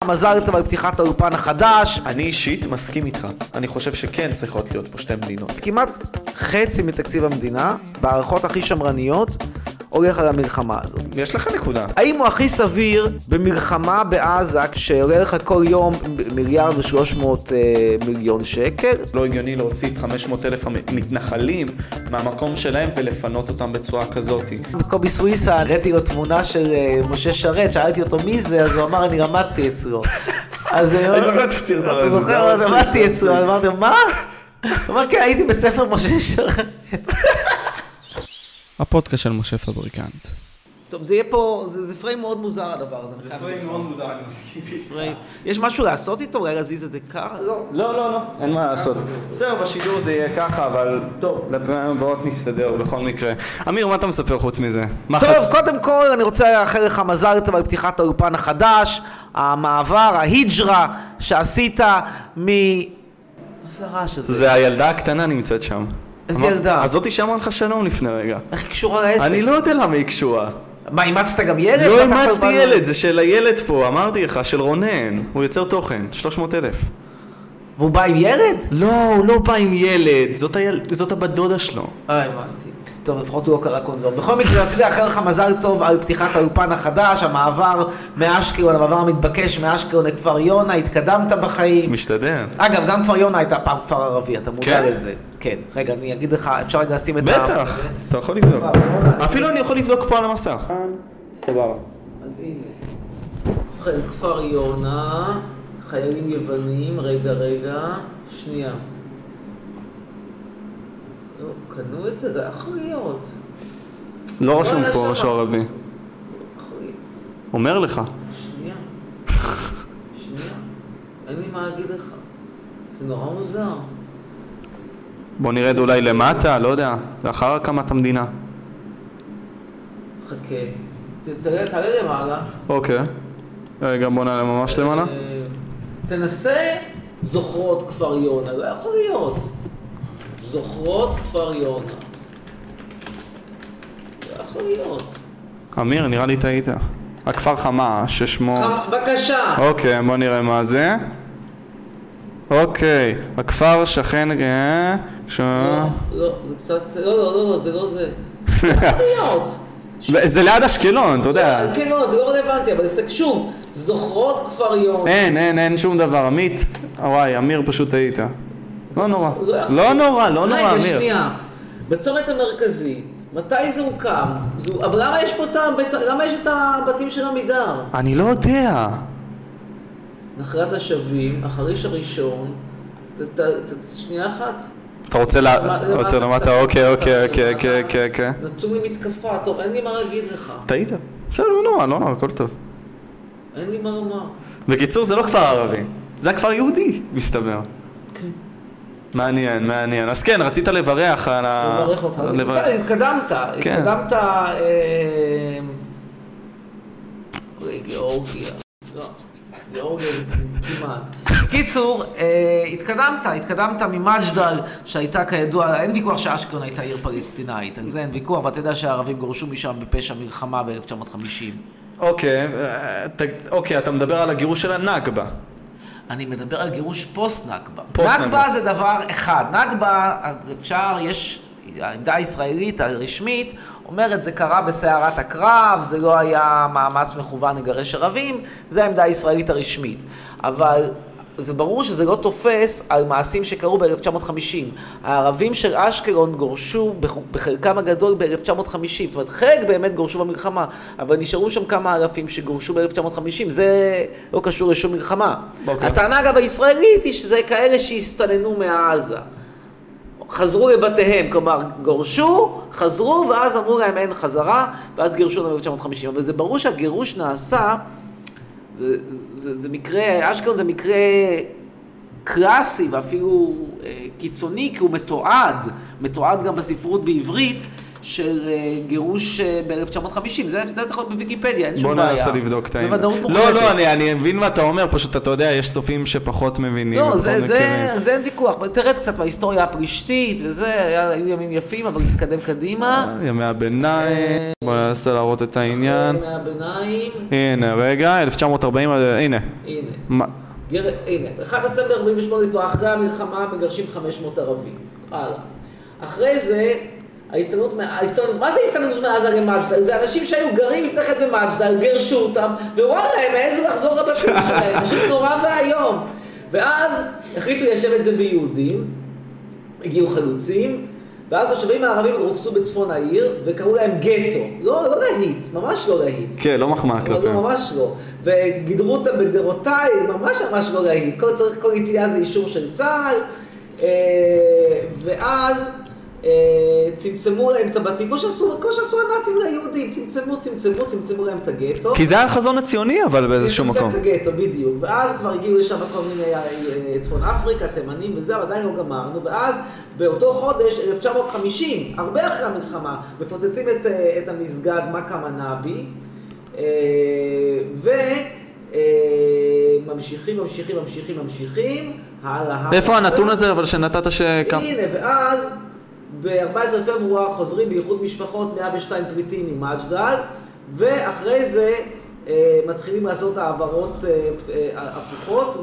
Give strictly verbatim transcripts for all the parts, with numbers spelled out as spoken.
מזל טוב על פתיחת האולפן החדש. אני אישית מסכים איתך. אני חושב שכן צריכות להיות פה שתי מדינות. כמעט חצי מתקציב המדינה, בהערכות הכי שמרניות, הולך על המלחמה הזאת. יש לך נקודה. האם הוא הכי סביר במלחמה בעזה, כשעולה לך כל יום מיליארד ושלוש מאות אה, מיליון שקל? לא הגיוני להוציא את חמש מאות אלף המתנחלים מהמקום שלהם ולפנות אותם בצורה כזאת. קובי סוויסה, הראיתי לו תמונה של אה, משה שרת, שאלתי אותו מי זה, אז הוא אמר אני למדתי אצלו. אז אני זוכר את הסרטון הזה. אתה זוכר, למדתי אצלו, אז אמרתי מה? הוא אמר כן, הייתי בספר משה שרת. הפודקאסט של משה פבריקנט. טוב, זה יהיה פה, זה, זה פריים מאוד מוזר הדבר הזה. זה פריים מאוד מוזר, אני מסכים. פריים. יש משהו לעשות איתו? אולי להזיז את זה ככה? לא. לא, לא, לא, אין מה לעשות. בסדר, בשידור זה יהיה ככה, אבל טוב, לפעמים הבאות נסתדר בכל מקרה. אמיר, מה אתה מספר חוץ מזה? טוב, קודם כל אני רוצה לאחל לך מזל טוב על פתיחת האולפן החדש, המעבר, ההיג'רה שעשית מ... מה זה הרעש הזה? זה הילדה הקטנה נמצאת שם. איזה ילדה? אז זאתי שאמרה לך שלום לפני רגע. איך היא קשורה לעסק? אני לא יודע למה היא קשורה. מה, אימצת גם ילד? לא אימצתי ילד, זה של הילד פה, אמרתי לך, של רונן. הוא יוצר תוכן, שלוש מאות אלף. והוא בא עם ילד? לא, הוא לא בא עם ילד, זאת הבת דודה שלו. אה, הבנתי. טוב, לפחות הוא לא קרא קונדום. בכל מקרה, רציתי לאחל לך מזל טוב על פתיחת האולפן החדש, המעבר מאשקלון, המעבר המתבקש מאשקלון לכפר יונה, התקדמת בחיים. משתדל. אגב, גם כפר יונה הייתה פעם כפר ערבי, אתה מודע כן? לזה. כן. רגע, אני אגיד לך, אפשר רגע לשים את ה... בטח, אתה יכול לבדוק. אפילו אני יכול לבדוק פה על המסך. סבבה. אז הנה. כפר יונה, חיילים יוונים, רגע, רגע, שנייה. לא, קנו את זה, זה יכול להיות. לא רשום פה משהו ערבי. יכול להיות. אומר לך. שנייה. שנייה. אין לי מה להגיד לך. זה נורא מוזר. בוא נרד אולי למטה, לא יודע, לאחר הקמת המדינה. חכה. תראה, תראה למעלה. אוקיי. רגע, בוא נעלה ממש למעלה. תנסה זוכרות כפר יונה, לא יכול להיות. זוכרות כפר יונה. לא יכול להיות. אמיר, נראה לי טעית. הכפר חמה, ששמו... בבקשה. אוקיי, בוא נראה מה זה. אוקיי, הכפר שכן... לא, לא, זה קצת... לא, לא, לא, זה לא זה. לא יכול להיות. זה ליד אשקלון, אתה יודע. כן, לא, זה לא רלוונטי, אבל שוב, זוכרות כפר יונה. אין, אין, אין שום דבר, עמית. וואי, אמיר פשוט טעית. לא נורא. לא נורא, לא נורא, אמיר. רגע, שנייה. בצומת המרכזי, מתי זה הוקם? אבל למה יש פה את הבית... למה יש את הבתים של עמידר? אני לא יודע. נחלת השבים, החריש הראשון, שנייה אחת. אתה רוצה למטה, אוקיי, אוקיי, אוקיי, אוקיי, אוקיי. נתנו לי מתקפה, טוב, אין לי מה להגיד לך. טעית. בסדר, לא נורא, לא נורא, הכל טוב. אין לי מה לומר. בקיצור, זה לא כפר ערבי, זה הכפר יהודי, מסתבר. כן. מעניין, מעניין. אז כן, רצית לברך על ה... לברך אותך. התקדמת, התקדמת... גיאורגיה. לא. גיאורגיה כמעט. קיצור, התקדמת, התקדמת ממג'דל שהייתה כידוע, אין ויכוח שאשקלון הייתה עיר פלסטינאית, אז אין ויכוח, ואתה יודע שהערבים גורשו משם בפשע מלחמה ב-אלף תשע מאות וחמישים. אוקיי, אוקיי, אתה מדבר על הגירוש של הנכבה. אני מדבר על גירוש פוסט-נכבה. פוסט-נכבה. נכבה זה דבר אחד. נכבה, אפשר, יש, העמדה הישראלית הרשמית אומרת, זה קרה בסערת הקרב, זה לא היה מאמץ מכוון לגרש ערבים, זה העמדה הישראלית הרשמית. אבל זה ברור שזה לא תופס על מעשים שקרו ב-אלף תשע מאות וחמישים. הערבים של אשקלון גורשו בחלקם הגדול ב-אלף תשע מאות וחמישים. זאת אומרת, חלק באמת גורשו במלחמה, אבל נשארו שם כמה אלפים שגורשו ב-אלף תשע מאות וחמישים. זה לא קשור לשום מלחמה. Okay. הטענה אגב הישראלית היא שזה כאלה שהסתננו מעזה. חזרו לבתיהם, כלומר, גורשו, חזרו, ואז אמרו להם אין חזרה, ואז גירשו ב-אלף תשע מאות וחמישים. אבל זה ברור שהגירוש נעשה, זה, זה, זה מקרה, אשקלון זה מקרה קלאסי ואפילו אה, קיצוני, כי הוא מתועד, מתועד גם בספרות בעברית, של גירוש ב-אלף תשע מאות חמישים, זה יכול להיות בוויקיפדיה, אין שום בעיה. בוא ננסה לבדוק את העניין. בוודאות מוחלטת. לא, לא, אני, אני מבין מה אתה אומר, פשוט אתה יודע, יש צופים שפחות מבינים. לא, זה, זה, זה אין ויכוח, תרד קצת מההיסטוריה הפלישתית וזה, היו ימים יפים, אבל נתקדם קדימה. ימי הביניים, בוא ננסה להראות את העניין. ימי הביניים. הנה, רגע, אלף תשע מאות ארבעים, הנה. הנה. מה? גר... הנה, אחד דצמבר ארבעים ושמונה, אחרי המלחמה מגרשים חמש מאות ערבים. הלאה. אחרי זה, ההסתננות, ההסתננות, מה זה הסתננות מעזה למג'דל? זה אנשים שהיו גרים לפני כן במג'דל, גרשו אותם, ווואלה, הם העזו לחזור לבתים שלהם, פשוט נורא והיום. ואז החליטו ליישב את זה ביהודים, הגיעו חלוצים, ואז התושבים הערבים רוכזו בצפון העיר, וקראו להם גטו. לא, לא להיט, ממש לא להיט. כן, לא מחמאה כלפיהם. לא, ממש לא. וגידרו אותם בגדרותיי, ממש ממש לא להיט. כל צריך, כל יציאה זה אישור של צה"ל, ואז צמצמו להם את הבתים, כמו שעשו, כמו שעשו הנאצים ליהודים, צמצמו, צמצמו, צמצמו להם את הגטו. כי זה היה החזון הציוני, אבל באיזשהו מקום. צמצם את הגטו, בדיוק. ואז כבר הגיעו לשם כל מיני צפון אפריקה, תימנים וזה, אבל עדיין לא גמרנו. ואז באותו חודש, אלף תשע מאות חמישים, הרבה אחרי המלחמה, מפוצצים את, את המסגד מקה מנאבי, וממשיכים, ממשיכים, ממשיכים, ממשיכים, הלאה. איפה הנתון הזה, אבל שנתת ש... הנה, ואז ב-ארבעה עשר לפברואר חוזרים באיחוד משפחות מאה ושתיים פליטים ממג'דל, ואחרי זה אה, מתחילים לעשות העברות אה, אה, הפוכות,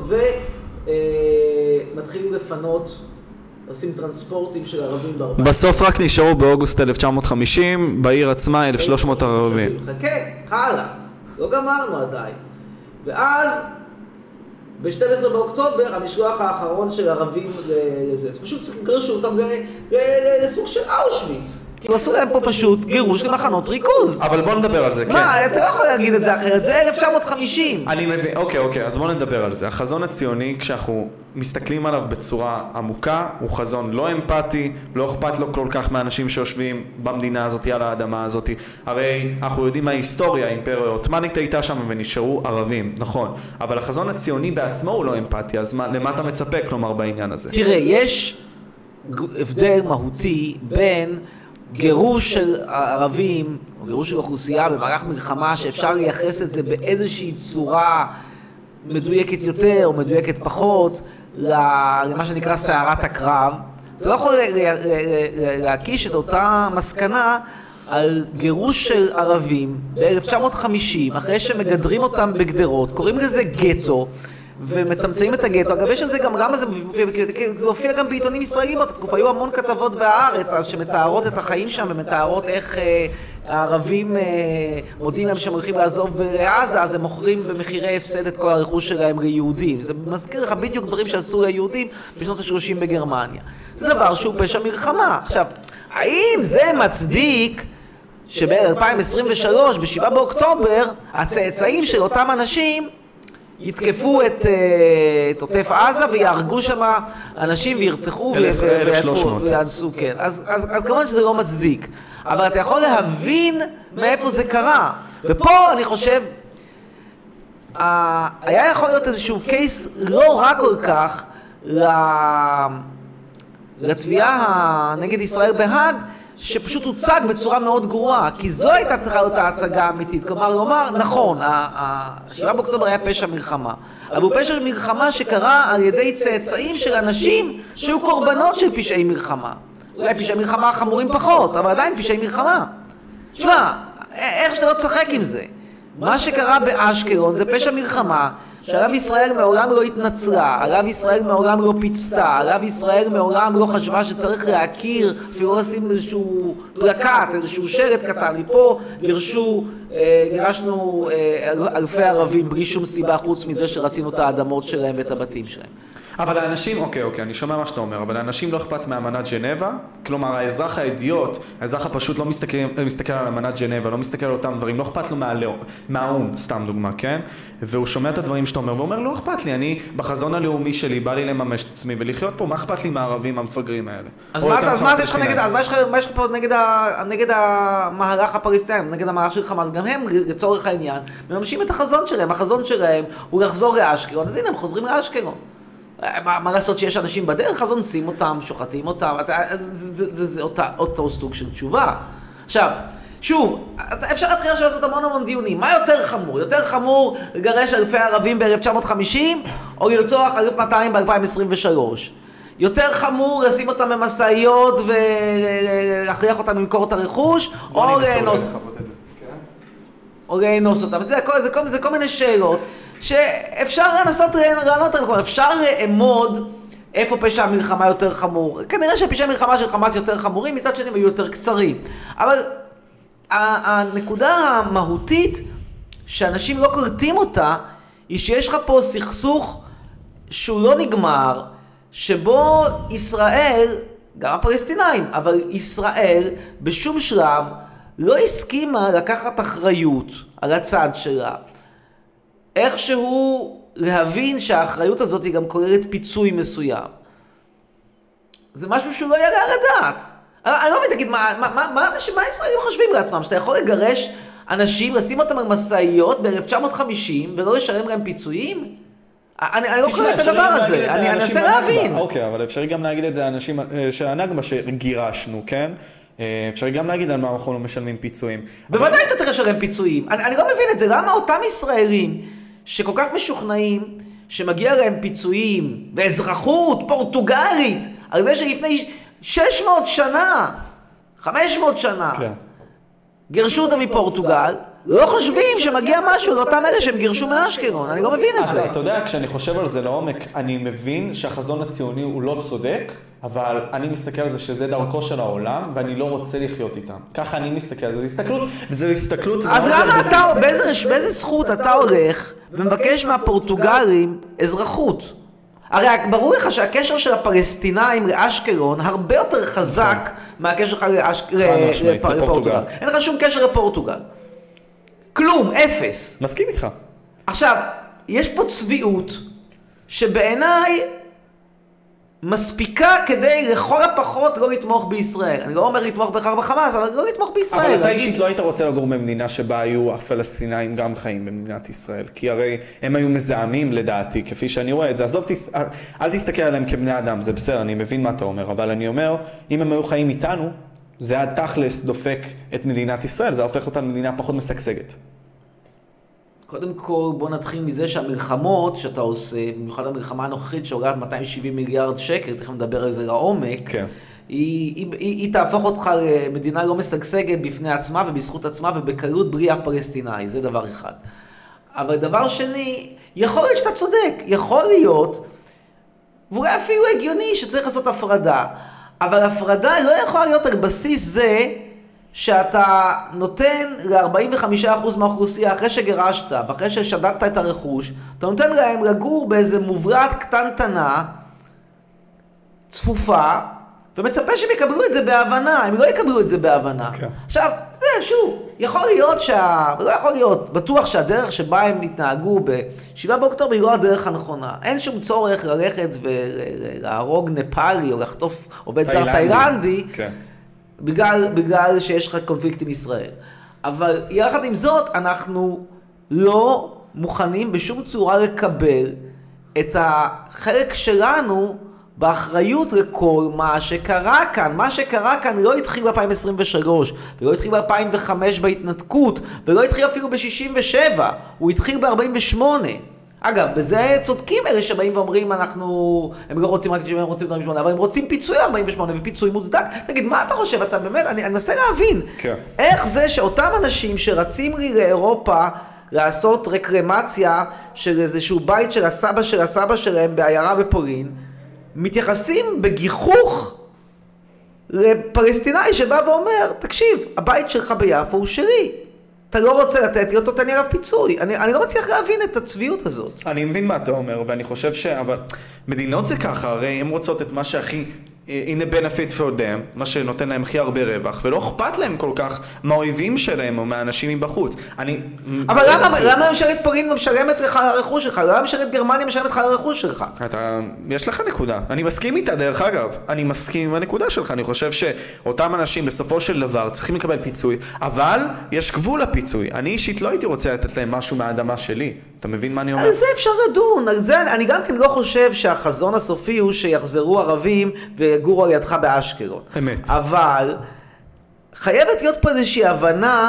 ומתחילים לפנות, עושים טרנספורטים של ערבים בארבעה. בסוף רק נשארו באוגוסט אלף תשע מאות חמישים, בעיר עצמה אלף ושלוש מאות ערבים. חכה, הלאה, לא גמרנו עדיין. ואז ב-שנים עשר באוקטובר, המשלוח האחרון של ערבים לזה. זה פשוט גרשו אותם לסוג של אושוויץ. כאילו עשו להם פה פשוט גירוש למחנות ריכוז. אבל בוא נדבר על זה, כן. מה, אתה לא יכול להגיד את זה אחרת, זה אלף תשע מאות חמישים. אני מבין, אוקיי, אוקיי, אז בוא נדבר על זה. החזון הציוני, כשאנחנו מסתכלים עליו בצורה עמוקה, הוא חזון לא אמפתי, לא אכפת לו כל כך מהאנשים שיושבים במדינה הזאת, על האדמה הזאת. הרי אנחנו יודעים מההיסטוריה, האימפריה העות'מאנית הייתה שם ונשארו ערבים, נכון. אבל החזון הציוני בעצמו הוא לא אמפתי, אז מה, למה אתה מצפה, כלומר, בעניין הזה? תראה, יש הבדל מהותי בין גירוש של ערבים, או גירוש של אוכלוסייה במערך מלחמה, שאפשר לייחס את זה באיזושהי צורה מדויקת יותר או מדויקת פחות, למה שנקרא סערת הקרב. אתה לא יכול להקיש את אותה מסקנה על גירוש של ערבים ב-אלף תשע מאות חמישים, אחרי שמגדרים אותם בגדרות, קוראים לזה גטו, ומצמצמים את הגטו. אגב, יש על זה גם רמה, זה מופיע, זה הופיע גם בעיתונים ישראלים, בתקופה היו המון כתבות בהארץ, אז שמתארות את החיים שם, ומתארות איך אה, הערבים אה, מודיעים להם שהם הולכים לעזוב בעזה, אז הם מוכרים במחירי הפסד את כל הרכוש שלהם ליהודים. זה מזכיר לך בדיוק דברים שעשו ליהודים בשנות ה-שלושים בגרמניה. זה דבר שהוא פשע מלחמה. עכשיו, האם זה מצדיק שב-אלפיים עשרים ושלוש, בשבעה באוקטובר, הצאצאים של אותם אנשים יתקפו את, את עוטף עזה ויהרגו שם אנשים וירצחו ויאנסו, כן. אז, אז, אז כמובן שזה לא מצדיק. אבל אתה יכול להבין מאיפה זה קרה. ופה אני חושב, היה יכול להיות איזשהו קייס לא רק כל כך לתביעה נגד ישראל בהאג, שפשוט הוצג בצורה מאוד גרועה, כי זו הייתה צריכה להיות ההצגה האמיתית. כלומר, לומר, נכון, השבעה באוקטובר היה פשע מלחמה, אבל הוא פשע מלחמה שקרה על ידי צאצאים של אנשים שהיו קורבנות של פשעי מלחמה. אולי פשעי מלחמה חמורים פחות, אבל עדיין פשעי מלחמה. תשמע, איך שאתה לא תשחק עם זה? מה שקרה באשקלון זה פשע מלחמה, שערב ישראל מעולם לא התנצרה, ערב ישראל מעולם לא פיצתה, ערב ישראל מעולם לא חשבה שצריך להכיר, אפילו לשים איזשהו פלקט, איזשהו שלט קטן. מפה גירשו, גירשנו אלפי ערבים בלי שום סיבה חוץ מזה שרצינו את האדמות שלהם ואת הבתים שלהם. אבל האנשים, אוקיי, אוקיי, אני שומע מה שאתה אומר, אבל האנשים לא אכפת מאמנת ג'נבה, כלומר, האזרח האידיוט, האזרח הפשוט לא מסתכל, מסתכל על אמנת ג'נבה, לא מסתכל על אותם דברים, לא אכפת לו מהלאום, מהאום, סתם דוגמה, כן? והוא שומע את הדברים שאתה אומר, ואומר, לא אכפת לי, אני בחזון הלאומי שלי, בא לי לממש את עצמי, ולחיות פה, מה אכפת לי מהערבים המפגרים האלה? אז מה, אז מה יש לך נגד, אז מה יש לך, מה יש לך פה נגד, נגד המהלך הפלסטיני, נגד המהלך של חמאס? גם הם, לצורך העניין, מממשים את החזון שלהם. החזון שלהם הוא לחזור לאשקלון, אז הנה, הם חוזרים לאשקלון. מה, מה לעשות שיש אנשים בדרך, אז אונסים אותם, שוחטים אותם, זה, זה, זה, זה אותה, אותו סוג של תשובה. עכשיו, שוב, אפשר להתחיל עכשיו לעשות המון המון דיונים. מה יותר חמור? יותר חמור לגרש אלפי ערבים ב-אלף תשע מאות וחמישים, או לרצוח אלף מאתיים ב-אלפיים עשרים ושלוש? יותר חמור לשים אותם במשאיות ולהכריח אותם למכור את הרכוש, או לאנוס... או לאנוס אותם. זה כל, זה כל, זה כל מיני שאלות שאפשר לנסות לענות עליהן. אפשר לאמוד איפה פשע המלחמה יותר חמור. כנראה שפשעי המלחמה של חמאס יותר חמורים, מצד שני היו יותר קצרים. אבל הנקודה המהותית שאנשים לא קולטים אותה, היא שיש לך פה סכסוך שהוא לא נגמר, שבו ישראל, גם הפלסטינאים, אבל ישראל בשום שלב לא הסכימה לקחת אחריות על הצד שלה. איכשהו להבין שהאחריות הזאת היא גם כוללת פיצוי מסוים. זה משהו שהוא לא יעלה על הדעת. אני לא מבין, תגיד, מה, מה, מה, מה, אנשים, מה הישראלים חושבים לעצמם? שאתה יכול לגרש אנשים, לשים אותם על מסעיות ב-אלף תשע מאות וחמישים ולא לשלם להם פיצויים? אני, אני לא קורא את הדבר הזה, אני אנסה להבין. אוקיי, אבל אפשר גם להגיד את זה לאנשים של הנגבה שגירשנו, כן? אפשר גם להגיד על מה אנחנו לא משלמים פיצויים. בוודאי אתה צריך לשלם פיצויים. אני, אני לא מבין את זה. למה אותם ישראלים שכל כך משוכנעים שמגיע להם פיצויים ואזרחות פורטוגלית על זה שלפני שש מאות שנה, חמש מאות שנה, כן. גירשו אותם מפורטוגל, לא חושבים שמגיע משהו לאותם אלה שהם גירשו מאשקלון. אני לא מבין את זה. אתה יודע, כשאני חושב על זה לעומק, אני מבין שהחזון הציוני הוא לא צודק, אבל אני מסתכל על זה שזה דרכו של העולם, ואני לא רוצה לחיות איתם. ככה אני מסתכל על זה. זה הסתכלות, וזה הסתכלות... אז למה אתה, באיזה, באיזה זכות אתה הולך ומבקש מהפורטוגלים אזרחות? הרי ברור לך שהקשר של הפלסטינאים לאשקלון הרבה יותר חזק מהקשר שלך לפורטוגל. אין לך שום קשר לפורטוגל. כלום, אפס. מסכים איתך. עכשיו, יש פה צביעות שבעיניי מספיקה כדי לכל הפחות לא לתמוך בישראל. אני לא אומר לתמוך בכך בחמאס, אבל לא לתמוך בישראל. אבל אתה אישית לא היית רוצה לגור במדינה שבה היו הפלסטינאים גם חיים במדינת ישראל. כי הרי הם היו מזהמים לדעתי, כפי שאני רואה את זה. עזוב, אל תסתכל עליהם כבני אדם, זה בסדר, אני מבין מה אתה אומר. אבל אני אומר, אם הם היו חיים איתנו, זה עד תכלס דופק את מדינת ישראל, זה הופך אותה מדינה פחות משגשגת. קודם כל, בוא נתחיל מזה שהמלחמות שאתה עושה, במיוחד המלחמה הנוכחית שעולה מאתיים ושבעים מיליארד שקל, תכף נדבר על זה לעומק, כן. היא, היא, היא, היא תהפוך אותך למדינה לא משגשגת בפני עצמה ובזכות עצמה ובקלות בלי אף פלסטיני, זה דבר אחד. אבל דבר שני, יכול להיות שאתה צודק, יכול להיות, ואולי אפילו הגיוני שצריך לעשות הפרדה, אבל הפרדה לא יכולה להיות על בסיס זה שאתה נותן ל-ארבעים וחמישה אחוז מהאוכלוסייה אחרי שגירשת, ואחרי ששדדת את הרכוש, אתה נותן להם לגור באיזה מובלעת קטנטנה, צפופה, ומצפה שהם יקבלו את זה בהבנה, הם לא יקבלו את זה בהבנה. Okay. עכשיו, זה שוב, יכול להיות שה... לא יכול להיות, בטוח שהדרך שבה הם התנהגו ב-שבעה באוקטובר היא לא הדרך הנכונה. אין שום צורך ללכת ולהרוג נפאלי או לחטוף עובד זר תאילנדי, okay. בגלל, בגלל שיש לך קונפליקט עם ישראל. אבל יחד עם זאת, אנחנו לא מוכנים בשום צורה לקבל את החלק שלנו באחריות לכל מה שקרה כאן. מה שקרה כאן לא התחיל ב-אלפיים עשרים ושלוש, ולא התחיל ב-אלפיים וחמש בהתנתקות, ולא התחיל אפילו ב-שישים ושבע, הוא התחיל ב-ארבעים ושמונה. אגב, בזה צודקים אלה שבאים ואומרים, אנחנו, הם לא רוצים רק שישים, הם רוצים ארבעים ושמונה, אבל הם רוצים פיצוי ארבעים ושמונה ופיצוי מוצדק. תגיד, מה אתה חושב? אתה באמת, אני, אני מנסה להבין. כן. איך זה שאותם אנשים שרצים לי לאירופה לעשות רקרמציה של איזשהו בית של הסבא של הסבא שלהם בעיירה בפולין, מתייחסים בגיחוך לפלסטיני שבא ואומר, תקשיב, הבית שלך ביפו הוא שלי. אתה לא רוצה לתת לי אותו, תן לי עליו פיצוי. אני, אני לא מצליח להבין את הצביעות הזאת. אני מבין מה אתה אומר, ואני חושב ש... אבל מדינות זה ככה, הרי הן רוצות את מה שהכי... in a benefit for them, מה שנותן להם הכי הרבה רווח, ולא אכפת להם כל כך מהאויבים שלהם או מהאנשים מבחוץ. אני... אבל למה, למה ממשלת פולין משלמת לך על הרכוש שלך? למה ממשלת גרמניה משלמת לך על הרכוש שלך? אתה... יש לך נקודה. אני מסכים איתה דרך אגב. אני מסכים עם הנקודה שלך. אני חושב שאותם אנשים בסופו של דבר צריכים לקבל פיצוי, אבל יש גבול לפיצוי. אני אישית לא הייתי רוצה לתת להם משהו מהאדמה שלי. אתה מבין מה אני אומר? על זה אפשר לדון. על זה, אני גם כן לא חושב שהחזון הסופי הוא שיחזרו ערבים ויגורו על ידך באשקלון. אמת. אבל חייבת להיות פה איזושהי הבנה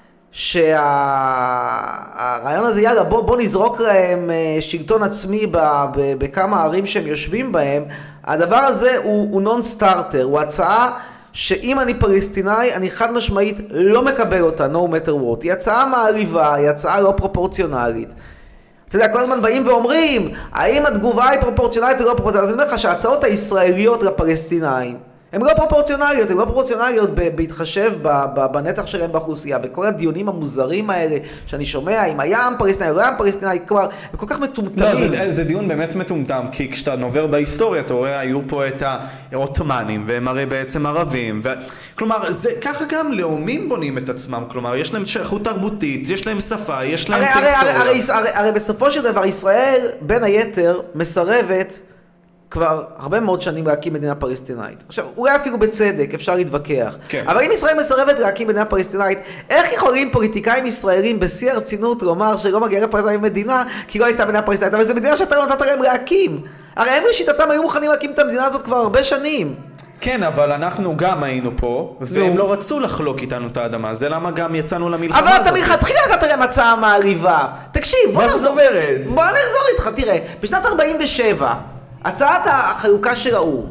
שהרעיון הזה, יאללה, בוא, בוא נזרוק להם שלטון עצמי בכמה ערים שהם יושבים בהם, הדבר הזה הוא, הוא נון סטארטר, הוא הצעה שאם אני פלסטינאי, אני חד משמעית לא מקבל אותה, no matter what. היא הצעה מעליבה, היא הצעה לא פרופורציונלית. אתה יודע, כל הזמן באים ואומרים, האם התגובה היא פרופורציונלית או לא פרופורציונלית? אז אני אומר לך שההצעות הישראליות לפלסטינאים, הן לא פרופורציונליות, הן לא פרופורציונליות בהתחשב בנתח שלהם באוכלוסייה, בכל הדיונים המוזרים האלה שאני שומע, אם היה עם פלסטינאי, לא היה עם פלסטינאי, כבר, הם כל כך מטומטמים. לא, זה, זה דיון באמת מטומטם, כי כשאתה נובר בהיסטוריה, אתה רואה, היו פה את העות'מאנים, והם הרי בעצם ערבים, ו... כלומר, זה, ככה גם לאומים בונים את עצמם, כלומר, יש להם שייכות תרבותית, יש להם שפה, יש להם הרי, הרי, הרי, הרי, הרי, הרי בסופו של דבר, ישראל, בין היתר, מסרבת כבר הרבה מאוד שנים להקים מדינה פלסטינאית. עכשיו, אולי אפילו בצדק, אפשר להתווכח. כן. אבל אם ישראל מסרבת להקים מדינה פלסטינאית, איך יכולים פוליטיקאים ישראלים בשיא הרצינות לומר שלא מגיעה לפלסטינאים מדינה, כי לא הייתה מדינה פלסטינאית, אבל זו מדינה שאתה לא נתת להם להקים. הרי הם לשיטתם היו מוכנים להקים את המדינה הזאת כבר הרבה שנים. כן, אבל אנחנו גם היינו פה, והם לא רצו לחלוק איתנו את האדמה. זה למה גם יצאנו למלחמה הזאת. אבל אתה מלכתחילה נתת להם הצעה מעליבה. תקשיב, בוא נחזור. בוא נחזור איתך, תראה. בשנת ארבעים ושבע, הצעת החלוקה של האור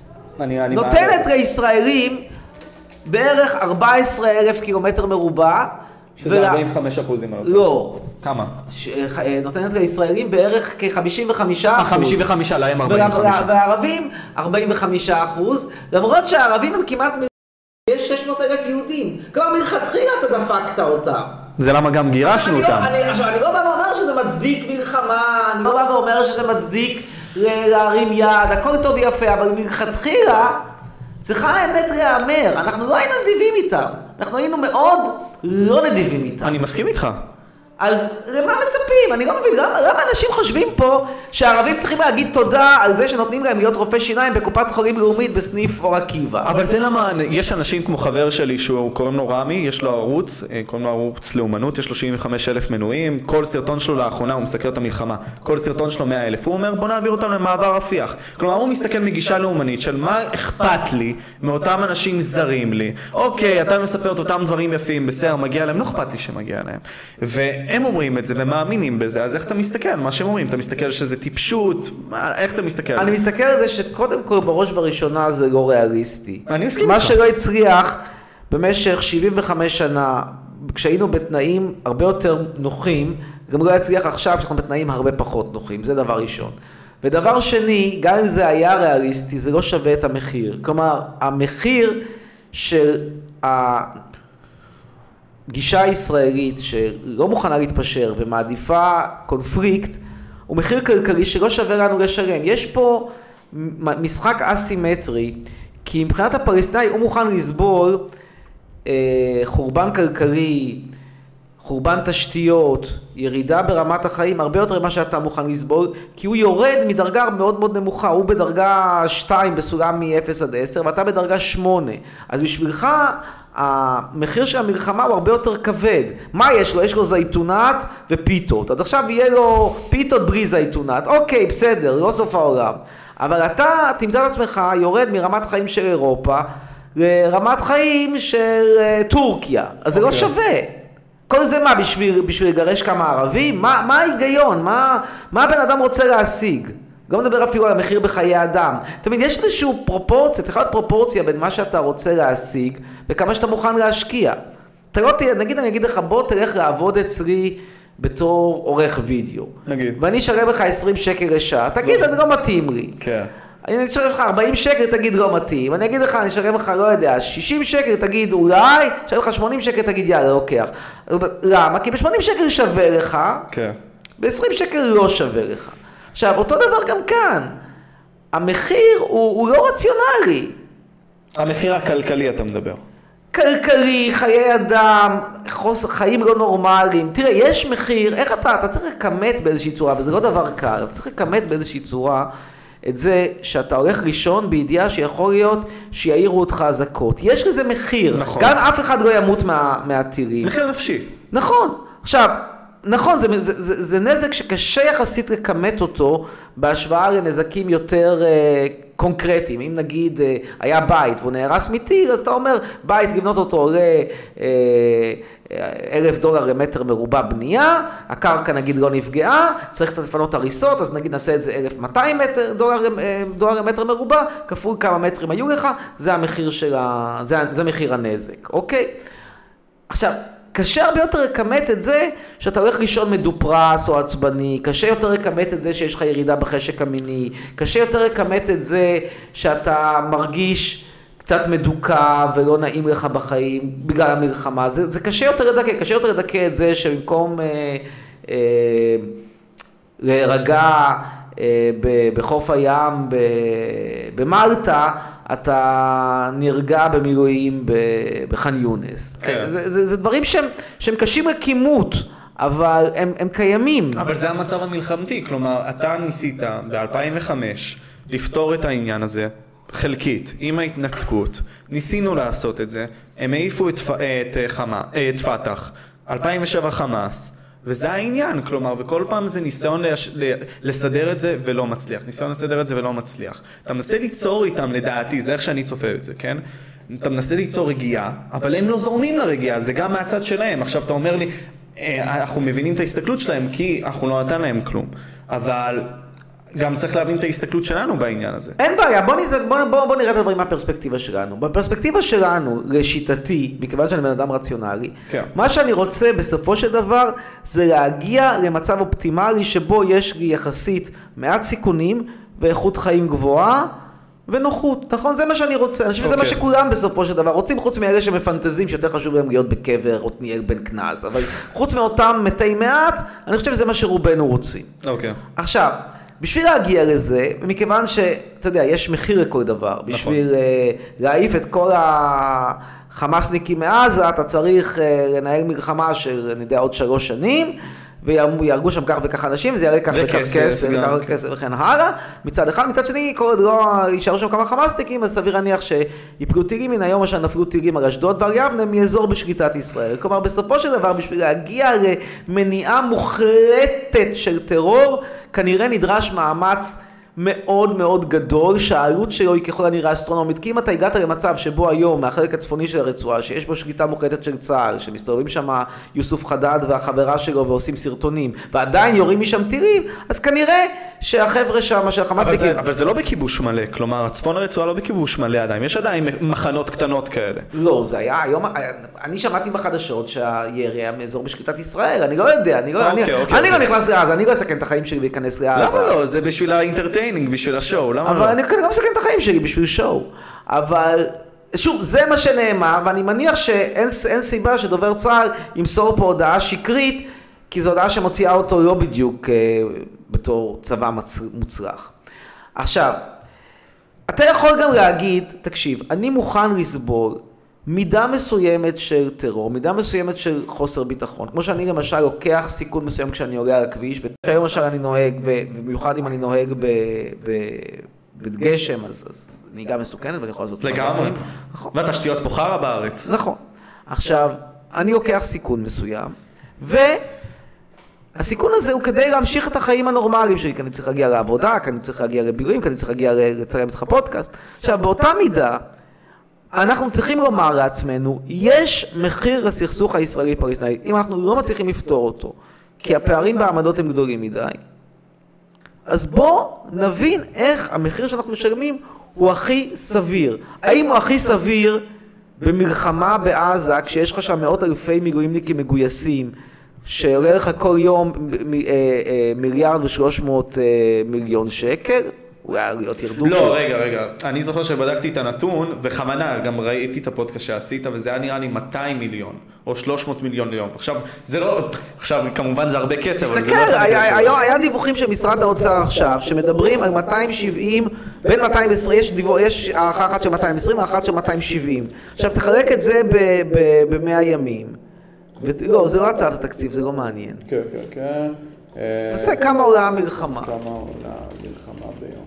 נותנת לישראלים בערך ארבעה עשר אלף קילומטר מרובע. שזה ארבעים וחמישה אחוזים. לא. כמה? נותנת לישראלים בערך כ-חמישים וחמישה אחוז. חמישים וחמישה, להם ארבעים וחמישה. והערבים ארבעים וחמישה אחוז, למרות שהערבים הם כמעט יש שש מאות אלף יהודים. כבר מלכתחילה אתה דפקת אותם. זה למה גם גירשנו אותם. אני לא בא ואומר שזה מצדיק מלחמה, אני לא בא ואומר שזה מצדיק להרים יד, הכל טוב ויפה, אבל מלכתחילה צריכה האמת להיאמר, אנחנו לא היינו נדיבים איתם, אנחנו היינו מאוד לא נדיבים איתם. אני מסכים איתך. אז למה מצפים? אני לא מבין, למה, למה אנשים חושבים פה שהערבים צריכים להגיד תודה על זה שנותנים להם להיות רופא שיניים בקופת חולים לאומית בסניף אור עקיבא? אבל זה למה, יש אנשים כמו חבר שלי שהוא קוראים לו רמי, יש לו ערוץ, קוראים לו ערוץ לאומנות, יש שלושים וחמישה אלף מנויים, כל סרטון שלו לאחרונה הוא מסקר את המלחמה, כל סרטון שלו מאה אלף, הוא אומר בוא נעביר אותנו למעבר רפיח. כלומר הוא מסתכל מגישה לאומנית של מה אכפת לי מאותם אנשים זרים לי. אוקיי, אתה מספר את אותם דברים יפים, בסדר, מגיע להם, לא אכפת לי שמגיע להם. והם אומרים את זה ומאמינים בזה, אז איך אתה מסתכל? מה שהם אומרים, אתה מסתכל שזה טיפשות, איך אתה מסתכל? אני מסתכל על זה שקודם כל בראש ובראשונה זה לא ריאליסטי. אני מסכים מה איתך. שלא הצליח במשך שבעים וחמש שנה, כשהיינו בתנאים הרבה יותר נוחים, גם לא יצליח עכשיו שאנחנו בתנאים הרבה פחות נוחים, זה דבר ראשון. ודבר שני, גם אם זה היה ריאליסטי, זה לא שווה את המחיר. כלומר, המחיר של ה... גישה ישראלית שלא מוכנה להתפשר ומעדיפה קונפליקט, הוא מחיר כלכלי שלא שווה לנו לשלם. יש פה משחק אסימטרי, כי מבחינת הפלסטיני הוא מוכן לסבול אה, חורבן כלכלי, חורבן תשתיות, ירידה ברמת החיים, הרבה יותר ממה שאתה מוכן לסבול, כי הוא יורד מדרגה מאוד מאוד נמוכה, הוא בדרגה שתיים בסולם מ-אפס עד עשר, ואתה בדרגה שמונה. אז בשבילך, המחיר של המלחמה הוא הרבה יותר כבד. מה יש לו? יש לו זייתונת ופיתות. אז עכשיו יהיה לו פיתות בלי זייתונת. אוקיי, בסדר, לא סוף העולם. אבל אתה תמצא את עצמך יורד מרמת חיים של אירופה לרמת חיים של טורקיה. אז זה לא שווה. כל זה מה? בשביל, בשביל לגרש כמה ערבים? מה, מה ההיגיון? מה, מה הבן אדם רוצה להשיג? לא מדבר אפילו על המחיר בחיי אדם. תמיד יש איזשהו פרופורציה, צריכה להיות פרופורציה בין מה שאתה רוצה להשיג וכמה שאתה מוכן להשקיע. אתה לא תהיה, נגיד אני אגיד לך, בוא תלך לעבוד אצלי בתור עורך וידאו. נגיד. ואני אשלם לך עשרים שקל לשעה, תגיד, זה לא מתאים לי. כן. אני אשלם לך ארבעים שקל, תגיד לא מתאים. אני אגיד לך, אני אשלם לך, לא יודע, שישים שקל, תגיד אולי, אשלם לך שמונים שקל, תגיד יאללה, לוקח. למה? כי ב-שמונים שקל שווה לך, כן. ב-עשרים שקל לא שווה לך. עכשיו, אותו דבר גם כאן. המחיר הוא, הוא לא רציונלי. המחיר הכלכלי אתה מדבר. כלכלי, חיי אדם, חוס, חיים לא נורמליים. תראה, יש מחיר, איך אתה, אתה צריך לקמת באיזושהי צורה, וזה לא דבר קל, אתה צריך לקמת באיזושהי צורה את זה שאתה הולך לישון בידיעה שיכול להיות שיעירו אותך אזעקות. יש לזה מחיר. נכון. גם אף אחד לא ימות מה, מהטילים. מחיר נפשי. נכון. עכשיו, נכון, זה, זה, זה, זה נזק שקשה יחסית לקמת אותו בהשוואה לנזקים יותר, קונקרטיים. אם נגיד היה בית והוא נהרס מטיל, אז אתה אומר, בית לבנות אותו עולה אלף דולר למטר מרובע בנייה, הקרקע נגיד לא נפגעה, צריך לפנות הריסות, אז נגיד נעשה את זה אלף ומאתיים דולר למטר מרובע, כפול כמה מטרים היו לך, זה המחיר של ה... זה, זה מחיר הנזק, אוקיי? עכשיו, קשה הרבה יותר לקמת את זה שאתה הולך לישון מדופרס או עצבני, קשה יותר לקמת את זה שיש לך ירידה בחשק המיני, קשה יותר לקמת את זה שאתה מרגיש קצת מדוכא ולא נעים לך בחיים בגלל המלחמה. זה, זה קשה יותר לדכא, קשה יותר לדכא את זה שבמקום אה, אה, להירגע אה, בחוף הים במלטה, אתה נרגע במילואים בח'אן יונס. כן. זה, זה, זה דברים שהם, שהם קשים לכימות, אבל הם, הם קיימים. אבל זה המצב המלחמתי, כלומר, אתה ניסית ב-אלפיים וחמש לפתור את העניין הזה, חלקית, עם ההתנתקות, ניסינו לעשות את זה, הם העיפו את, את, חמה, את פתח, אלפיים ושבע חמאס, וזה העניין, כלומר, וכל פעם זה ניסיון לש... לסדר את זה ולא מצליח, ניסיון לסדר את זה ולא מצליח. אתה מנסה ליצור איתם, לדעתי, זה איך שאני צופה את זה, כן? אתה מנסה ליצור רגיעה, אבל הם לא זורמים לרגיעה, זה גם מהצד שלהם. עכשיו אתה אומר לי, אנחנו מבינים את ההסתכלות שלהם, כי אנחנו לא נתן להם כלום. אבל גם צריך להבין את ההסתכלות שלנו בעניין הזה. אין בעיה, בוא, בוא, בוא, בוא נראה את הדברים מהפרספקטיבה שלנו. בפרספקטיבה שלנו, לשיטתי, מכיוון שאני בן אדם רציונלי, כן. מה שאני רוצה בסופו של דבר, זה להגיע למצב אופטימלי שבו יש לי יחסית מעט סיכונים ואיכות חיים גבוהה, ונוחות, נכון? זה מה שאני רוצה. אני חושב שזה מה שכולם בסופו של דבר רוצים, חוץ מאלה שמפנטזים שיותר חשוב להם להיות בקבר או תניאל בן כנז, אבל חוץ מאותם מתי מעט, אני חושב שזה מה שרובנו רוצים. אוקיי. עכשיו, בשביל להגיע לזה, מכיוון שאתה יודע, יש מחיר לכל דבר, בשביל להעיף את כל החמאסניקים מעזה, אתה צריך לנהל מלחמה של, אני יודע, עוד שלוש שנים, וירגו שם כך וכך אנשים, וזה יראה כך וכך כסף, וכך כסף וכן הלאה. מצד אחד, מצד שני, כל עוד לא יישארו שם כמה חמאסניקים, אז סביר להניח שיפלו טילים, מן היום השנה נפלו טילים על אשדוד ועל יבנה, מאזור בשליטת ישראל. כלומר, בסופו של דבר, בשביל להגיע למניעה מוחלטת של טרור, כנראה נדרש מאמץ מאוד מאוד גדול, שהעלות שלו היא ככל הנראה אסטרונומית, כי אם אתה הגעת למצב שבו היום, מהחלק הצפוני של הרצועה, שיש בו שליטה מוחלטת של צה"ל, שמסתובבים שם יוסוף חדד והחברה שלו ועושים סרטונים, ועדיין יורים משם טילים, אז כנראה שהחבר'ה שם, שהחמאסניקים... אבל, אבל זה לא בכיבוש מלא, כלומר, הצפון הרצועה לא בכיבוש מלא עדיין, יש עדיין מחנות קטנות כאלה. לא, זה היה היום, אני שמעתי בחדשות שהירי היה מאזור בשליטת ישראל, אני לא יודע, אני לא, אוקיי, אני, אוקיי, אני אוקיי. לא נכנס לעזה, אני לא אסכן את החיים שלי להיכנס לעזה. למה לא? זה בשביל האינטרטיינינג, בשביל השואו, למה אבל לא? אבל אני גם מסכן את החיים שלי בשביל שואו. אבל, שוב, זה מה שנאמר, ואני מניח שאין אין סיבה שדובר צה"ל ימסור פה הודעה שקרית, כי זו הודעה שמוציאה אותו לא בדיוק אה, בתור צבא מוצלח. עכשיו, אתה יכול גם להגיד, תקשיב, אני מוכן לסבול מידה מסוימת של טרור, מידה מסוימת של חוסר ביטחון. כמו שאני למשל לוקח סיכון מסוים כשאני עולה על הכביש, והיום למשל אני נוהג, ובמיוחד אם אני נוהג ב, ב, בגשם, אז, אז נהיגה מסוכנת ואני יכול לעשות... לגמרי. נכון. והתשתיות פה חרא בארץ. נכון. עכשיו, אני לוקח סיכון מסוים, והסיכון הזה הוא כדי להמשיך את החיים הנורמליים שלי, כי אני צריך להגיע לעבודה, כי אני צריך להגיע לבילויים, כי אני צריך להגיע לצלם אצלך פודקאסט. עכשיו, באותה מידה, אנחנו צריכים לומר לעצמנו, יש מחיר לסכסוך הישראלי-פלסטיני, אם אנחנו לא מצליחים לפתור אותו, כי הפערים בעמדות הם גדולים מדי, אז בוא נבין איך המחיר שאנחנו משלמים הוא הכי סביר. האם הוא הכי סביר במלחמה בעזה, כשיש לך שם מאות אלפי מילואימניקים מגויסים, שעולה לך כל יום מיליארד ושלוש מאות מיליון שקל, אולי להיות ירדו. לא, רגע, רגע. אני זוכר שבדקתי את הנתון, וכוונה, גם ראיתי את הפודקאסט שעשית, וזה היה נראה לי מאתיים מיליון, או שלוש מאות מיליון ליום. עכשיו, זה לא, עכשיו, כמובן זה הרבה כסף, אבל זה לא... תסתכל, היה דיווחים של משרד האוצר עכשיו, שמדברים על מאתיים שבעים, בין מאתיים ועשרים, יש הערכה אחת של מאתיים ועשרים, הערכה של מאתיים שבעים. עכשיו, תחלק את זה ב-מאה ימים. לא, זה לא הצעת התקציב, זה לא מעניין. כן, כן, כן. תעשה כמה עולה המלחמה. כמה עולה המלחמה ביום.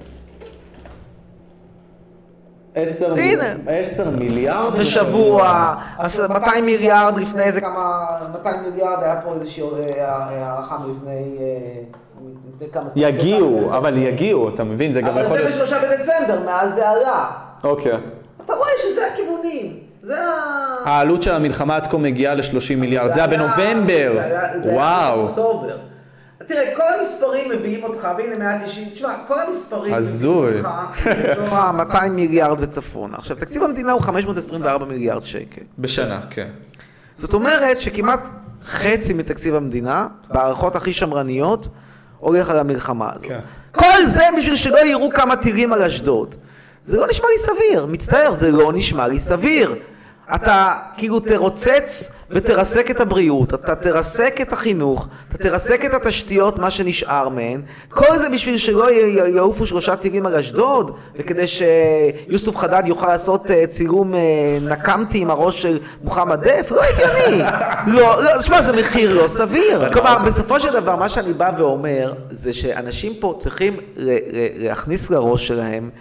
עשר מיליארד בשבוע, מאתיים מיליארד לפני איזה כמה, מאתיים מיליארד היה פה איזושהי הערכה מלפני יגיעו, אבל יגיעו, אתה מבין? זה גם יכול להיות... אבל זה בשלושה בדצמבר, מאז זה עלה. אוקיי. אתה רואה שזה הכיוונים. זה ה... העלות של המלחמה עד כה מגיעה ל-שלושים מיליארד, זה היה בנובמבר. זה היה וואו. באוקטובר. תראה, כל המספרים מביאים אותך, והנה מאה תשעים, תשמע, כל המספרים הזוי. מביאים אותך, מאתיים מיליארד וצפונה. עכשיו, תקציב המדינה הוא חמש מאות עשרים וארבע מיליארד שקל. בשנה, כן. זאת אומרת שכמעט חצי מתקציב המדינה, בהערכות הכי שמרניות, הולך על המלחמה הזאת. כן. כל זה בשביל שלא יראו כמה טילים על אשדוד. זה לא נשמע לי סביר, מצטער, זה לא נשמע לי סביר. אתה כאילו תרוצץ ותרסק את הבריאות, אתה תרסק את החינוך, אתה תרסק את התשתיות, מה שנשאר מהן. כל זה בשביל שלא יעופו שלושה טילים על אשדוד, וכדי שיוסוף חדד יוכל לעשות צילום נקמתי עם הראש של מוחמד דף, לא הגיוני. לא, לא, תשמע, זה מחיר לא סביר. כלומר, בסופו של דבר, מה שאני בא ואומר, זה שאנשים פה צריכים להכניס לראש שלהם,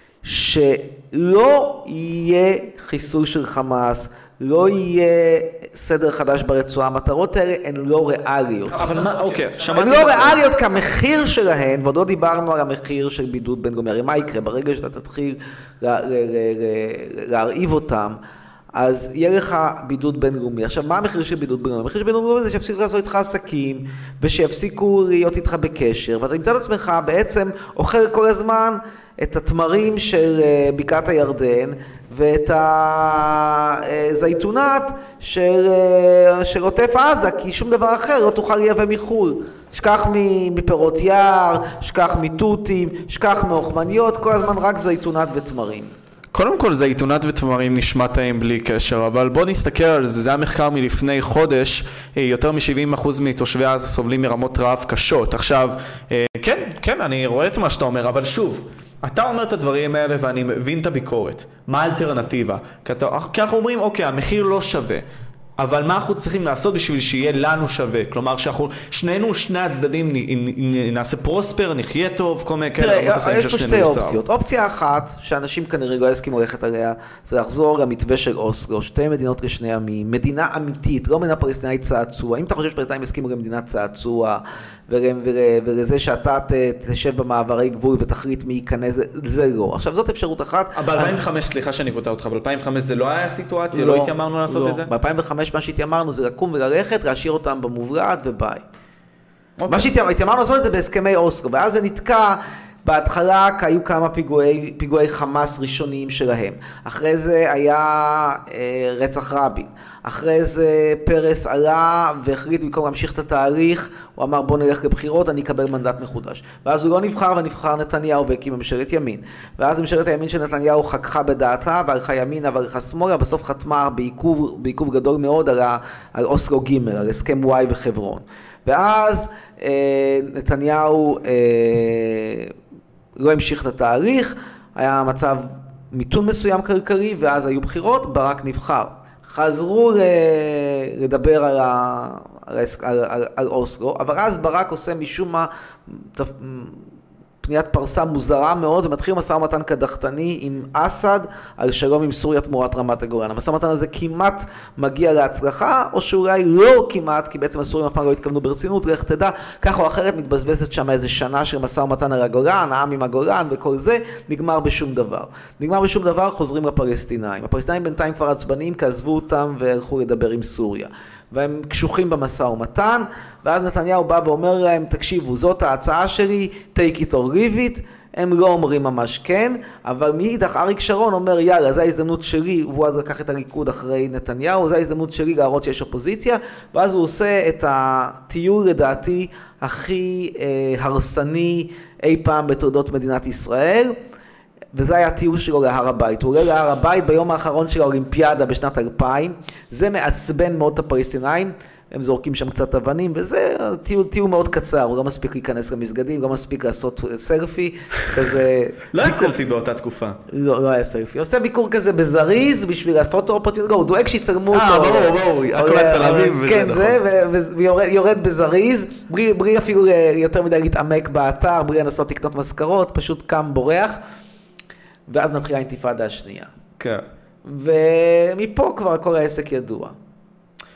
שלא יהיה חיסול של חמאס, לא יהיה סדר חדש ברצועה, המטרות האלה הן לא ריאליות. אבל מה, אוקיי, הן לא ריאליות כמחיר שלהן, ועוד לא דיברנו על המחיר של בידוד בינלאומי. הרי מה יקרה? ברגע שאתה תתחיל להרעיב אותם, אז יהיה לך בידוד בינלאומי. עכשיו, מה המחיר של בידוד בינלאומי? המחיר של בידוד בינלאומי זה שיפסיקו לעשות איתך עסקים, ושיפסיקו להיות איתך בקשר, ואתה נמצא את עצמך בעצם אוכל כל הזמן את התמרים של בקעת הירדן, ואת הזייתונת של, של עוטף עזה, כי שום דבר אחר לא תוכל לייבא מחול. שכח מפירות יער, שכח מתותים, שכח מאוכמניות, כל הזמן רק זייתונת ותמרים. קודם כל זה עיתונת ותמרים נשמע טעים בלי קשר, אבל בוא נסתכל על זה, זה היה מחקר מלפני חודש, יותר מ-שבעים אחוז מתושבי עזה סובלים מרמות רעב קשות. עכשיו, כן, כן, אני רואה את מה שאתה אומר, אבל שוב, אתה אומר את הדברים האלה ואני מבין את הביקורת. מה האלטרנטיבה? כי אנחנו אומרים, אוקיי, המחיר לא שווה. אבל מה אנחנו צריכים לעשות בשביל שיהיה לנו שווה? כלומר, שאנחנו, שנינו, שני הצדדים, נעשה פרוספר, נחיה טוב, כל מיני כאלה. תראה, יש פה שתי אופציות. אופציה אחת, שאנשים כנראה לא יסכימו ללכת עליה, זה לחזור למתווה של אוסלו, שתי מדינות לשני עמים, מדינה אמיתית, לא מדינה פלסטינאית צעצוע. אם אתה חושב שפלסטינים יסכימו למדינת צעצוע, ולזה שאתה תשב במעברי גבול ותחליט מי ייכנס, זה לא. עכשיו, זאת אפשרות אחת. ב-אלפיים וחמש, סליחה שאני קוטע אותך, ב-אלפיים וחמש זה לא היה סיטואציה? לא התיימרנו לעשות את זה? ב-אלפיים וחמש מה שהתיימרנו זה לקום וללכת, להשאיר אותם במובלעת וביי. מה שהתיימרנו לעשות את זה בהסכמי אוסלו, ואז זה נתקע. בהתחלה היו כמה פיגועי, פיגועי חמאס ראשוניים שלהם. אחרי זה היה אה, רצח רבין. אחרי זה פרס עלה והחליט במקום להמשיך את התהליך, הוא אמר בוא נלך לבחירות, אני אקבל מנדט מחודש. ואז הוא לא נבחר ונבחר נתניהו והקים ממשלת ימין. ואז ממשלת הימין של נתניהו חככה בדעתה, והלכה ימינה והלכה שמאלה, בסוף חתמה בעיכוב, בעיכוב גדול מאוד על, ה, על אוסלו ג', על הסכם וואי וחברון. ואז אה, נתניהו אה, לא המשיך את התהליך, היה מצב מיתון מסוים כלכלי, ואז היו בחירות, ברק נבחר. חזרו לדבר על, ה, על, על, על, על אוסלו, אבל אז ברק עושה משום מה פניית פרסה מוזרה מאוד, ומתחיל משא ומתן קדחתני עם אסד על שלום עם סוריה תמורת רמת הגולן. המשא ומתן הזה כמעט מגיע להצלחה, או שאולי לא כמעט, כי בעצם הסורים אף פעם לא התכוונו ברצינות, לך תדע, כך או אחרת מתבזבזת שם איזה שנה של משא ומתן על הגולן, העם עם הגולן וכל זה, נגמר בשום דבר. נגמר בשום דבר, חוזרים לפלסטינאים. הפלסטינאים בינתיים כבר עצבניים, כעזבו אותם והלכו לדבר עם סוריה. והם קשוחים במשא ומתן, ואז נתניהו בא ואומר להם, תקשיבו, זאת ההצעה שלי, take it or leave it, הם לא אומרים ממש כן, אבל מאידך אריק שרון אומר, יאללה, זו ההזדמנות שלי, והוא אז לקח את הליכוד אחרי נתניהו, זו ההזדמנות שלי להראות שיש אופוזיציה, ואז הוא עושה את הטיול לדעתי הכי אה, הרסני אי פעם בתולדות מדינת ישראל, וזה היה הטיול שלו להר הבית. הוא עולה להר הבית ביום האחרון של האולימפיאדה בשנת אלפיים. זה מעצבן מאוד את הפלסטינאים. הם זורקים שם קצת אבנים, וזה טיול, טיול מאוד קצר. הוא לא מספיק להיכנס למסגדים, לא מספיק לעשות סלפי. כזה... לא היה סלפי באותה תקופה. לא, לא היה סלפי. הוא עושה ביקור כזה בזריז בשביל הפוטו אופורטיות. הוא דואג שיצלמו אותו. אה, ברור, ברור. הכל הצלמים וזה כן, נכון. זה, ויורד בזריז, בלי, בלי אפילו יותר מדי להתעמק באתר, בלי לנסות לקנות מזכרות, פשוט קם בורח. ואז מתחילה האינתיפאדה השנייה. כן. ומפה כבר כל העסק ידוע.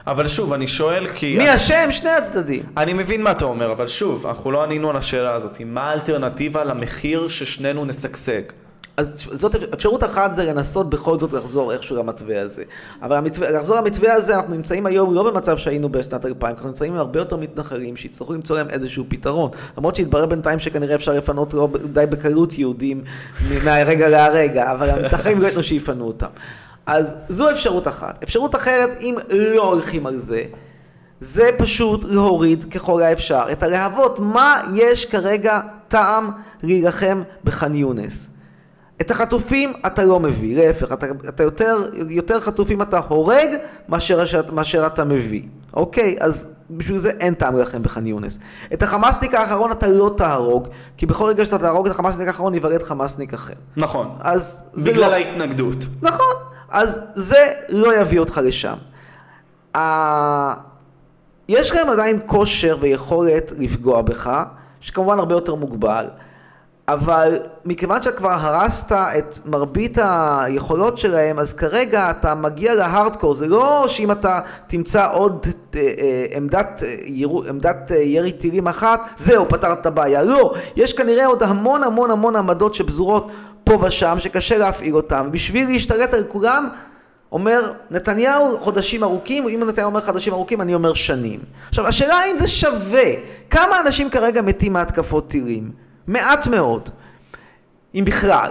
אבל שוב, אני שואל כי... מי אשם? שני הצדדים. אני מבין מה אתה אומר, אבל שוב, אנחנו לא ענינו על השאלה הזאת. מה האלטרנטיבה למחיר ששנינו נשגשג? אז זאת אפשרות אחת, זה לנסות בכל זאת לחזור איכשהו למתווה הזה. אבל המתווה, לחזור למתווה הזה, אנחנו נמצאים היום לא במצב שהיינו בשנת אלפיים, אנחנו נמצאים עם הרבה יותר מתנחלים שיצטרכו למצוא להם איזשהו פתרון. למרות שהתברר בינתיים שכנראה אפשר לפנות לא די בקלות יהודים מהרגע להרגע, אבל המתנחלים לא יתנו שיפנו אותם. אז זו אפשרות אחת. אפשרות אחרת, אם לא הולכים על זה, זה פשוט להוריד ככל האפשר את הלהבות. מה יש כרגע טעם להילחם בח'אן יונס? את החטופים אתה לא מביא, להפך, אתה, אתה יותר, יותר חטופים אתה הורג מאשר, מאשר אתה מביא. אוקיי, אז בשביל זה אין טעם לכם בח'אן יונס. את החמאסניק האחרון אתה לא תהרוג, כי בכל רגע שאתה תהרוג את החמאסניק האחרון יוולד חמאסניק אחר. נכון. אז בגלל לא... ההתנגדות. נכון, אז זה לא יביא אותך לשם. ה... יש להם עדיין כושר ויכולת לפגוע בך, שכמובן הרבה יותר מוגבל, אבל מכיוון שכבר הרסת את מרבית היכולות שלהם, אז כרגע אתה מגיע להארדקור. זה לא שאם אתה תמצא עוד עמדת, עמדת ירי טילים אחת, זהו, פתרת את הבעיה. לא, יש כנראה עוד המון המון המון עמדות שבזורות פה ושם, שקשה להפעיל אותם. בשביל להשתלט על כולם, אומר נתניהו חודשים ארוכים, ואם נתניהו אומר חודשים ארוכים, אני אומר שנים. עכשיו, השאלה האם זה שווה. כמה אנשים כרגע מתים מהתקפות טילים? מעט מאוד, אם בכלל.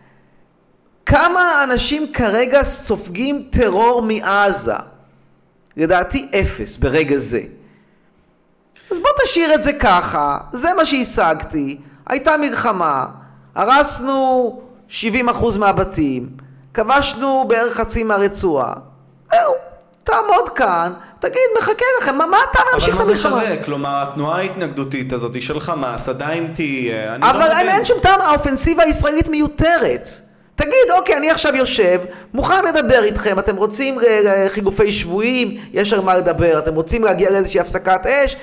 כמה אנשים כרגע סופגים טרור מעזה? לדעתי אפס ברגע זה. אז בוא תשאיר את זה ככה, זה מה שהשגתי, הייתה מלחמה, הרסנו שבעים אחוז מהבתים, כבשנו בערך חצי מהרצועה, זהו. תעמוד כאן, תגיד, מחכה לכם, מה, מה אתה ממשיך את המלחמה? אבל מה זה שווה? כלומר, התנועה ההתנגדותית הזאת של חמאס עדיין תהיה... אבל לא אין שום טעם, האופנסיבה הישראלית מיותרת. תגיד, אוקיי, אני עכשיו יושב, מוכן לדבר איתכם, אתם רוצים חילופי שבויים, יש על מה לדבר, אתם רוצים להגיע לאיזושהי הפסקת אש,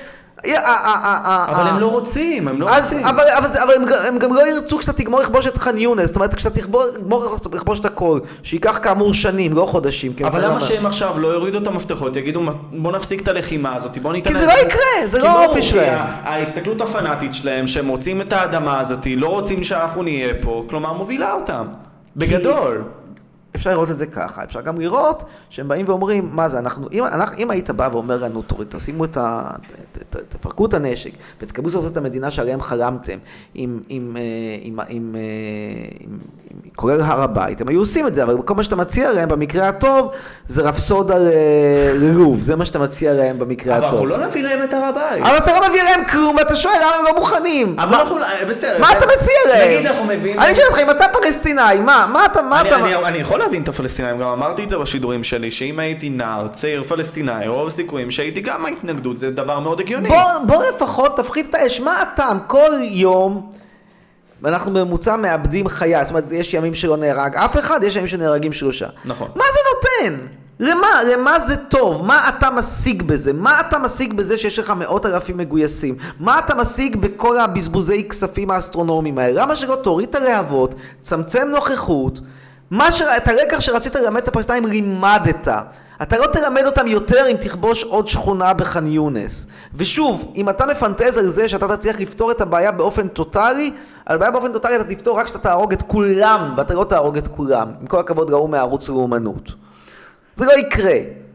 אבל הם לא רוצים, הם לא רוצים. אבל הם גם לא ירצו כשאתה תגמור לכבוש את ח'אן יונס, זאת אומרת, כשאתה תגמור לכבוש את הכל, שיקח כאמור שנים, לא חודשים. אבל למה שהם עכשיו לא יורידו את המפתחות, יגידו, בוא נפסיק את הלחימה הזאת, בוא ניתן... כי זה לא יקרה, זה לא האופי שלהם. ההסתכלות הפנאטית שלהם, שהם רוצים את האדמה הזאת, לא רוצים שאנחנו נהיה פה, כלומר מובילה אותם, בגדול. אפשר לראות את זה ככה, אפשר גם לראות שהם באים ואומרים, מה זה, אנחנו, אם, אנחנו, אם היית בא ואומר לנו, תשימו את ה... תפרקו את הנשק, ותקבלו סוף את המדינה שעליהם חלמתם, עם, עם, עם, עם, עם, עם, כולל הר הבית, הם היו עושים את זה, אבל כל מה שאתה מציע להם במקרה הטוב, זה רפסודה ללוב, זה מה שאתה מציע להם במקרה הטוב. אבל אנחנו לא נביא להם את הר הבית. אבל אתה לא מביא להם כלום, אתה שואל למה הם לא מוכנים. אבל אנחנו, בסדר. מה אתה מציע להם? נגיד אנחנו מביאים... אני שואל אותך, אם אתה פלסטיני, מה, מה אתה, מה אתה... אני יכול להבין את הפלסטינאים, גם אמרתי את זה בשידורים שלי, שאם הייתי נער, צעיר פלסטיני, רוב הסיכויים שהייתי גם ההתנגדות, זה דבר מאוד הגיוני. בוא, בוא לפחות תפחית את האש, מה הטעם? כל יום, ואנחנו בממוצע מאבדים חיה, זאת אומרת, יש ימים שלא נהרג אף אחד, יש ימים שנהרגים שלושה. נכון. מה זה נותן? למה? למה זה טוב? מה אתה משיג בזה? מה אתה משיג בזה שיש לך מאות אלפים מגויסים? מה אתה משיג בכל הבזבוזי כספים האסטרונומיים האלה? למה שלא תוריד את הלהבות, צמצם נוכחות, מה ש... את הלקח שרצית ללמד את הפלסטינאים לימדת. אתה לא תלמד אותם יותר אם תכבוש עוד שכונה בח'אן יונס. ושוב, אם אתה מפנטז על זה שאתה תצליח לפתור את הבעיה באופן טוטלי, הבעיה באופן טוטלי אתה תפתור רק שאתה תהרוג את כולם, ואתה לא תהרוג את כולם. עם כל הכבוד ראו מערוץ לאומנות. זה לא יקרה.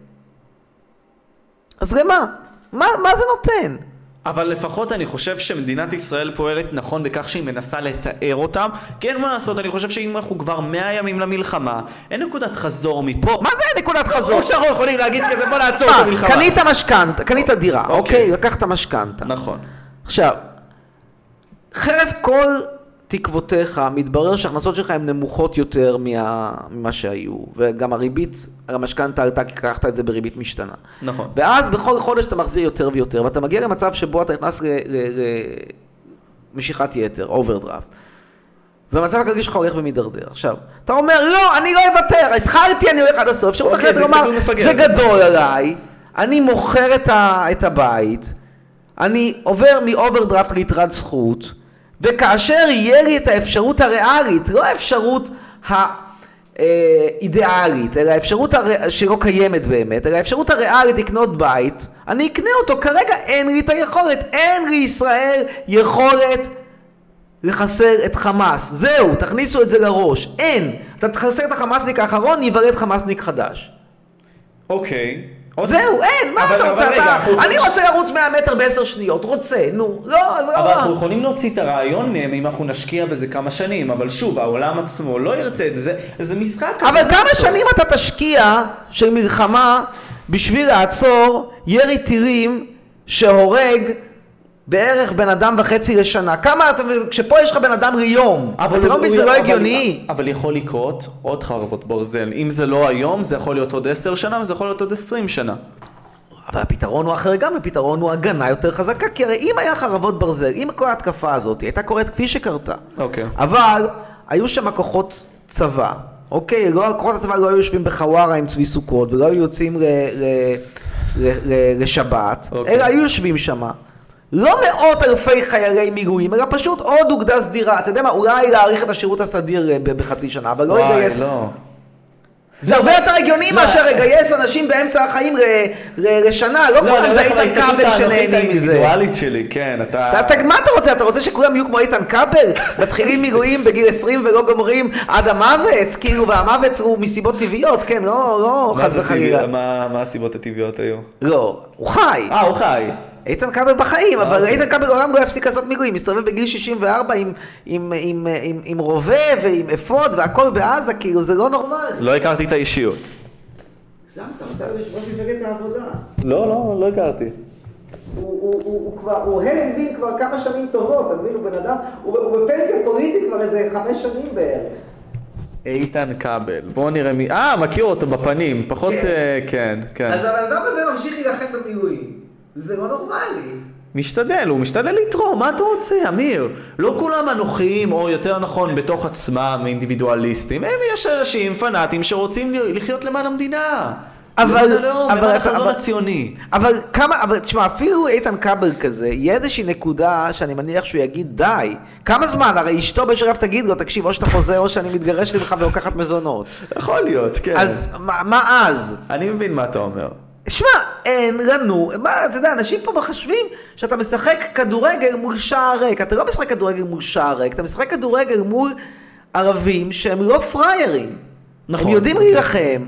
אז למה? מה, מה זה נותן? אבל לפחות אני חושב שמדינת ישראל פועלת נכון בכך שהיא מנסה לתאר אותם. כן, מה לעשות, אני חושב שאם אנחנו כבר מאה ימים למלחמה, אין נקודת חזור מפה. מה זה אין נקודת חזור? או שאנחנו יכולים להגיד כזה, בוא נעצור את המלחמה. קנית משכנתה, קנית דירה, אוקיי? לקחת משכנתה. נכון. עכשיו, חרף כל תקוותיך, מתברר שההכנסות שלך הן נמוכות יותר ממה שהיו, וגם הריבית על המשכנתה עלתה כי קרחת את זה בריבית משתנה. נכון. ואז בכל חודש אתה מחזיר יותר ויותר, ואתה מגיע למצב שבו אתה נכנס למשיכת יתר, אוברדרפט. והמצב הכלכלי שלך הולך ומדרדר. עכשיו, אתה אומר, לא, אני לא אוותר, התחלתי, אני הולך עד הסוף. אפשרות אחרת לומר, זה גדול עליי, אני מוכר את הבית, אני עובר מאוברדרפט ליתרת זכות, וכאשר יהיה לי את האפשרות הריאלית, לא האפשרות אידיאלית, אלא האפשרות הר... שלא קיימת באמת, אלא האפשרות הריאלית לקנות בית, אני אקנה אותו, כרגע אין לי את היכולת, אין לישראל יכולת לחסר את חמאס, זהו, תכניסו את זה לראש, אין, אתה תחסר את החמאסניק האחרון, ייוולד חמאסניק חדש. אוקיי. זהו, אין, מה אתה רוצה? אני רוצה לרוץ מאה מטר בעשר שניות, רוצה, נו, לא, אז לא. אבל אנחנו יכולים להוציא את הרעיון מהם אם אנחנו נשקיע בזה כמה שנים, אבל שוב, העולם עצמו לא ירצה את זה, זה משחק. אבל כמה שנים אתה תשקיע של מלחמה בשביל לעצור ירי טילים שהורג בערך בן אדם וחצי לשנה? כמה, כשפה יש לך בן אדם ליום, אתה לא מבין, זה לא הגיוני. אבל יכול לקרות עוד חרבות ברזל. אם זה לא היום, זה יכול להיות עוד עשר שנה, וזה יכול להיות עוד עשרים שנה. אבל הפתרון הוא אחר גם, הפתרון הוא הגנה יותר חזקה, כי הרי אם היה חרבות ברזל, אם כל ההתקפה הזאת הייתה קורית כפי שקרתה, אוקיי. אבל היו שם כוחות צבא, אוקיי, לא, כוחות הצבא לא היו יושבים בחווארה עם צבי סוכות, ולא היו יוצאים ל, ל, ל, ל, לשבת, אוקיי. אלא היו יושבים שם. לא מאות אלפי חיילי מילואים, אלא פשוט עוד אוגדה סדירה. אתה יודע מה, אולי להאריך את השירות הסדיר בחצי שנה, אבל לא יגייס. לא. זה הרבה יותר הגיוני מאשר לגייס אנשים באמצע החיים לשנה, לא כמו אם זה איתן כבל שנהנים מזה. האינדיבידואלית שלי, כן, אתה... מה אתה רוצה? אתה רוצה שכולם יהיו כמו איתן כבל? מתחילים מילואים בגיל עשרים ולא גומרים עד המוות, כאילו, והמוות הוא מסיבות טבעיות, כן, לא חס וחלילה. מה הסיבות הטבעיות היו? לא, הוא חי. אה, הוא חי. איתן כבל בחיים, אבל איתן כבל עולם לא יפסיק לעשות מילואים, מסתובב בגיל שישים וארבע עם, עם, עם, עם, עם רובה ועם אפוד והכל בעזה, כאילו זה לא נורמלי. לא הכרתי את האישיות. שמת, מצא לשמוע מפלגת העבודה. לא, לא, לא הכרתי. הוא כבר, הוא הסבין כבר כמה שנים טובות, אתה מבין, הוא בן אדם, הוא בפנסיה פוליטית כבר איזה חמש שנים בערך. איתן כבל, בואו נראה מי, אה, מכיר אותו בפנים, פחות, כן, כן. אז הבן אדם הזה ממשיך להילחם במילואים. זה לא נורמלי. משתדל, הוא משתדל לתרום, מה אתה רוצה, אמיר? לא כולם אנוכיים, או יותר נכון, בתוך עצמם, אינדיבידואליסטים. הם יש אנשים פנאטים שרוצים לחיות למען המדינה. אבל, אבל החזון הציוני. אבל כמה, אבל תשמע, אפילו איתן כבל כזה, יהיה איזושהי נקודה שאני מניח שהוא יגיד די. כמה זמן? הרי אשתו בשרף תגיד לו, תקשיב, או שאתה חוזר או שאני מתגרש לך ולוקחת מזונות. יכול להיות, כן. אז מה, מה אז? אני מבין מה אתה אומר. שמע, אין לנו, מה, אתה יודע, אנשים פה מחשבים שאתה משחק כדורגל מול שער ריק, אתה לא משחק כדורגל מול שער ריק, אתה משחק כדורגל מול ערבים שהם לא פריירים. נכון. הם יודעים להילחם,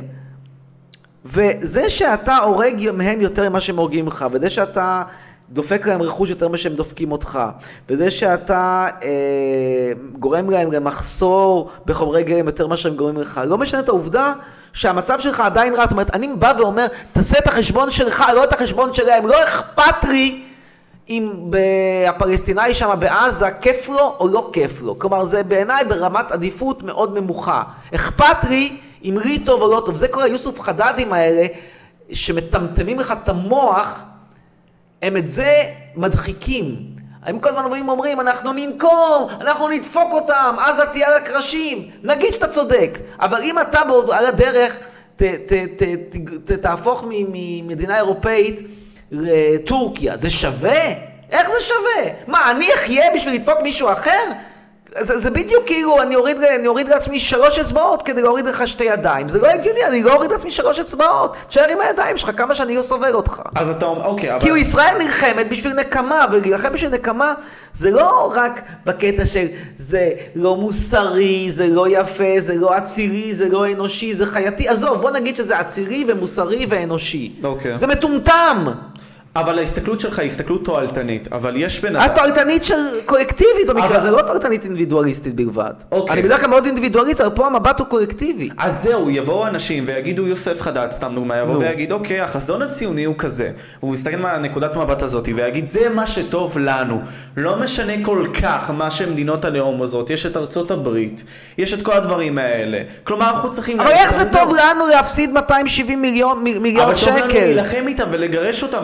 וזה שאתה הורג מהם יותר ממה שהם הורגים לך, וזה שאתה דופק להם רכוש יותר ממה שהם דופקים אותך, וזה שאתה אה, גורם להם למחסור בחומרי גלם יותר ממה שהם גורמים לך, לא משנה את העובדה שהמצב שלך עדיין רע. זאת אומרת, אני בא ואומר, תעשה את החשבון שלך, לא את החשבון שלהם, לא אכפת לי אם הפלסטיני שם בעזה כיף לו או לא כיף לו. כלומר, זה בעיניי ברמת עדיפות מאוד נמוכה. אכפת לי אם לי טוב או לא טוב. זה כל היוסוף חדדים האלה, שמטמטמים לך את המוח, הם את זה מדחיקים. הם כל הזמן אומרים, אנחנו ננקום, אנחנו נדפוק אותם, עזה תהיה על הקרשים. נגיד שאתה צודק, אבל אם אתה על הדרך ת, ת, ת, ת, ת, תהפוך ממדינה אירופאית לטורקיה, זה שווה? איך זה שווה? מה, אני אחיה בשביל לדפוק מישהו אחר? זה, זה בדיוק כאילו, אני אוריד, אני אוריד לעצמי שלוש אצבעות כדי להוריד לך שתי ידיים. זה לא הגיוני, אני לא אוריד לעצמי שלוש אצבעות. תשאר עם הידיים שלך כמה שאני לא סובל אותך. אז אתה אומר, אוקיי, אבל... כאילו ישראל נלחמת בשביל נקמה, ולהילחם בשביל נקמה זה לא רק בקטע של זה לא מוסרי, זה לא יפה, זה לא עצירי, זה לא אנושי, זה חייתי. עזוב, בוא נגיד שזה עצירי ומוסרי ואנושי. אוקיי. זה מטומטם. אבל ההסתכלות שלך היא הסתכלות תועלתנית, אבל יש בין... התועלתנית של קולקטיבית במקרה, זה לא תועלתנית אינדיבידואליסטית בלבד. אני בדרך כלל מאוד אינדיבידואליסט, אבל פה המבט הוא קולקטיבי. אז זהו, יבואו אנשים ויגידו יוסף חדד, סתם דוגמה, יבוא ויגיד, אוקיי, החזון הציוני הוא כזה, והוא מסתכל מהנקודת מבט הזאת, ויגיד, זה מה שטוב לנו. לא משנה כל כך מה שמדינות הלאום הזאת, יש את ארצות הברית, יש את כל הדברים האלה. כלומר, אנחנו צריכים... אבל איך זה טוב לנו להפסיד מאתיים שבעים מיליון שקל? אבל טוב לנו להילחם איתם ולגרש אותם ולהעיף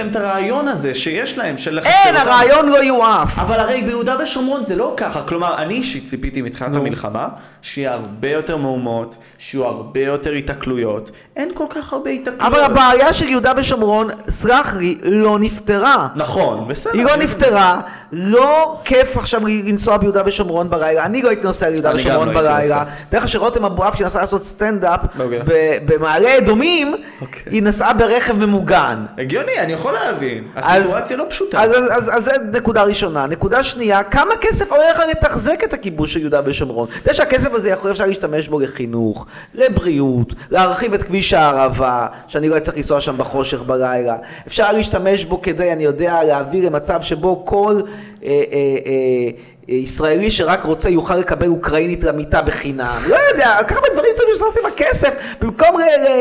להם את הרעיון הזה שיש להם, של לחסל אין, אותם. הרעיון לא יועף. אבל הרי ביהודה ושומרון זה לא ככה, כלומר, אני אישית ציפיתי מתחילת המלחמה, שיהיה הרבה יותר מהומות, שיהיו הרבה יותר התקלויות, אין כל כך הרבה התקלויות. אבל הבעיה של יהודה ושומרון, סלח לי, לא נפתרה. נכון, בסדר. היא לא נפתרה, לא כיף עכשיו לנסוע ביהודה ושומרון בלילה, אני לא הייתי נוסע ביהודה ושומרון בלילה. דרך שרותם אבואב שנסעה לעשות סטנדאפ במעלה אדומים, היא נסעה ברכב ממוגן. הגיוני, אני יכול להבין. הסיטואציה לא פשוטה. אז זה נקודה ראשונה. נקודה שנייה, כמה כסף הולך לתחזק את הכיבוש של יהודה ושומרון? אתה יודע שהכסף הזה יכול אפשר להשתמש בו לחינוך, לבריאות, להרחיב את כביש הערבה, שאני לא צריך לנסוע שם בחושך בלילה. אפשר להשתמש בו כדי, אני יודע, להעביר למצב שבו כל אה, אה, אה, ישראלי שרק רוצה יוכל לקבל אוקראינית למיטה בחינם. לא יודע, ככה בדברים טובים שעשיתם הכסף, במקום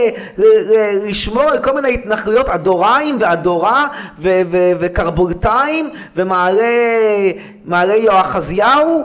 לשמור על כל מיני התנחלויות, אדוריים ואדורה וקרבולתיים ומעלה יואחזיהו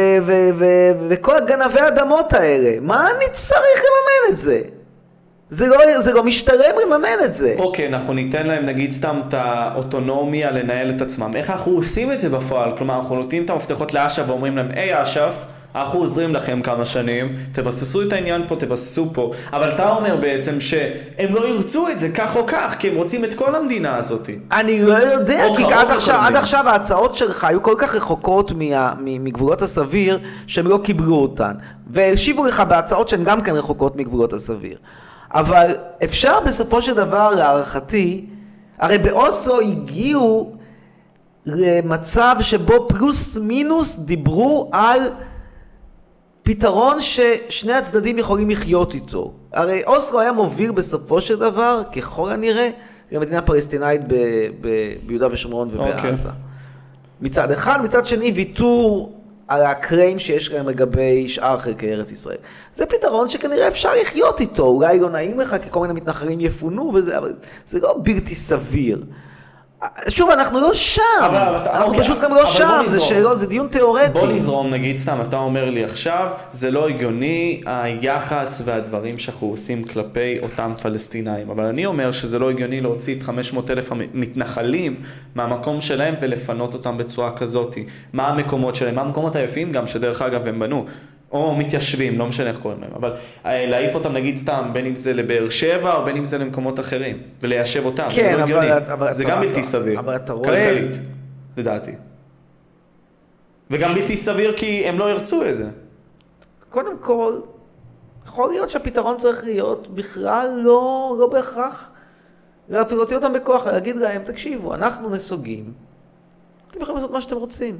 וכל הגנבי האדמות האלה. מה אני צריך לממן את זה? זה לא, זה לא משתלם לממן את זה. אוקיי, אנחנו ניתן להם נגיד סתם את האוטונומיה לנהל את עצמם. איך אנחנו עושים את זה בפועל? כלומר, אנחנו נותנים את המפתחות לאש"ף ואומרים להם, היי אש"ף, אנחנו עוזרים לכם כמה שנים, תבססו את העניין פה, תבססו פה. אבל אתה אומר בעצם שהם לא ירצו את זה כך או כך, כי הם רוצים את כל המדינה הזאת. אני לא יודע, כי עד עכשיו, עד עכשיו ההצעות שלך היו כל כך רחוקות מגבולות הסביר, שהם לא קיבלו אותן. והשיבו לך בהצעות שהן גם כן רחוקות מגבולות הסביר. אבל אפשר בסופו של דבר, להערכתי, הרי באוסלו הגיעו למצב שבו פלוס מינוס דיברו על פתרון ששני הצדדים יכולים לחיות איתו. הרי אוסלו היה מוביל בסופו של דבר, ככל הנראה, למדינה פלסטינאית ב- ב- ביהודה ושומרון ובעזה. Okay. מצד אחד, מצד שני, ויתור על הקריים שיש להם לגבי שאר חלקי ארץ ישראל. זה פתרון שכנראה אפשר לחיות איתו, אולי לא נעים לך, כי כל מיני מתנחלים יפונו וזה, אבל זה לא בלתי סביר. שוב, אנחנו לא שם, אבל, אנחנו אוקיי, פשוט גם לא שם, זה שאלות, זה דיון תיאורטי. בוא נזרום, נגיד סתם, אתה אומר לי עכשיו, זה לא הגיוני היחס והדברים שאנחנו עושים כלפי אותם פלסטינאים, אבל אני אומר שזה לא הגיוני להוציא את חמש מאות אלף המתנחלים מהמקום שלהם ולפנות אותם בצורה כזאת. מה המקומות שלהם, מה המקומות היפים גם שדרך אגב הם בנו. או מתיישבים, לא משנה איך קוראים להם, אבל להעיף אותם נגיד סתם, בין אם זה לבאר שבע או בין אם זה למקומות אחרים, וליישב אותם, כן, זה לא הגיוני, זה אתה, גם אתה, בלתי סביר, אבל אתה רואה... כלכלית, לדעתי. וגם בלתי סביר כי הם לא ירצו את זה. קודם כל, יכול להיות שהפתרון צריך להיות בכלל לא, לא בהכרח להוציא אותם בכוח, להגיד להם, תקשיבו, אנחנו נסוגים, אתם יכולים לעשות מה שאתם רוצים.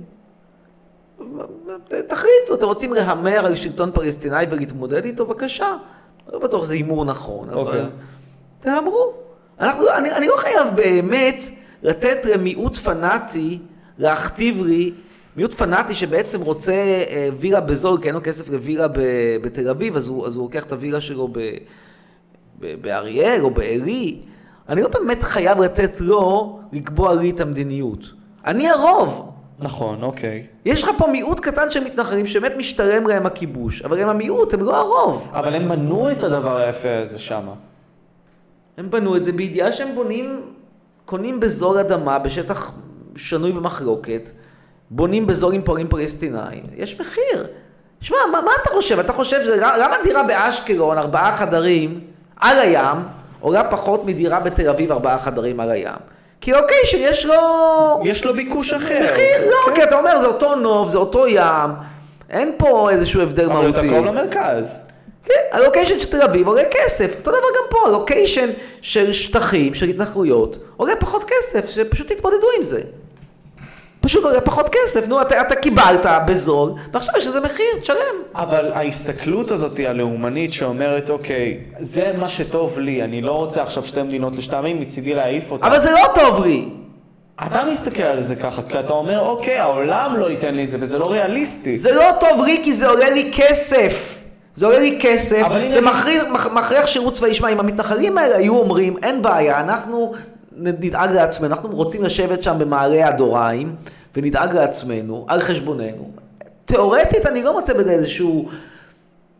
תחליטו, אתם רוצים להמר על שלטון פלסטיני ולהתמודד איתו, בבקשה. לא בטוח שזה הימור נכון, אבל תאמרו. אנחנו, אני, אני לא חייב באמת לתת למיעוט פנאטי להכתיב לי, מיעוט פנאטי שבעצם רוצה וילה בזול, כי אין לו כסף לווילה בתל אביב, אז הוא, אז הוא לוקח את הווילה שלו ב, ב, באריאל או בארי. אני לא באמת חייב לתת לו לקבוע לי את המדיניות. אני הרוב. נכון, אוקיי. יש לך פה מיעוט קטן של מתנחלים שבאמת משתלם להם הכיבוש, אבל הם המיעוט, הם לא הרוב. אבל הם בנו את הדבר היפה הזה שם. הם בנו את זה בידיעה שהם בונים, קונים בזול אדמה בשטח שנוי במחלוקת, בונים בזול עם פועלים פלסטינאים, יש מחיר. שמע, מה, מה אתה חושב? אתה חושב, שזה, למה דירה באשקלון, ארבעה חדרים על הים, עולה פחות מדירה בתל אביב, ארבעה חדרים על הים? כי לוקיישן יש לו... יש לו ביקוש אחר. מחיר, לא, כי אתה אומר, זה אותו נוב, זה אותו ים, אין פה איזשהו הבדל מהותי. אבל אתה קרוב למרכז. כן, הלוקיישן של תל אביב עולה כסף. אותו דבר גם פה, הלוקיישן של שטחים, של התנחלויות, עולה פחות כסף, שפשוט תתמודדו עם זה. פשוט עולה פחות כסף, נו, אתה, אתה קיבלת בזול, ועכשיו יש איזה מחיר, תשלם. אבל ההסתכלות הזאת היא הלאומנית שאומרת, אוקיי, זה מה שטוב לי, אני לא רוצה עכשיו שתי מדינות לשתיים, מצידי להעיף אותה. אבל זה לא טוב לי. אתה מסתכל על זה ככה, כי אתה אומר, אוקיי, העולם לא ייתן לי את זה, וזה לא ריאליסטי. זה לא טוב לי, כי זה עולה לי כסף. זה עולה לי כסף, זה מכריח, מכריח שירות צבאי. שמע, אם המתנחלים האלה היו אומרים, אין בעיה, אנחנו נדאג לעצמנו, אנחנו רוצים לשבת שם במעלה הדוריים, ונדאג לעצמנו, על חשבוננו. תיאורטית אני לא מוצא בזה איזשהו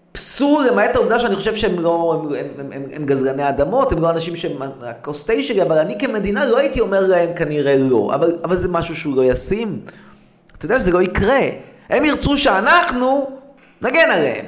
פסול, למעט העובדה שאני חושב שהם לא, הם, הם, הם, הם גזלני אדמות, הם לא אנשים שהם הקוסטי שלי, אבל אני כמדינה לא הייתי אומר להם כנראה לא, אבל, אבל זה משהו שהוא לא ישים. אתה יודע שזה לא יקרה. הם ירצו שאנחנו נגן עליהם.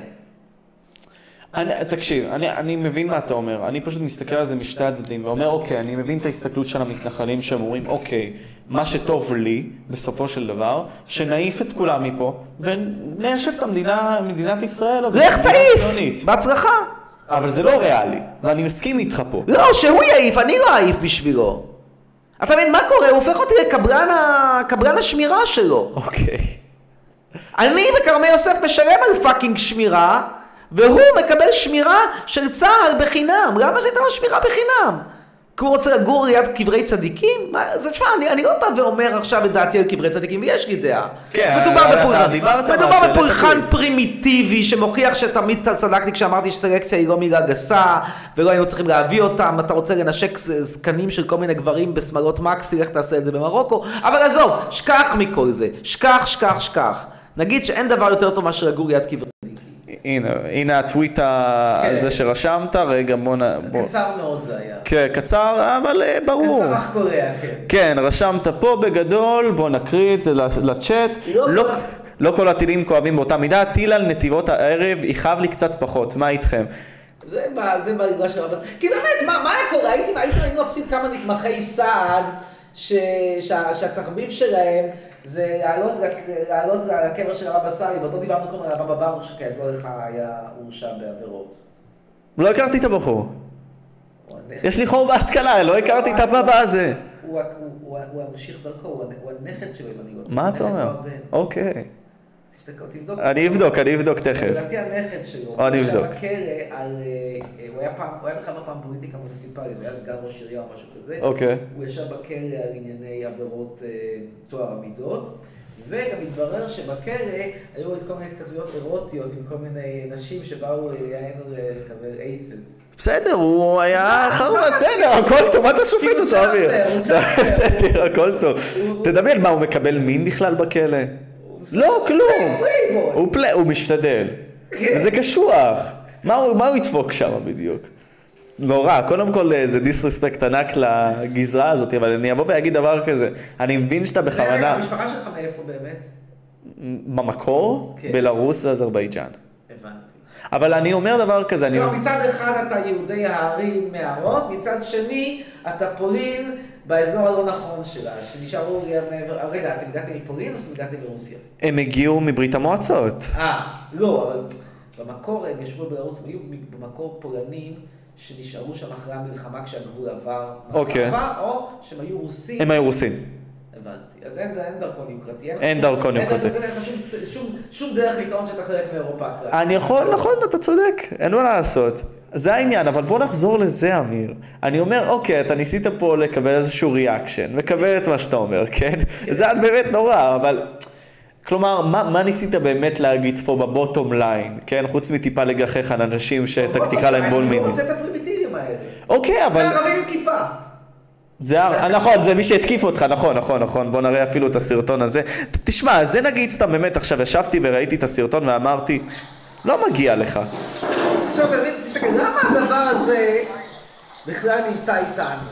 אני, תקשיב, אני, אני מבין מה אתה אומר, אני פשוט מסתכל על זה משתי הצדדים ואומר, אוקיי, אני מבין את ההסתכלות של המתנחלים שהם אומרים, אוקיי, מה שטוב לי, בסופו של דבר, שנעיף את כולם מפה, וניישב את המדינה, מדינת ישראל, אז לך תעיף, בהצלחה. אבל זה לא ריאלי, ואני מסכים איתך פה. לא, שהוא יעיף, אני לא אעיף בשבילו. אתה מבין, מה קורה? הוא הופך אותי לקברן השמירה שלו. אוקיי. אני בכרמי יוסף משלם על פאקינג שמירה, והוא מקבל שמירה של צה"ל בחינם. למה זה ייתן לו שמירה בחינם? כי הוא רוצה לגור ליד קברי צדיקים? מה, זה תשמע, אני, אני לא בא ואומר עכשיו את דעתי על קברי צדיקים, ויש לי דעה. כן, מדובר בפולחן, דיברת מדובר בפולחן פרימיטיבי, שמוכיח שתמיד צדקתי כשאמרתי שסלקציה היא לא מילה גסה, ולא היינו צריכים להביא אותם, אתה רוצה לנשק זקנים של כל מיני גברים בסמלות מקסי, איך תעשה את זה במרוקו, אבל עזוב, שכח מכל זה, שכח, שכח, שכח. נגיד שאין דבר יותר טוב מאשר לגור ליד קברי צדיקים. הנה, הנה הטוויט הזה שרשמת, רגע בוא נ... קצר מאוד זה היה. כן, קצר, אבל ברור. קצר אך קוריאה, כן. כן, רשמת פה בגדול, בוא נקריא את זה לצ'אט. לא כל הטילים כואבים באותה מידה, טיל על נתיבות הערב יכאב לי קצת פחות, מה איתכם? זה בגלל של רבת... כי באמת, מה היה קורה? היינו מפסיד כמה נתמכי סעד, שהתחביב שלהם זה לעלות לקבר של הרב הסארי, ועוד לא דיברנו קודם על הרב ברוך שכידוע לך היה הורשע בעבירות. לא הכרתי את הבחור. יש לי חור בהשכלה, לא הכרתי את הבבא הזה. הוא המשיך דרכו, הוא הנכד שלו, אם אני לא... מה אתה אומר? אוקיי. תבדוק. אני אבדוק, אני אבדוק תכף. לדעתי הנכד שלו. אני אבדוק. הוא היה בכלל פעם פוליטיקה מוניציפלית, הוא היה סגן ראש עירייה או משהו כזה. אוקיי. הוא ישב בכלא על ענייני עבירות טוהר המידות, וגם התברר שבכלא היו את כל מיני התכתבויות אירוטיות עם כל מיני נשים שבאו היינו לקבל אייצס. בסדר, הוא היה חרוב, בסדר, הכל טוב, מה אתה שופט אותו, אביר? בסדר, הכל טוב. תדמיין, מה, הוא מקבל מין בכלל בכלא? לא, כלום. הוא משתדל. זה קשוח. מה הוא ידפוק שם בדיוק? נורא, קודם כל זה דיסרספקט ענק לגזרה הזאת, אבל אני אבוא ואגיד דבר כזה. אני מבין שאתה בכוונה... המשפחה שלך מאיפה באמת? במקור? בלרוס ואזרבייג'אן. הבנתי. אבל אני אומר דבר כזה, אני... מצד אחד אתה יהודי הערים מהרות, מצד שני אתה פולין באזור הלא נכון שלה, שנשארו... רגע, אתם הגעתם מפולין או שאתם הגעתם מרוסיה? הם הגיעו מברית המועצות. אה, לא, אבל במקור הם ישבו בלרוס, הם היו במקור פולנים שנשארו שם אחרי המלחמה כשהגבול עבר. אוקיי. או שהם היו רוסים. הם היו רוסים. הבנתי. אז אין דרכון יוקרתי. אין דרכון יוקרתי. אין שום דרך לטעון שאתה חלק מאירופה. אני יכול, נכון, אתה צודק. אין מה לעשות. זה העניין, אבל בוא נחזור לזה, אמיר. אני אומר, אוקיי, אתה ניסית פה לקבל איזשהו ריאקשן, מקבל את מה שאתה אומר, כן? זה באמת נורא, אבל... כלומר, מה, מה ניסית באמת להגיד פה בבוטום ליין, כן? חוץ מטיפה לגחך על אנשים שתקרא להם בול מיני. אני לא רוצה את הפרימיטיביים האלה. אוקיי, אבל... זה ערבים עם כיפה. זה, נכון, זה מי שהתקיף אותך, נכון, נכון, נכון, בוא נראה אפילו את הסרטון הזה. תשמע, זה נגיד סתם באמת, עכשיו ישבתי וראיתי את הסרטון ואמרתי, לא מגיע לך. עכשיו, תסתכל, למה הדבר הזה בכלל נמצא איתנו?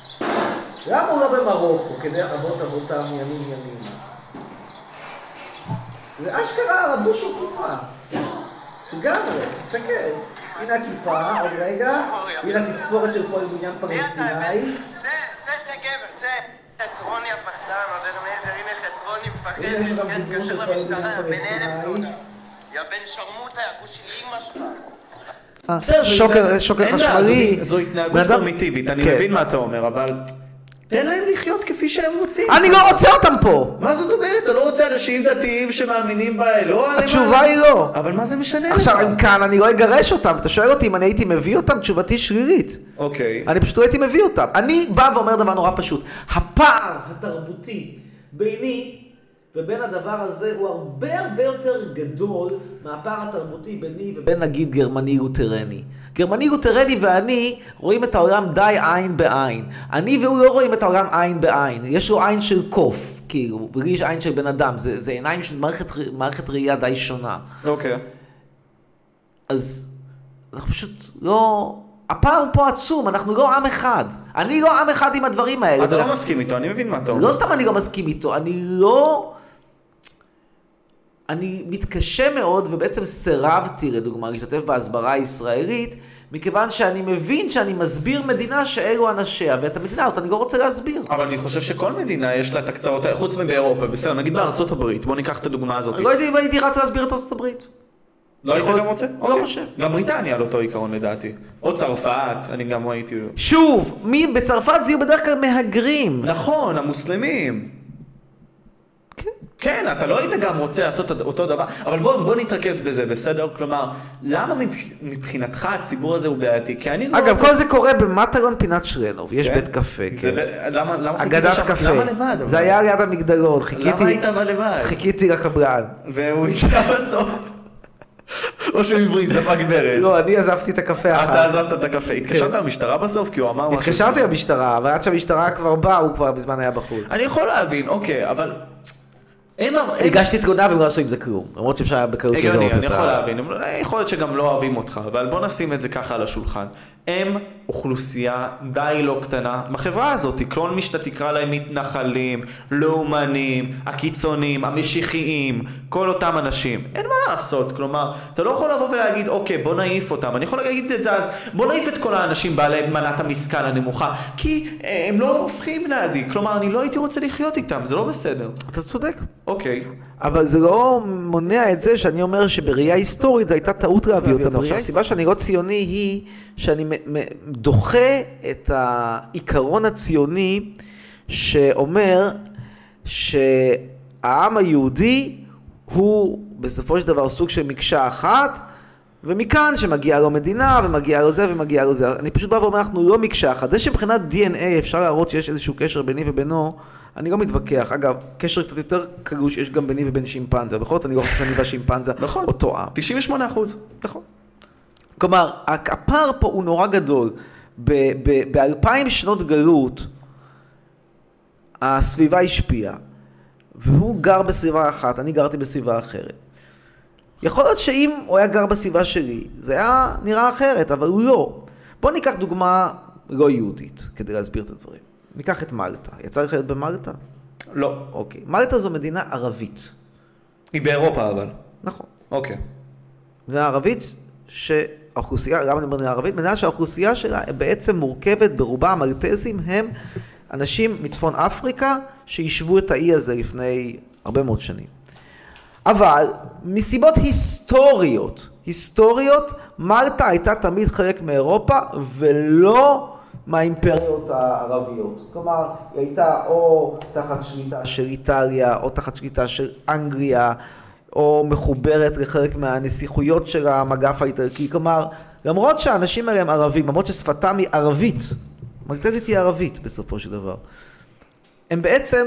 למה הוא לא במרוקו, כדי אבות אבותם ימים ימים? זה אשכרה רבוש וטומה. לגמרי, תסתכל. הנה הכיפה, עוד רגע. הנה התספורת של פה עם עניין פלסטיני. זה, זה גבר, זה חצרוני הפחדן, עובר נהדר, הנה חצרוני מפחד. הנה יש גם דיבור של פה עם עניין פלסטיני. יא בן שרמוטה, יא גוש של אימא שלך. שוקר חשמלי. זו התנהגות פרימיטיבית, אני מבין מה אתה אומר, אבל... תן להם לחיות כפי שהם רוצים. אני לא רוצה אותם פה. מה זאת אומרת? אתה לא רוצה אנשים דתיים שמאמינים באלוה? התשובה היא לא. אבל מה זה משנה? עכשיו, אם כאן אני לא אגרש אותם. אתה שואל אותי אם אני הייתי מביא אותם, תשובתי שלילית. אוקיי. אני פשוט לא הייתי מביא אותם. אני בא ואומר דבר נורא פשוט. הפער התרבותי ביני ובין הדבר הזה הוא הרבה הרבה יותר גדול מהפער התרבותי ביני ובין נגיד גרמני לותרני. גרמני לותרני ואני רואים את העולם די עין בעין. אני והוא לא רואים את העולם עין בעין. יש לו עין של קוף, כאילו, ולי יש עין של בן אדם. זה, זה עיניים של מערכת, מערכת ראייה די שונה. אוקיי. אז אנחנו פשוט לא... הפער פה עצום, אנחנו לא עם אחד. אני לא עם אחד עם הדברים האלה. אתה לא מסכים איתו, אני מבין מה אתה אומר. לא סתם אני לא מסכים איתו, אני לא... אני מתקשה מאוד, ובעצם סירבתי, לדוגמה, להשתתף בהסברה הישראלית, מכיוון שאני מבין שאני מסביר מדינה שאלו אנשיה, ואת המדינה הזאת אני לא רוצה להסביר. אבל אני חושב שכל מדינה יש לה את הקצרות, חוץ מבאירופה, בסדר, נגיד בארצות הברית, בוא ניקח את הדוגמה הזאת. אני לא יודעת אם הייתי רץ להסביר את ארצות הברית. לא היית גם רוצה? לא חושב. גם בריטניה על אותו עיקרון לדעתי. או צרפת, אני גם הייתי... שוב, מי בצרפת זה יהיו בדרך כלל מהגרים. נכון, המוסלמים. כן, אתה לא היית גם רוצה לעשות אותו דבר, אבל בוא, בוא נתרכז בזה, בסדר? כלומר, למה מבחינתך הציבור הזה הוא בעייתי? כי אני לא... אגב, כל זה קורה במטרון פינת שרנוב, יש בית קפה. למה, למה חיכית אגדת שם? קפה. למה לבד? זה היה ליד המגדלון, חיכיתי... למה היית לבד? חיכיתי לקבלן. והוא הגיע בסוף. או שהוא הבריז, דפק ברז. לא, אני עזבתי את הקפה אחת. אתה עזבת את הקפה. התקשרת למשטרה בסוף? כי הוא אמר משהו... התקשרתי למשטרה, אבל עד שהמשטרה כבר באה, הוא כבר בזמן היה בחוץ. אני יכול להבין, אוקיי, אבל... הגשתי תלונה והם לא עשו עם זה כלום, למרות שאפשר בקלות לזהות את ה... אני יכול להבין, יכול להיות שגם לא אוהבים אותך, אבל בוא נשים את זה ככה על השולחן. הם אוכלוסייה די לא קטנה בחברה הזאת, כל מי שאתה תקרא להם מתנחלים, לאומנים, הקיצונים, המשיחיים, כל אותם אנשים. אין מה לעשות, כלומר, אתה לא יכול לבוא ולהגיד, אוקיי, בוא נעיף אותם. אני יכול להגיד את זה אז, בוא נעיף את כל האנשים בעלי מנת המשכל הנמוכה, כי הם לא הופכים לידי, כלומר, אני לא הייתי רוצה לחיות איתם, זה לא בסדר. אתה צודק. אוקיי. אבל זה לא מונע את זה שאני אומר שבראייה היסטורית זו הייתה טעות להביא אותם. עכשיו, הסיבה שאני לא ציוני היא שאני דוחה את העיקרון הציוני שאומר שהעם היהודי הוא בסופו של דבר סוג של מקשה אחת, ומכאן שמגיעה לו מדינה ומגיעה לו זה ומגיעה לו זה. אני פשוט בא ואומר, אנחנו לא מקשה אחת. זה שמבחינת די אן איי אפשר להראות שיש איזשהו קשר ביני ובינו, אני לא מתווכח. אגב, קשר קצת יותר קלוש יש גם ביני ובין שימפנזה. בכל זאת, אני לא חושב שאני והשימפנזה אותו עם. תשעים ושמונה אחוז. נכון. כלומר, הפער פה הוא נורא גדול. באלפיים שנות גלות, הסביבה השפיעה, והוא גר בסביבה אחת, אני גרתי בסביבה אחרת. יכול להיות שאם הוא היה גר בסביבה שלי, זה היה נראה אחרת, אבל הוא לא. בוא ניקח דוגמה לא יהודית, כדי להסביר את הדברים. ניקח את מלטה. יצא לך להיות במלטה? לא. אוקיי. מלטה זו מדינה ערבית. היא באירופה אבל. נכון. אוקיי. מדינה ערבית שהאוכלוסייה, למה אני אומר מדינה ערבית? מדינה שהאוכלוסייה שלה בעצם מורכבת ברובה, המלטזים הם אנשים מצפון אפריקה שישבו את האי הזה לפני הרבה מאוד שנים. אבל מסיבות היסטוריות, היסטוריות, מלטה הייתה תמיד חלק מאירופה ולא מהאימפריות הערביות. כלומר, היא הייתה או תחת שליטה של איטליה, או תחת שליטה של אנגליה, או מחוברת לחלק מהנסיכויות של המגף האיטלקי. כלומר, למרות שהאנשים האלה הם ערבים, למרות ששפתם היא ערבית, מלטזית היא ערבית בסופו של דבר, הם בעצם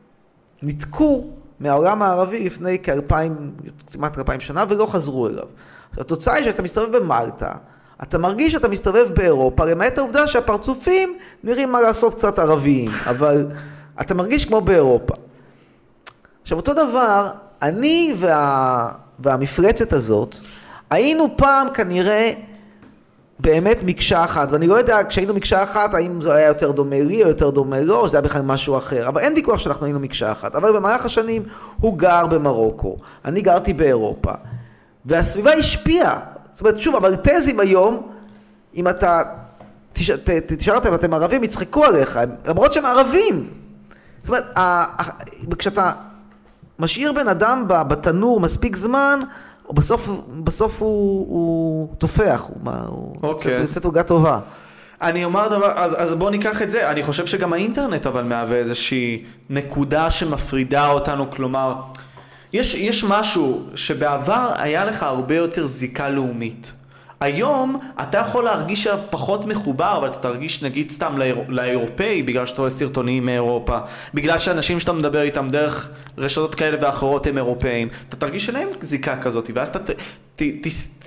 נתקו מהעולם הערבי לפני כאלפיים, כמעט אלפיים שנה, ולא חזרו אליו. התוצאה היא שאתה מסתובב במלטה, אתה מרגיש שאתה מסתובב באירופה, למעט העובדה שהפרצופים נראים מה לעשות קצת ערביים, אבל אתה מרגיש כמו באירופה. עכשיו, אותו דבר, אני וה... והמפרצת הזאת, היינו פעם כנראה באמת מקשה אחת, ואני לא יודע, כשהיינו מקשה אחת, האם זה היה יותר דומה לי או יותר דומה לו, או זה היה בכלל משהו אחר, אבל אין ויכוח שאנחנו היינו מקשה אחת. אבל במהלך השנים הוא גר במרוקו, אני גרתי באירופה, והסביבה השפיעה. זאת אומרת, שוב, המלטזים היום, אם אתה תשאל אותם, אתם ערבים, יצחקו עליך, למרות שהם ערבים. זאת אומרת, כשאתה משאיר בן אדם בתנור מספיק זמן, בסוף, בסוף הוא, הוא תופח, הוא, הוא okay. יוצאת עוגה טובה. אני אומר דבר, אז, אז בוא ניקח את זה, אני חושב שגם האינטרנט אבל מהווה איזושהי נקודה שמפרידה אותנו, כלומר, יש, יש משהו שבעבר היה לך הרבה יותר זיקה לאומית. היום אתה יכול להרגיש פחות מחובר, אבל אתה תרגיש נגיד סתם לאיר... לאירופאי, בגלל שאתה רואה סרטונים מאירופה, בגלל שאנשים שאתה מדבר איתם דרך רשתות כאלה ואחרות הם אירופאים, אתה תרגיש שלהם זיקה כזאת, ואז אתה ת... ת... ת...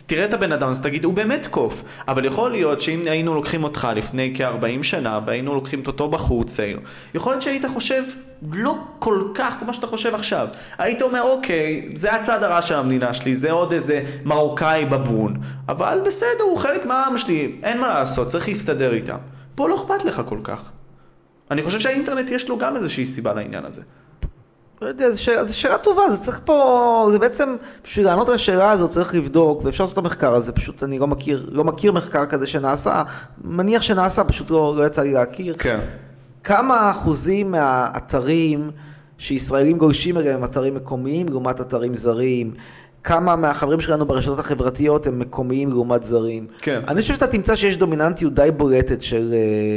תראה את הבן אדם, אז תגיד, הוא באמת קוף. אבל יכול להיות שאם היינו לוקחים אותך לפני כ-ארבעים שנה, והיינו לוקחים אותו בחור צעיר, יכול להיות שהיית חושב לא כל כך כמו שאתה חושב עכשיו. היית אומר, אוקיי, זה הצד הרע של המדינה שלי, זה עוד איזה מרוקאי בבון. אבל בסדר, הוא חלק מהעם שלי, אין מה לעשות, צריך להסתדר איתם. פה לא אכפת לך כל כך. אני חושב שהאינטרנט יש לו גם איזושהי סיבה לעניין הזה. לא יודע, זו שאלה, זו שאלה טובה, זה צריך פה, זה בעצם, בשביל לענות על השאלה הזאת צריך לבדוק, ואפשר לעשות את המחקר הזה, פשוט אני לא מכיר, לא מכיר מחקר כזה שנעשה, מניח שנעשה, פשוט לא, לא יצא לי להכיר. כן. כמה אחוזים מהאתרים שישראלים גולשים אליהם הם אתרים מקומיים לעומת אתרים זרים, כמה מהחברים שלנו ברשתות החברתיות הם מקומיים לעומת זרים. כן. אני חושב שאתה תמצא שיש דומיננטיות די בולטת של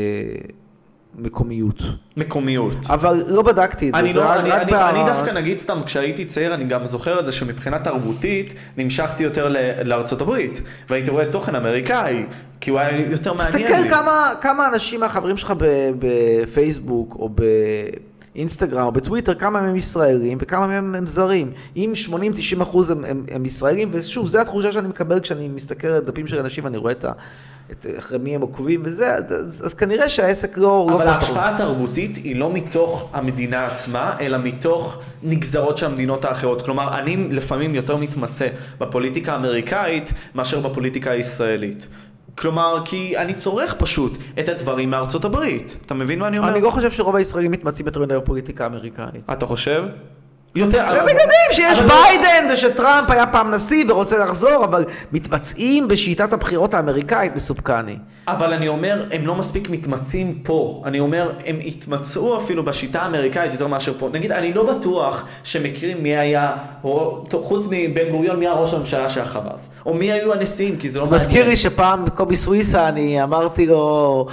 מקומיות. מקומיות. אבל לא בדקתי את זה. אני, זה לא, רק, אני, רק אני, בה... אני דווקא נגיד סתם, כשהייתי צעיר, אני גם זוכר את זה שמבחינה תרבותית נמשכתי יותר לארצות הברית, והייתי רואה תוכן אמריקאי, כי הוא היה יותר מעניין לי. תסתכל כמה, כמה אנשים מהחברים שלך בפייסבוק או באינסטגרם או בטוויטר, כמה הם ישראלים וכמה מהם הם זרים. אם שמונים עד תשעים אחוז הם, הם, הם ישראלים, ושוב, זו התחושה שאני מקבל כשאני מסתכל על דפים של אנשים, אני רואה את ה... את אחרי מי הם עוקבים וזה, אז, אז כנראה שהעסק לא... אבל לא ההשפעה התרבותית היא לא מתוך המדינה עצמה, אלא מתוך נגזרות של המדינות האחרות. כלומר, אני לפעמים יותר מתמצא בפוליטיקה האמריקאית מאשר בפוליטיקה הישראלית. כלומר, כי אני צורך פשוט את הדברים מארצות הברית. אתה מבין מה אני אומר? אני לא חושב שרוב הישראלים מתמצאים יותר מדי בפוליטיקה האמריקאית. אתה חושב? יותר... הם מגדים שיש ביידן ושטראמפ היה פעם נשיא ורוצה לחזור, אבל מתמצאים בשיטת הבחירות האמריקאית מסופקני. אבל אני אומר, הם לא מספיק מתמצאים פה. אני אומר, הם התמצאו אפילו בשיטה האמריקאית יותר מאשר פה. נגיד, אני לא בטוח שמכירים מי היה, חוץ מבן גוריון, מי הראש הממשלה שאחריו. או מי היו הנשיאים, כי זה לא מעניין. זה מזכיר לי שפעם קובי סוויסה, אני אמרתי לו...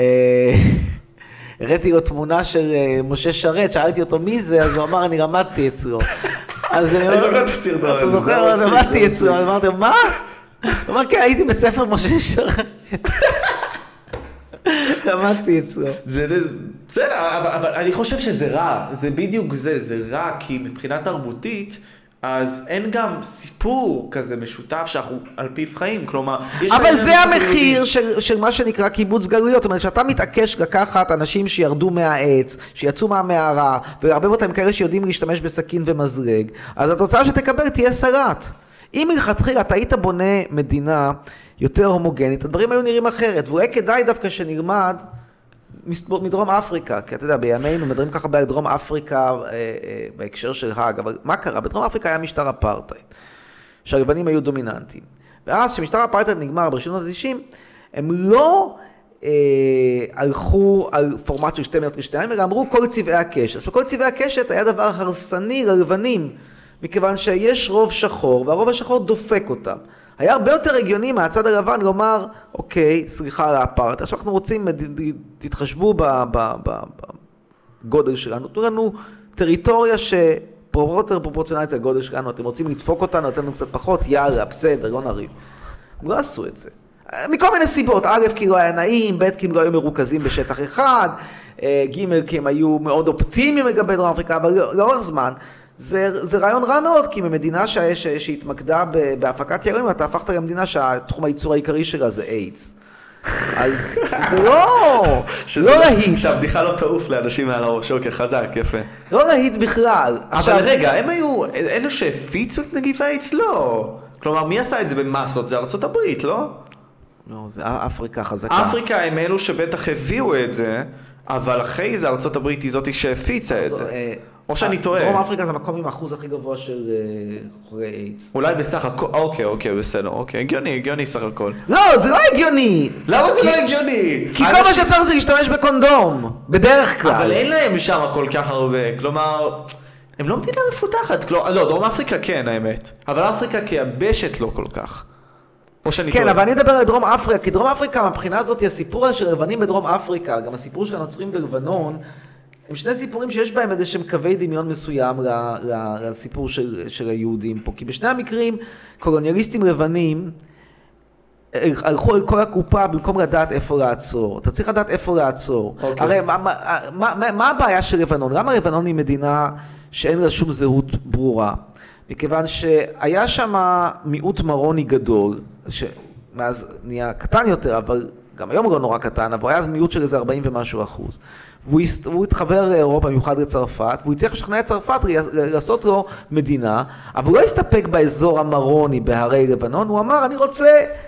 הראיתי לו תמונה של משה שרת, שאלתי אותו מי זה, אז הוא אמר, אני למדתי אצלו. אז אני זוכר את הסרטון. אתה זוכר, אז למדתי אצלו, אז אמרתי, מה? הוא אמר, כן, הייתי בספר משה שרת. למדתי אצלו. בסדר, אבל אני חושב שזה רע, זה בדיוק זה, זה רע, כי מבחינה תרבותית, אז אין גם סיפור כזה משותף שאנחנו על פיו חיים, כלומר... אבל זה המחיר של, של מה שנקרא קיבוץ גלויות, זאת אומרת שאתה מתעקש לקחת אנשים שירדו מהעץ, שיצאו מהמערה, והרבה אותם כאלה שיודעים להשתמש בסכין ומזרג, אז התוצאה שתקבל תהיה סלט. אם מלכתחילה אתה היית בונה מדינה יותר הומוגנית, הדברים היו נראים אחרת, ואולי כדאי דווקא שנלמד מדרום אפריקה, כי אתה יודע, בימינו מדברים ככה בדרום אפריקה אה, אה, בהקשר של האג, אבל מה קרה? בדרום אפריקה היה משטר אפרטהייד, שהלבנים היו דומיננטיים. ואז כשמשטר אפרטהייד נגמר בשנות ה-תשעים, הם לא אה, הלכו על פורמט של שתי מדינות לשתיים, אלא אמרו כל צבעי הקשת. עכשיו, כל צבעי הקשת היה דבר הרסני ללבנים, מכיוון שיש רוב שחור, והרוב השחור דופק אותם. היה הרבה יותר הגיוני מהצד הלבן לומר, אוקיי, סליחה על האפרטהייד, עכשיו אנחנו רוצים, תתחשבו בגודל שלנו, תנו לנו טריטוריה שפרוטר פרופורציונלית לגודל שלנו, אתם רוצים לדפוק אותנו, אתם לנו קצת פחות, יאללה, בסדר, לא נריב. הם לא עשו את זה. מכל מיני סיבות, א', כי לא היה נעים, ב', כי הם לא היו מרוכזים בשטח אחד, ג', כי הם היו מאוד אופטימיים לגבי דרום אפריקה, אבל לאורך זמן, זה, זה רעיון רע מאוד, כי ממדינה ש, ש, שהתמקדה בהפקת ירונים, אתה הפכת למדינה שהתחום הייצור העיקרי שלה זה איידס. אז זה לא, לא להיט. שהבדיחה לא תעוף לאנשים מעל הראש, אוקיי, חזק, יפה. לא להיט בכלל. אבל רגע, הם היו, אלו שהפיצו את נגיף האיידס? לא. כלומר, מי עשה את זה במסות? זה ארצות הברית, לא? לא, זה אפריקה חזקה. אפריקה הם אלו שבטח הביאו את זה, אבל אחרי זה ארצות הברית היא זאתי שהפיצה את זה. או שאני טועה. דרום אפריקה זה מקום עם האחוז הכי גבוה של חולי איידס. אולי בסך הכל, אוקיי, אוקיי, בסדר, אוקיי, הגיוני, הגיוני סך הכל. לא, זה לא הגיוני. למה זה לא הגיוני? כי כל מה שצריך זה להשתמש בקונדום, בדרך כלל. אבל אין להם שם כל כך הרבה, כלומר, הם לא מדינה מפותחת, לא, דרום אפריקה כן, האמת. אבל אפריקה כיבשת לא כל כך. כן, אבל אני אדבר על דרום אפריקה, כי דרום אפריקה, מבחינה הזאת, הסיפור של לבנים בדרום אפריקה, גם הסיפור של הנוצרים בלבנון, הם שני סיפורים שיש בהם איזה שהם קווי דמיון מסוים לסיפור של, של היהודים פה. כי בשני המקרים, קולוניאליסטים לבנים הלכו על כל הקופה במקום לדעת איפה לעצור. אתה צריך לדעת איפה לעצור. Okay. הרי מה, מה, מה, מה הבעיה של לבנון? למה לבנון היא מדינה שאין לה שום זהות ברורה? מכיוון שהיה שם מיעוט מרוני גדול, שמאז נהיה קטן יותר, אבל גם היום הוא לא נורא קטן, אבל היה אז מיעוט של איזה ארבעים ומשהו אחוז. והוא, והוא התחבר לאירופה, במיוחד לצרפת, והוא הצליח לשכנע את צרפת לעשות לו מדינה, אבל הוא לא הסתפק באזור המרוני, בהרי לבנון, הוא אמר, אני רוצה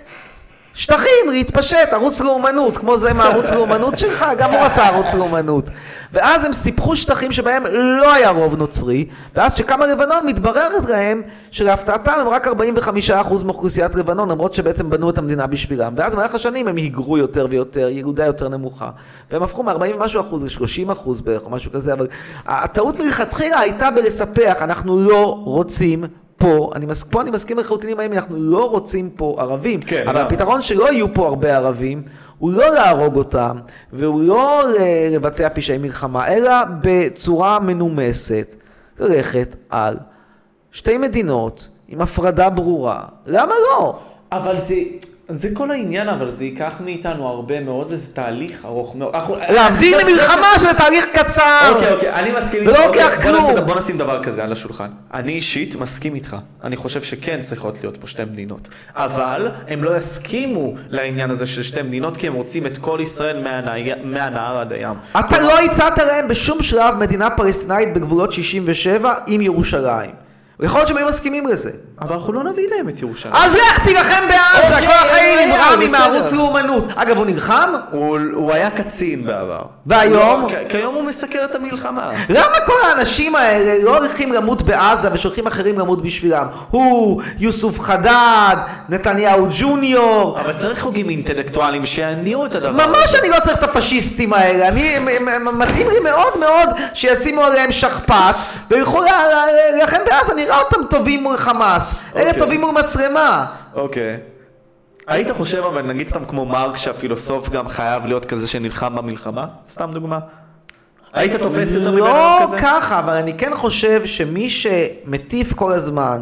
שטחים, להתפשט, ערוץ לאומנות, כמו זה מהערוץ לאומנות שלך, גם הוא רצה ערוץ לאומנות. ואז הם סיפחו שטחים שבהם לא היה רוב נוצרי, ואז שקמה לבנון מתבררת להם שלהפתעתם הם רק ארבעים וחמישה אחוז מאוכלוסיית לבנון, למרות שבעצם בנו את המדינה בשבילם. ואז במהלך השנים הם היגרו יותר ויותר, ילודה יותר נמוכה. והם הפכו מ-ארבעים ומשהו אחוז ל-שלושים אחוז בערך או משהו כזה, אבל הטעות מלכתחילה הייתה בלספח, אנחנו לא רוצים פה, אני מס... פה אני מסכים לחלוטין עם הימין, אנחנו לא רוצים פה ערבים, כן, אבל לא. הפתרון שלא יהיו פה הרבה ערבים, הוא לא להרוג אותם, והוא לא לבצע פשעי מלחמה, אלא בצורה מנומסת, ללכת על שתי מדינות עם הפרדה ברורה. למה לא? אבל זה... זה כל העניין, אבל זה ייקח מאיתנו הרבה מאוד, וזה תהליך ארוך מאוד. להבדיל ממלחמה שזה תהליך קצר. אוקיי, אוקיי, אני מסכים איתך. ולא לוקח כלום. בוא נשים דבר כזה על השולחן. אני אישית מסכים איתך. אני חושב שכן צריכות להיות פה שתי מדינות. אבל הם לא יסכימו לעניין הזה של שתי מדינות, כי הם רוצים את כל ישראל מהנהר עד הים. אתה לא הצעת להם בשום שלב מדינה פלסטינאית בגבולות שישים ושבע עם ירושלים. יכול להיות שהם היו מסכימים לזה. אבל אנחנו לא נביא להם את ירושלים. אז לך תילחם בעזה, כל החיים נברם מערוץ לאומנות. אגב, הוא נלחם? הוא היה קצין בעבר. והיום? כיום הוא מסקר את המלחמה. למה כל האנשים האלה לא הולכים למות בעזה ושולחים אחרים למות בשבילם? הוא, יוסוף חדד, נתניהו ג'וניור. אבל צריך חוגים אינטלקטואליים שיעניעו את הדבר. ממש אני לא צריך את הפשיסטים האלה. אני, מתאים לי מאוד מאוד שישימו עליהם שכפ"ץ וילכו להילחם בעזה. נראה אותם טובים מול חמאס, אלה טובים מול מצלמה. אוקיי. היית חושב, אבל נגיד סתם כמו מרק, שהפילוסוף גם חייב להיות כזה שנלחם במלחמה? סתם דוגמה. היית תופס יותר מבן אדם כזה? לא ככה, אבל אני כן חושב שמי שמטיף כל הזמן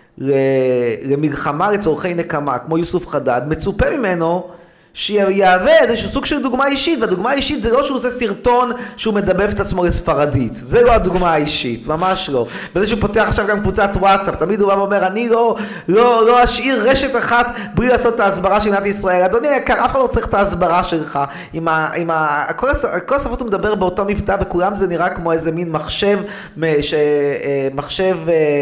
למלחמה לצורכי נקמה, כמו יוסוף חדד, מצופה ממנו שיהווה איזשהו סוג של דוגמה אישית, והדוגמה האישית זה לא שהוא עושה סרטון שהוא מדבב את עצמו לספרדית, זה לא הדוגמה האישית, ממש לא. וזה שהוא פותח עכשיו גם קבוצת וואטסאפ, תמיד הוא בא ואומר, אני לא, לא, לא אשאיר רשת אחת בלי לעשות את ההסברה של מדינת ישראל. אדוני היקר, אף אחד לא צריך את ההסברה שלך, עם ה, עם ה, כל, כל השפות הוא מדבר באותו מבטא, וכולם זה נראה כמו איזה מין מחשב, ש, מחשב,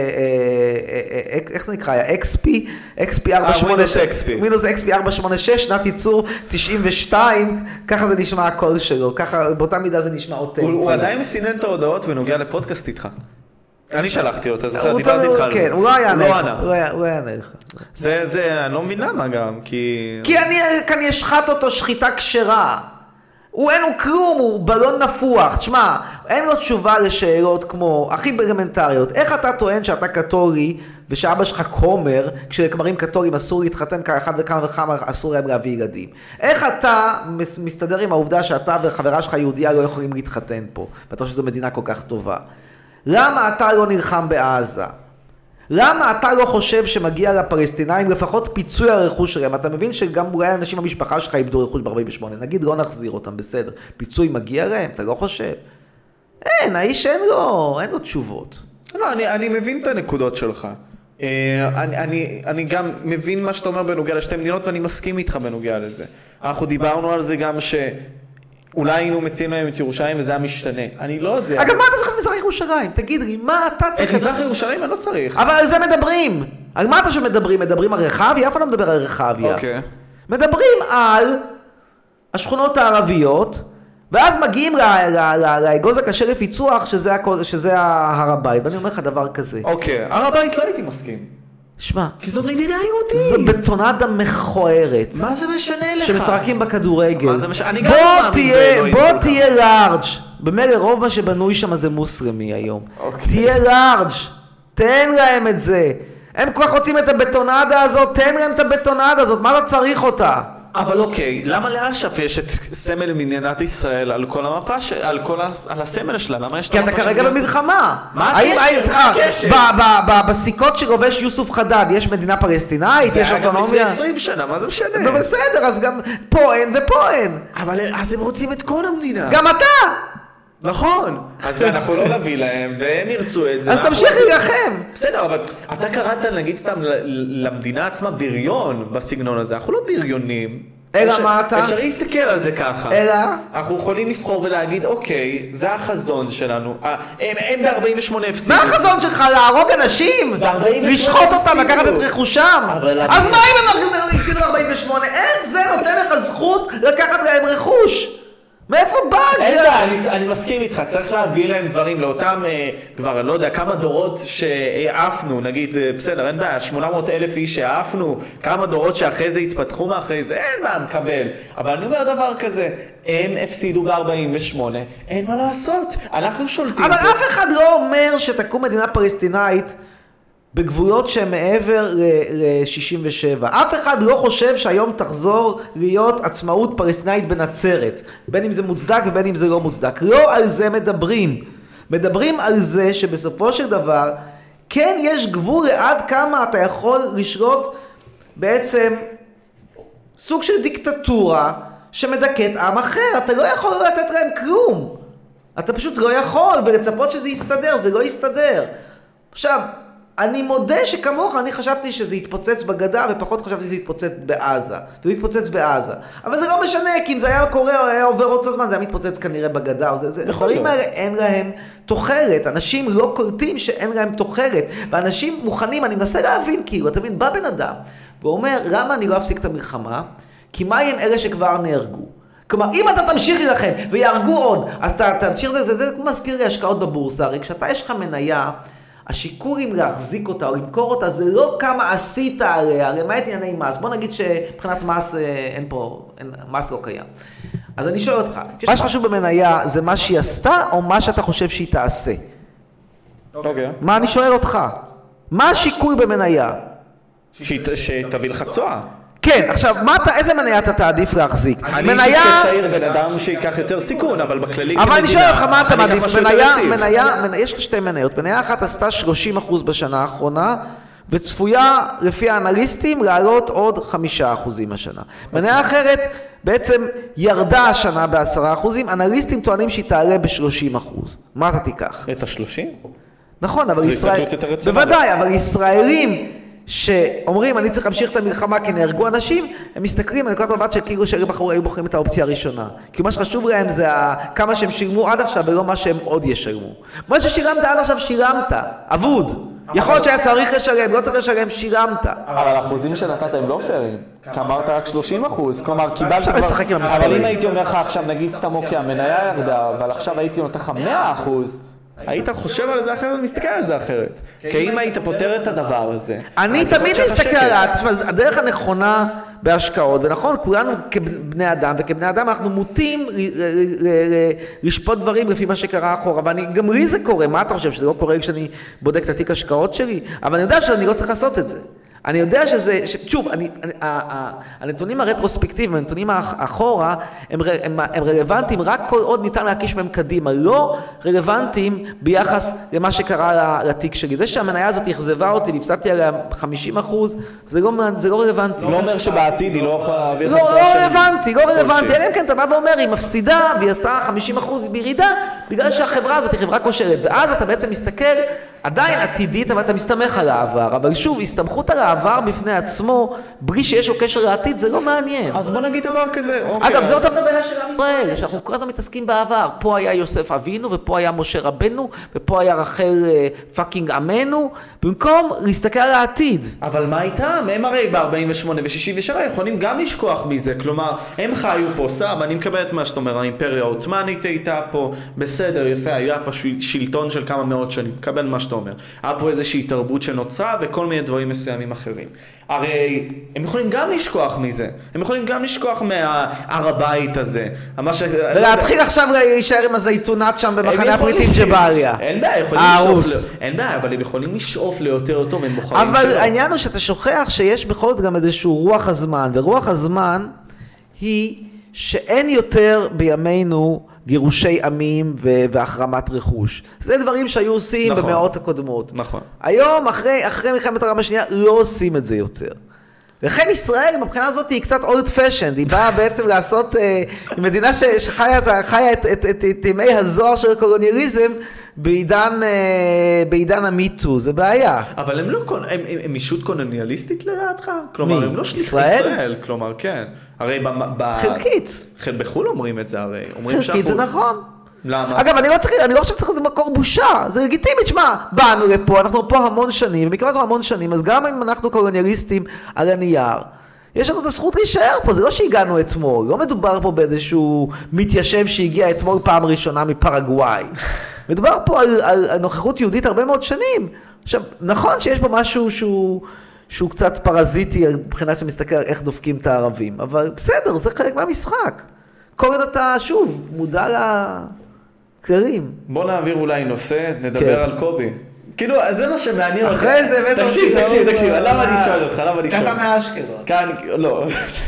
איך זה נקרא, אקס פי, אקס פי ארבע שמונה שש, מינוס אקס פי ארבע שמונה שש, שנת ייצור תשעים ושתיים, ככה זה נשמע הקול שלו, ככה באותה מידה זה נשמע אותי. הוא עדיין מסינן את ההודעות ונוגע לפודקאסט איתך. אני שלחתי אותו, זוכר, דיברתי איתך על זה. כן, הוא לא היה נערך. הוא היה נערך. זה, זה, אני לא מבין למה גם, כי... כי אני כאן אשחט אותו שחיטה כשרה. הוא אין לו כלום, הוא בלון נפוח. תשמע, אין לו תשובה לשאלות כמו, הכי אלמנטריות. איך אתה טוען שאתה קתולי, ושאבא שלך כומר, כשכמרים קתולים אסור להתחתן כאחד וכמה וכמה, אסור להם להביא ילדים. איך אתה מסתדר עם העובדה שאתה וחברה שלך יהודיה לא יכולים להתחתן פה, ואתה חושב שזו מדינה כל כך טובה? למה אתה לא נלחם בעזה? למה אתה לא חושב שמגיע לפלסטינאים לפחות פיצוי הרכוש שלהם? אתה מבין שגם אולי אנשים במשפחה שלך איבדו רכוש ב-ארבעים ושמונה, נגיד לא נחזיר אותם, בסדר. פיצוי מגיע להם? אתה לא חושב? אין, האיש אין לו, אין לו תשובות. לא, אני, אני מבין את הנקודות שלך. אני, אני, אני גם מבין מה שאתה אומר בנוגע לשתי מדינות, ואני מסכים איתך בנוגע לזה. אנחנו דיברנו על זה גם שאולי היינו מציעים להם את ירושלים וזה היה משתנה. אני לא יודע. אגב, מה אתה צריך מזרח ירושלים? תגיד לי, מה אתה צריך? את מזרח ירושלים אני לא צריך. אבל על זה מדברים. על מה אתה שמדברים? מדברים על רחביה? אף אחד לא מדבר על רחביה. אוקיי. מדברים על השכונות הערביות, ואז מגיעים לאגוז הכשר לפיצוח, שזה הר הבית. ואני אומר לך דבר כזה. אוקיי, הר הבית לא הייתי מסכים. שמע. כי זאת מדינה יהודית. זו בטונדה מכוערת. מה זה משנה לך? שמשחקים בכדורגל. מה זה משנה? אני גם לא מאמין באלוהים. בוא תהיה לארג'. במילא רוב מה שבנוי שם זה מוסלמי היום. תהיה לארג'. תן להם את זה. הם כל כך רוצים את הבטונדה הזאת, תן להם את הבטונדה הזאת. מה אתה צריך אותה? אבל אוקיי, למה לאש"ף יש את סמל מדינת ישראל על כל המפה, על כל על הסמל שלה? למה יש את המפה? כי אתה כרגע במלחמה. מה הקשר? מה הקשר? בסיכות שגובש יוסוף חדד, יש מדינה פלסטינאית, יש אוטונומיה. זה היה גם לפני עשרים שנה, מה זה משנה? נו בסדר, אז גם פה אין ופה אין. אבל אז הם רוצים את כל המדינה. גם אתה! נכון, אז אנחנו לא נביא להם, והם ירצו את זה. אז תמשיך להילחם. בסדר, אבל אתה קראת, נגיד סתם, למדינה עצמה בריון בסגנון הזה. אנחנו לא בריונים. אלא מה אתה? אפשר להסתכל על זה ככה. אלא? אנחנו יכולים לבחור ולהגיד, אוקיי, זה החזון שלנו. הם ב-ארבעים ושמונה הפסידו. מה החזון שלך? להרוג אנשים? לשחוט אותם, לקחת את רכושם? אז מה אם הם הפסידו ב-ארבעים ושמונה? איך זה נותן לך זכות לקחת להם רכוש? מאיפה בא? אני, אני מסכים איתך, צריך להביא להם דברים לאותם, כבר לא יודע, כמה דורות שעפנו, נגיד, בסדר, אין בעיה, שמונה מאות אלף איש שעפנו, כמה דורות שאחרי זה התפתחו מאחרי זה, אין מה מקבל. אבל אני אומר דבר כזה, הם הפסידו ב-ארבעים ושמונה, אין מה לעשות, אנחנו שולטים. אבל אף אחד לא אומר שתקום מדינה פלסטינאית בגבולות שהן מעבר ל-שישים ושבע. אף אחד לא חושב שהיום תחזור להיות עצמאות פלסטינאית בנצרת, בין אם זה מוצדק ובין אם זה לא מוצדק. לא על זה מדברים. מדברים על זה שבסופו של דבר, כן יש גבול עד כמה אתה יכול לשלוט בעצם סוג של דיקטטורה שמדכאת עם אחר. אתה לא יכול לתת להם כלום. אתה פשוט לא יכול, ולצפות שזה יסתדר, זה לא יסתדר. עכשיו, אני מודה שכמוך, אני חשבתי שזה יתפוצץ בגדה, ופחות חשבתי שזה יתפוצץ בעזה. זה יתפוצץ בעזה. אבל זה לא משנה, כי אם זה היה קורה, היה עובר עוד זמן, זה היה מתפוצץ כנראה בגדה. דברים האלה אין להם תוחלת. אנשים לא קולטים שאין להם תוחלת. ואנשים מוכנים, אני מנסה להבין, כאילו, אתה מבין, בא בן אדם, ואומר, למה אני לא אפסיק את המלחמה? כי מה עם אלה שכבר נהרגו? כלומר, אם אתה תמשיך להילחם ויהרגו עוד, אז אתה תמשיך את זה, זה מזכיר לי השקעות בבורסה. הרי כשאתה יש לך מניה, השיקול אם להחזיק אותה או למכור אותה, זה לא כמה עשית עליה, למעט ענייני מס. בוא נגיד שמבחינת מס אין פה, אין, מס לא קיים. אז אני שואל אותך, מה שחשוב במניה זה מה שהיא עשתה או מה שאתה חושב שהיא תעשה? אוקיי. מה אני שואל אותך? מה השיקול במניה? שתביא לך תשואה. כן, עכשיו, מה אתה, איזה מניה אתה תעדיף להחזיק? אני מניה... שצעיר בן אדם שיקח יותר סיכון, אבל בכללי אבל אני שואל אותך מה אתה מעדיף? מניה, מניה, יש לך שתי מניות. מניה אחת עשתה שלושים אחוז בשנה האחרונה, וצפויה לפי האנליסטים לעלות עוד חמישה אחוזים השנה. מניה אחרת בעצם ירדה השנה בעשרה אחוזים, אנליסטים טוענים שהיא תעלה בשלושים אחוז. מה אתה תיקח? את השלושים? נכון, אבל ישראל... בוודאי, אבל ישראלים... שאומרים, אני צריך להמשיך את המלחמה כי נהרגו אנשים, הם מסתכלים על נקודת מבט שכאילו שהיו בחרו, היו בוחרים את האופציה הראשונה. כי מה שחשוב להם זה כמה שהם שילמו עד עכשיו, ולא מה שהם עוד ישלמו. מה ששילמת עד עכשיו שילמת, אבוד. יכול להיות שהיה צריך לשלם, לא צריך לשלם, שילמת. אבל האחוזים שנתת הם לא פיירים. כי אמרת רק שלושים אחוז, כלומר קיבלת כבר... אבל אם הייתי אומר לך עכשיו, נגיד סתם אוקיי, המניה ירדה, אבל עכשיו הייתי נותן לך מאה אחוז, היית חושב על זה אחרת ומסתכל על זה אחרת. כי אם היית פותר את הדבר הזה... אני תמיד מסתכל על זה, הדרך הנכונה בהשקעות, ונכון, כולנו כבני אדם, וכבני אדם אנחנו מוטים לשפוט דברים לפי מה שקרה אחורה, ואני, גם לי זה קורה, מה אתה חושב, שזה לא קורה כשאני בודק את התיק השקעות שלי? אבל אני יודע שאני לא צריך לעשות את זה. אני יודע שזה, שוב, אני, אני, הנתונים הרטרוספקטיביים, הנתונים האחורה, הם, הם, הם רלוונטיים רק כל עוד ניתן להקיש מהם קדימה, לא רלוונטיים ביחס למה שקרה לתיק שלי. זה שהמניה הזאת הכזבה אותי, והפסדתי עליה חמישים אחוז, זה לא, זה לא רלוונטי. לא אומר שבעתיד היא לא יכולה להביא לך צורה של... לא רלוונטי, לא רלוונטי. אלא אם כן אתה בא ואומר, היא מפסידה, והיא עשתה חמישים אחוז בירידה, בגלל שהחברה הזאת היא חברה כושלת. ואז אתה בעצם מסתכל, עדיין עתידית, אבל אתה מסתמך על העבר. אבל שוב, הסתמכות על העבר בפני עצמו, בלי שיש לו קשר לעתיד, זה לא מעניין. אז בוא נגיד דבר כזה. אגב, זה אותה מדברה של עם ישראל, שאנחנו כל הזמן מתעסקים בעבר. פה היה יוסף אבינו, ופה היה משה רבנו, ופה היה רחל פאקינג אמנו, במקום להסתכל על העתיד. אבל מה איתם? הם הרי ב-ארבעים ושמונה ו-שישים ושבע יכולים גם לשכוח מזה. כלומר, הם חיו פה, סב, אני מקבל את מה שאתה אומר, האימפריה העות'מאנית הייתה פה, בסדר, יפה, היה פה שלטון של כמה מאות שנים, מקבל מה שאתה אומר. היה פה איזושהי תרבות שנוצרה וכל מיני דברים מסוימים אחרים. הרי הם יכולים גם לשכוח מזה, הם יכולים גם לשכוח מההר הבית הזה. ולהתחיל עכשיו להישאר עם הזייתונת שם במחנה הפליטים ג'באליה. אין בעיה, יכולים לשאוף, אין בעיה, אבל הם יכולים לשאוף ליותר טוב, הם בוחרים שלא. אבל העניין הוא שאתה שוכח שיש בכל זאת גם איזשהו רוח הזמן, ורוח הזמן היא שאין יותר בימינו גירושי עמים והחרמת רכוש. זה דברים שהיו עושים במאות הקודמות. נכון. היום, אחרי, אחרי מלחמת העולם השנייה, לא עושים את זה יותר. לכן ישראל, מבחינה הזאת, היא קצת old fashioned, היא באה בעצם לעשות, היא מדינה שחיה את ימי הזוהר של הקולוניאליזם, בעידן, בעידן המיטו, זה בעיה. אבל הם לא, הם אישות קולוניאליסטית לדעתך? כלומר, הם לא שליחי ישראל, כלומר, כן. הרי חלקית. בחול אומרים את זה הרי. חלקית, זה נכון. למה? אגב, אני לא צריך, אני לא חושב שצריך איזה מקור בושה, זה לגיטימי, תשמע, באנו לפה, אנחנו פה המון שנים, ומכיוון אנחנו המון שנים, אז גם אם אנחנו קולוניאליסטים על הנייר, יש לנו את הזכות להישאר פה, זה לא שהגענו אתמול, לא מדובר פה באיזשהו מתיישב שהגיע אתמול פעם ראשונה מפרגוואי. מדובר פה על, על, על נוכחות יהודית הרבה מאוד שנים. עכשיו, נכון שיש פה משהו שהוא, שהוא קצת פרזיטי, מבחינת שמסתכל על איך דופקים את הערבים, אבל בסדר, זה חלק מהמשחק. כל עוד אתה, שוב, מודע לכללים. בוא נעביר אולי נושא, נדבר על קובי. כאילו, זה מה שמעניין אותך. אחרי זה, בטח. תקשיב, תקשיב, תקשיב, למה אני שואל אותך, למה אני שואל? אתה מאשקלון. כאן, לא,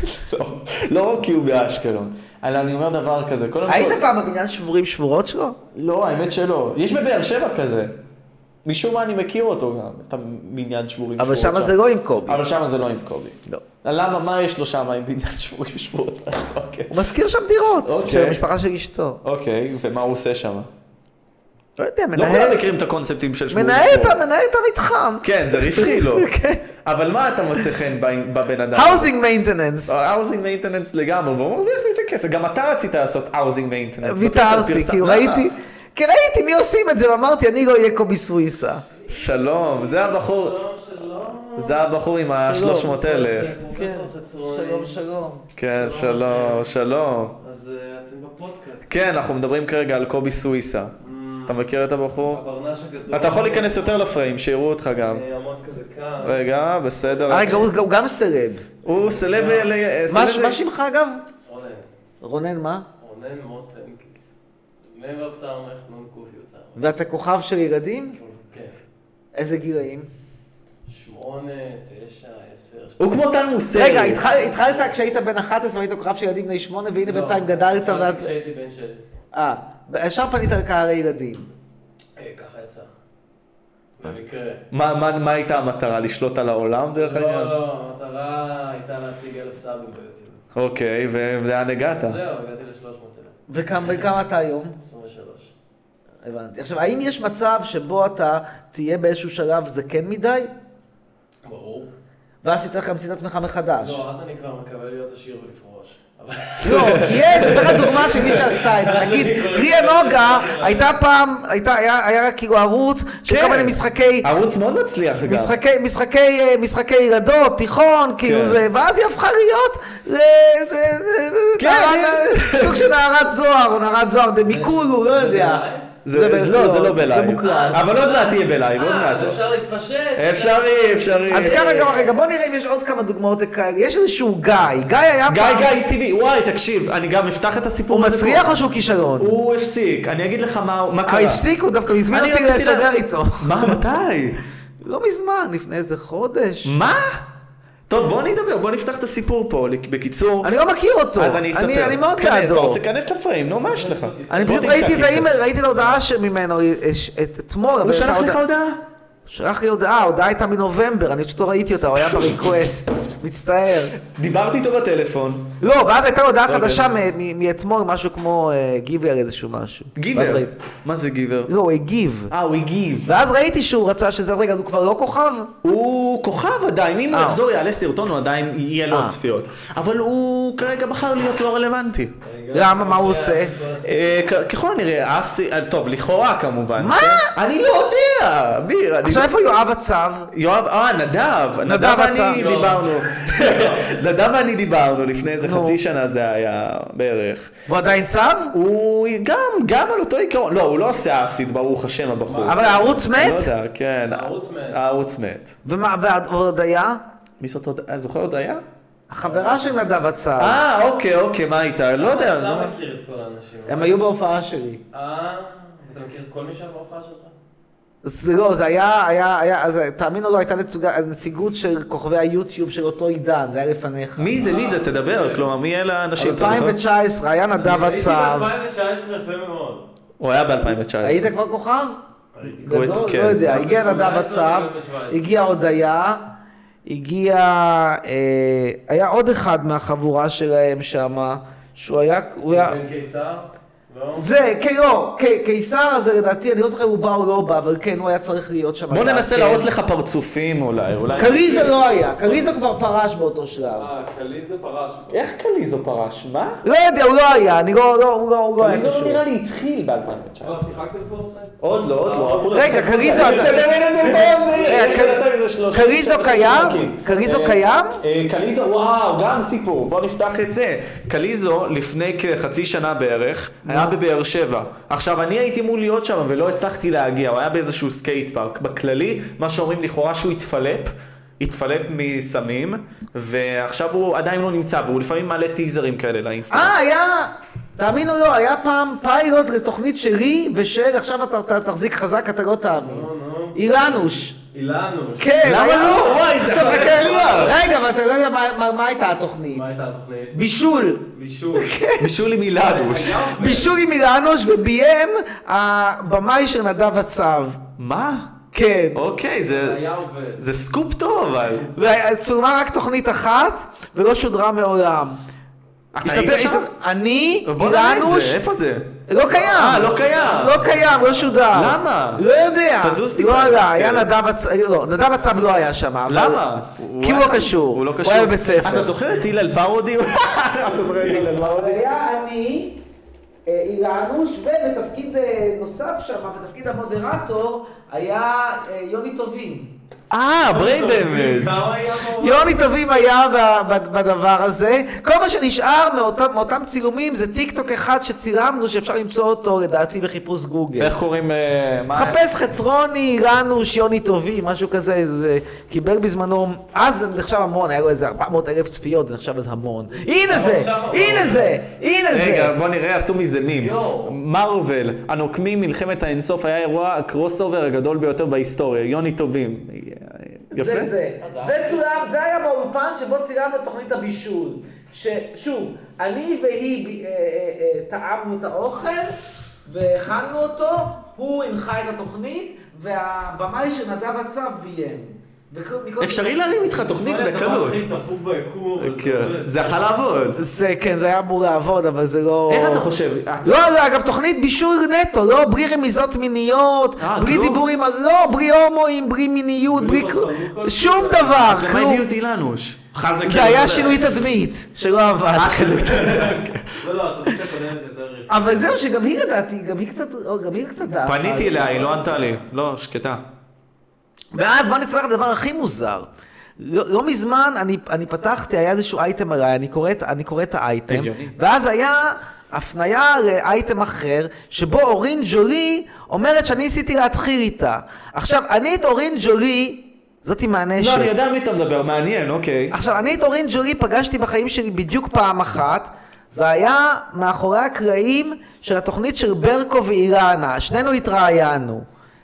לא רק כי הוא באשקלון. אלא אני אומר דבר כזה, קודם כל... היית פעם בבניין שבורים שבורות שלו? לא, האמת שלא. יש בבאר שבע כזה. משום מה אני מכיר אותו גם, את הבניין שבורים שבורות. אבל שמה זה לא עם קובי. אבל שמה זה לא עם קובי. לא. למה, מה יש לו שם עם בניין שבורים שבורות? הוא מזכיר שם דירות, של המשפחה של אשתו. אוקיי, ומה הוא עושה שם? לא יודע, מנהל... לא כולם מכירים את הקונספטים של שבורים שבורות. מנהל את המתחם. כן, זה רווחי לו. אבל מה אתה מוצא חן בבן אדם? Housing maintenance. Housing maintenance לגמרי, והוא מרוויח מזה כסף. גם אתה רצית לעשות housing maintenance. ויתרתי, כי ראיתי, כי ראיתי מי עושים את זה, ואמרתי, אני לא אהיה קובי סוויסה. שלום, זה הבחור, זה הבחור עם ה-שלוש מאות אלף. כן, שלום, שלום. כן, שלום, שלום. אז אתם בפודקאסט. כן, אנחנו מדברים כרגע על קובי סוויסה. אתה מכיר את הבחור? הברנש הגדול. אתה יכול להיכנס יותר לפריים, שיראו אותך גם. עמוד כזה כאן. רגע, בסדר. רגע, הוא גם סלב. הוא סלב... מה שמך אגב? רונן. רונן מה? רונן מוסנקיס. מ"ו סמך נון קוף יוצר. ואתה כוכב של ילדים? כן. איזה גילאים? שמונה, תשע, עשר... הוא כמו טל מוסרי. רגע, התחלת כשהיית בן אחת עשרה והיית כוכב של ילדים בני שמונה, והנה בינתיים גדלת לא, התחלתי כשהייתי בן שש עשרה. אה, ישר פנית לקהל הילדים. אה, ככה יצא. במקרה. מה הייתה המטרה? לשלוט על העולם דרך העניין? לא, לא, המטרה הייתה להשיג אלף סאבים ביוטיוב. אוקיי, ולאן הגעת? זהו, הגעתי ל-שלוש מאות אלף. וכמה אתה היום? עשרים ושלוש. הבנתי. עכשיו, האם יש מצב שבו אתה תהיה באיזשהו שלב זקן מדי? ברור. ואז תצטרך להמציא את עצמך מחדש. לא, אז אני כבר מקווה להיות עשיר ולפרוש. לא, כי יש, אתן לך דוגמה של מי שעשתה את זה. נגיד, ריה נוגה הייתה פעם, היה כאילו ערוץ של כל מיני משחקי... ערוץ מאוד מצליח גם. משחקי ילדות, תיכון, כאילו זה, ואז היא הפכה להיות סוג של נערת זוהר, או נערת זוהר דמיקול, הוא לא יודע. לא, זה לא בלייב. אבל עוד מעט תהיה בלייב, עוד מעט. אז אפשר להתפשט. אפשרי, אפשרי. אז כאן גם רגע, בוא נראה אם יש עוד כמה דוגמאות כאלה. יש איזשהו גיא, גיא היה פעם... גיא, גיא טבעי, וואי, תקשיב, אני גם אפתח את הסיפור הוא הזה. מצליח או שהוא כישלון? הוא הפסיק, אני אגיד לך מה קרה. הוא הפסיק, הוא דווקא מזמין אותי לשדר איתו. מה, מתי? לא מזמן, לפני איזה חודש. מה? טוב, בוא נדבר, בוא נפתח את הסיפור פה, בקיצור. אני לא מכיר אותו. אז אני אספר. אני מאוד בעדו. בעדו. אתה רוצה להיכנס לפריים, נו, מה יש לך? אני פשוט ראיתי את האימייל, ראיתי את ההודעה ממנו אתמול. הוא שלח לך הודעה? שלח לי הודעה, ההודעה הייתה מנובמבר, אני פשוט לא ראיתי אותה, הוא היה בריקווסט, מצטער. דיברתי איתו בטלפון. לא, ואז הייתה הודעה חדשה מאתמול, משהו כמו גיבר איזשהו משהו. גיבר? מה זה גיבר? לא, הוא הגיב. אה, הוא הגיב. ואז ראיתי שהוא רצה שזה, אז רגע, הוא כבר לא כוכב? הוא כוכב עדיין, אם הוא יחזור יעלה סרטון, הוא עדיין יהיה לו צפיות. אבל הוא כרגע בחר להיות לא רלוונטי. למה, מה הוא עושה? ככל הנראה, טוב, לכאורה כמובן. מה? אני לא יודע, ביר. עכשיו איפה יואב הצב? יואב, אה, נדב. נדב ואני דיברנו. נדב ואני דיברנו לפני איזה חצי שנה זה היה בערך. הוא עדיין צב? הוא גם, גם על אותו עיקרון. לא, הוא לא עושה אסיד, ברוך השם הבחור. אבל הערוץ מת? לא יודע, כן. הערוץ מת. הערוץ מת. ומה, והודיה? מי זאת הודיה? זוכר הודיה? החברה של נדב הצב. אה, אוקיי, אוקיי, מה הייתה? לא יודע. אתה מכיר את כל האנשים. הם היו בהופעה שלי. אה, אתה מכיר את כל מי שהיה בהופעה שלך? זה לא, זה היה, היה, היה, אז תאמין או לא, הייתה נציגות של כוכבי היוטיוב של אותו עידן, זה היה לפניך. מי זה, מי זה, תדבר, כלומר, מי אלה האנשים? אלפיים תשע עשרה, היה נדב הצב. הייתי ב-אלפיים תשע עשרה יפה מאוד. הוא היה ב-אלפיים תשע עשרה. היית כבר כוכב? הייתי גדול, לא יודע, הגיע נדב הצב, הגיע הודיה, הגיע, אה, היה עוד אחד מהחבורה שלהם שם, שהוא היה... היה... בן קיסר? לא? זה, כן, לא, קיסר הזה לדעתי, אני לא זוכר אם הוא בא או לא בא, אבל כן, הוא היה צריך להיות שם. בוא ננסה להראות לך פרצופים אולי, אולי... קליזו לא היה, קליזו כבר פרש באותו שלב. אה, קליזו פרש. איך קליזו פרש? מה? לא יודע, הוא לא היה, אני לא, לא, הוא לא, הוא לא היה קליזו קשור. לא נראה לי התחיל ב-אלפיים תשע עשרה. לא, שיחקתם פורטנייט? עוד לא, עוד לא. רגע, קליזו... קליזו קיים? קליזו קיים? קליזו, וואו, גם סיפור, בוא נפתח את זה. קליזו לפני כחצי שנה בערך, היה בבאר שבע. עכשיו, אני הייתי מול להיות שם ולא הצלחתי להגיע, הוא היה באיזשהו סקייט פארק. בכללי, מה שאומרים לכאורה שהוא התפלפ, התפלפ מסמים, ועכשיו הוא עדיין לא נמצא, והוא לפעמים מעלה טיזרים כאלה לאינסטגרם. אה, היה... תאמינו לא, היה פעם פיילוט לתוכנית שלי ושל, עכשיו אתה תחזיק חזק, אתה לא תאמין. אילנוש. אילנוש. כן, למה היה- לא? וואי, זה עכשיו, חבר כן. הצליח. רגע, אבל אתה לא יודע מה- מה- מה הייתה התוכנית. מה הייתה התוכנית? בישול. בישול. בישול עם אילנוש. היה עובד. בישול עם אילנוש וביים הבמאי של נדב הצב. מה? כן. אוקיי, זה... היה עובד. זה סקופ טוב, אבל... וצולמה רק תוכנית אחת ולא שודרה מעולם. השתתף- היית שם? השתתף- אני, בוא נראה את אילנוש, זה, איפה זה? לא קיים. אה, לא קיים. לא קיים, לא שודר. למה? לא יודע. תזוז טיפה. לא עלה, היה כן. נדב הצב, לא, נדב הצב לא היה שם. אבל- למה? כי הוא לא קשור. הוא לא קשור. הוא היה בבית ספר. אתה זוכר את הלל פרודי? אתה זוכר את הלל פרודי? היה אני, אה, אילנוש, ובתפקיד אה, נוסף שם, בתפקיד המודרטור, היה אה, יוני טובים. אה, בריין דמג'. כמה היה פה? יוני טובים היה ב- ב- בדבר הזה. כל מה שנשאר מאותם, מאותם צילומים זה טיק טוק אחד שצילמנו, שאפשר למצוא אותו לדעתי בחיפוש גוגל. איך קוראים... אה, מה- חפש חצרוני, אילנוש, יוני טובים, משהו כזה, זה קיבל בזמנו, אז זה נחשב המון, היה לו איזה ארבע מאות אלף צפיות, זה נחשב איזה המון. הנה זה, עכשיו המון. הנה זה, הנה רגע, זה. בוא נראה, עשו מזה מים. יואו. מרוויל, הנוקמים מלחמת האינסוף, היה אירוע הקרוס אובר הגדול ביותר בהיסטוריה. יוני טובים. יפה? זה זה. זה צולם, זה היה באולפן שבו צילמנו תוכנית הבישול. ששוב, אני והיא אה, אה, אה, טעמנו את האוכל והכנו אותו, הוא הנחה את התוכנית והבמאי של נדב הצב ביים. וכל- מכל- אפשרי להרים איתך תוכנית זה הדבר בקלות. הכי דפוק ביקום, וזה כן, עובד. זה יכול לעבוד. זה, כן, זה היה אמור לעבוד, אבל זה לא... איך אתה חושב? לא, לא, אגב, תוכנית בישול נטו, לא, בלי רמיזות מיניות, אה, בלי כלום? דיבורים, לא, בלי הומואים, בלי מיניות, בלי בלי כלום, פרסומות, שום כל דבר, אז למה כלום. הביאו את אילנוש? חזק. זה היה שינוי תדמית, שלא עבד. לא, לא, התוכנית הקודמת יותר ריף. אבל זהו, שגם היא לדעתי, גם היא קצת, או, גם היא קצת דעת. פניתי אליה, היא לא ענתה לי. לא, שקטה. ואז בוא נצטרך לדבר הכי מוזר. לא, לא מזמן אני, אני פתחתי, היה איזשהו אייטם עליי, אני קורא, את- אני קורא את האייטם, הגיוני. ואז היה הפניה לאייטם אחר, שבו אורין ג'ולי אומרת שאני ניסיתי להתחיל איתה. עכשיו, אני את אורין ג'ולי, זאתי מהנשק. לא, אני יודע מי אתה מדבר, מעניין, אוקיי. עכשיו, אני את אורין ג'ולי פגשתי בחיים שלי בדיוק פעם אחת, זה היה מאחורי הקלעים של התוכנית של ברקו ואילנה, שנינו התראיינו.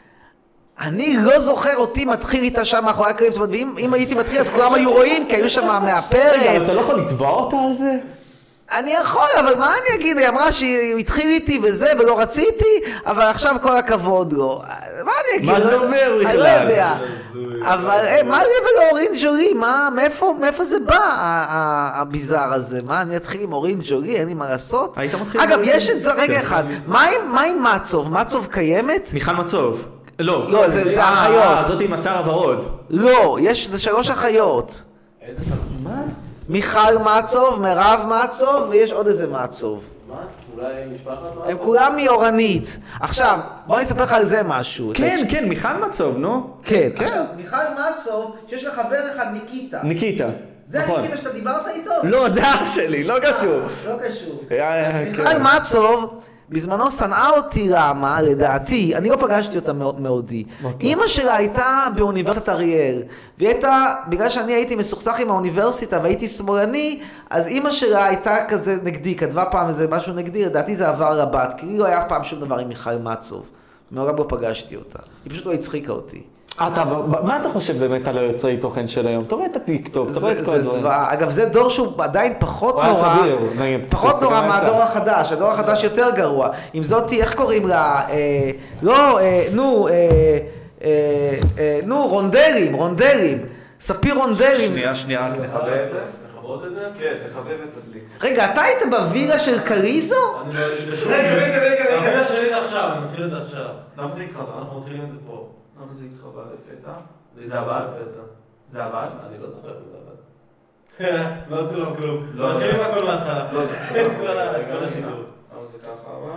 אני לא זוכר אותי מתחיל איתה שם מאחורי הקלעים, זאת אומרת, ואם אם הייתי מתחיל אז כולם היו רואים, כי היו שם רגע, מהפרק. אבל אתה לא יכול לתבוע אותה על זה? אני יכול, אבל מה אני אגיד? היא אמרה שהיא התחיל איתי וזה, ולא רציתי, אבל עכשיו כל הכבוד לו. מה אני אגיד? מה זה אומר אני בכלל? לא יודע. הזוי. אבל אה, מה זה ולאורין ג'ולי? מה, מאיפה, מאיפה זה בא, ה- ה- הביזאר הזה? מה, אני אתחיל עם אורין ג'ולי? אין לי מה לעשות? היית מתחיל אגב, עם- יש את זה, רגע כן. אחד. מה עם- מה עם מצוב? מצוב קיימת? מיכל מצוב. לא. לא, זה- זה אה, אחיות. אה, זאתי עם השיער הוורוד. לא, יש זה שלוש אחיות. איזה תוכנית? מה? מיכל מצוב, מירב מצוב, ויש עוד איזה מצוב. מה? אולי משפחת הם מצוב? כולם מאורנית. עכשיו, בוא אני אספר לך על זה משהו. כן, כן, מיכל מצוב, נו. כן. כן. עכשיו, מיכל מצוב, שיש לה חבר אחד, ניקיטה. ניקיטה. זה נכון. ניקיטה שאתה דיברת איתו? לא, זה אח שלי, לא קשור. לא קשור. אה, מיכל כן. מצוב, בזמנו שנאה אותי למה, לדעתי, אני לא פגשתי אותה מאוד- מאודי. אימא שלה הייתה באוניברסיטת אריאל, והיא הייתה, בגלל שאני הייתי מסוכסך עם האוניברסיטה והייתי שמאלני, אז אימא שלה הייתה כזה נגדי, כתבה פעם איזה משהו נגדי, לדעתי זה עבר לבת, כי לי לא היה אף פעם שום דבר עם מיכל מצוב. מעולם לא פגשתי אותה. היא פשוט לא הצחיקה אותי. אתה, מה אתה חושב באמת על היוצרי תוכן של היום? אתה רואה את הטיקטוק, אתה רואה את זה כל זה הדברים. זוועה. אגב, זה דור שהוא עדיין פחות הוא היה נורא, סביר, נגיד, פחות תסתכל נורא על מהדור היצע. החדש. הדור החדש יותר גרוע. עם זאתי, איך קוראים לה? אה, לא, אה, נו, אה, אה, אה, נו, רונדלים, רונדלים. ספיר רונדלים. שנייה, שנייה, רק נחבב את זה. לכבות את זה? כן, נחבב את הדליק. רגע, אתה היית בווילה של קריזו? אני לא יודע שזה רגע, רגע, רגע, רגע. הווילה שלי זה עכשיו, אני מתחיל את זה עכשיו. למה זה התחבר? אנחנו מתחילים את זה פה. למה זה התחבר לפתע? זה עבד? זה עבד? אני לא זוכר אם זה עבד. לא צילום כלום. לא מתחילים הכל מההתחלה. לא, זה כל השידור. למה זה ככה אבל?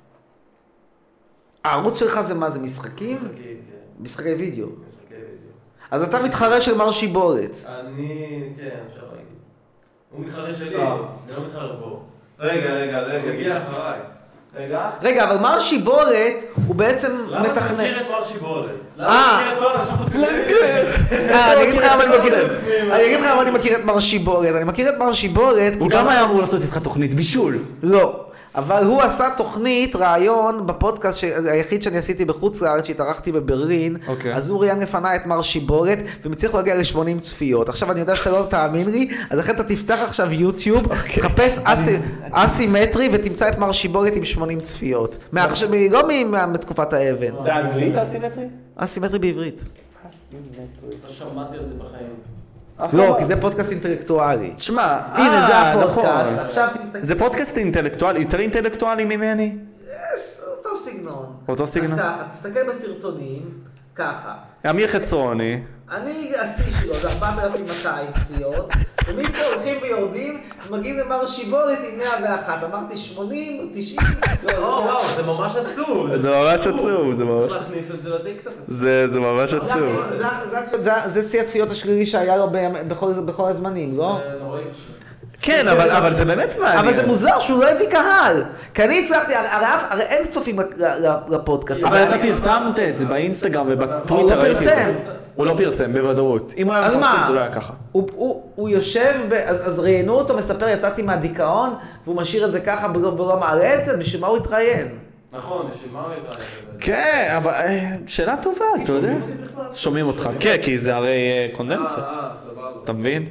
הערוץ שלך זה מה? זה משחקים? משחקים, כן. משחקי וידאו. משחקי וידאו. אז אתה מתחרה של מר שיבולת. אני, כן, אפשר להגיד. הוא מתחרה שלי, סתם. אני לא מתחרה בו. רגע, רגע, רגע. הוא הגיע אחריי. רגע. רגע, אבל מר שיבולת הוא בעצם למה אתה מתכנן. מכיר את מר שיבולת? אה. למה אתה מכיר את כל האנשים חוצים? אה, אני אגיד לך למה אני מכיר את... אני אגיד לך למה אני מכיר את מר שיבולת. אני מכיר את מר שיבולת... הוא גם היה אמור לעשות איתך תוכנית בישול. לא. אבל הוא עשה תוכנית, רעיון, בפודקאסט היחיד שאני עשיתי בחוץ לארץ, שהתארחתי בברלין, אוקיי. אז הוא ראיין לפניי את מר שיבולת, והם הצליחו להגיע ל-שמונים צפיות. עכשיו אני יודע שאתה לא תאמין לי, אז לכן אתה תפתח עכשיו יוטיוב, תחפש אסימטרי, ותמצא את מר שיבולת עם שמונים צפיות. מעכשיו- לא מ- מתקופת האבן. באנגלית אסימטרי? אסימטרי בעברית. אסימטרי. לא שמעתי על זה בחיים. לא, כי זה פודקאסט אינטלקטואלי. תשמע, הנה, זה אה, הפודקאסט. נכון. עכשיו תסתכל. זה פודקאסט אינטלקטואלי, יותר אינטלקטואלי ממני? יש, אותו סגנון. אותו סגנון? אז ככה, תסתכל בסרטונים, ככה. אמיר חצרוני. אני, השיא שלו זה ארבעת אלפים מאתיים צפיות, ומפה הולכים ויורדים, ומגיעים למר שיבולת עם מאה ואחת. אמרתי שמונים, תשעים, לא, או, וואו, זה ממש עצוב. זה ממש עצוב, זה ממש... צריך להכניס את זה לטיקטוק. זה זה ממש עצוב. זה- זה- זה- זה שיא הצפיות השלילי שהיה לו בימ- בכל- בכל הזמנים, לא? זה נוראי פשוט. כן, אבל אבל זה באמת מעניין. אבל זה מוזר שהוא לא הביא קהל. כי אני הצלחתי, הרי הרי אף- הרי אין צופים ל- ל- לפודקאסט. אבל אתה פרסמת את זה באינסטגרם הוא ובטוויטר. לא ראיתי את זה. פרסם. הוא לא פרסם, בוודאות. אם הוא היה אז מפרסם מה? זה לא היה ככה. הוא- הוא הוא יושב, ב- אז אז ראיינו אותו, מספר, יצאתי מהדיכאון, והוא משאיר את זה ככה ולא ולא מעלה את זה, בשביל מה הוא התראיין? נכון, בשביל מה הוא התראיין? כן, אבל אה, שאלה טובה, אתה יודע. שומעים אותי בכלל? שומעים אותך. כן, כי זה הרי אה, קונדנסה. אה, אה, סבבה. אתה מבין?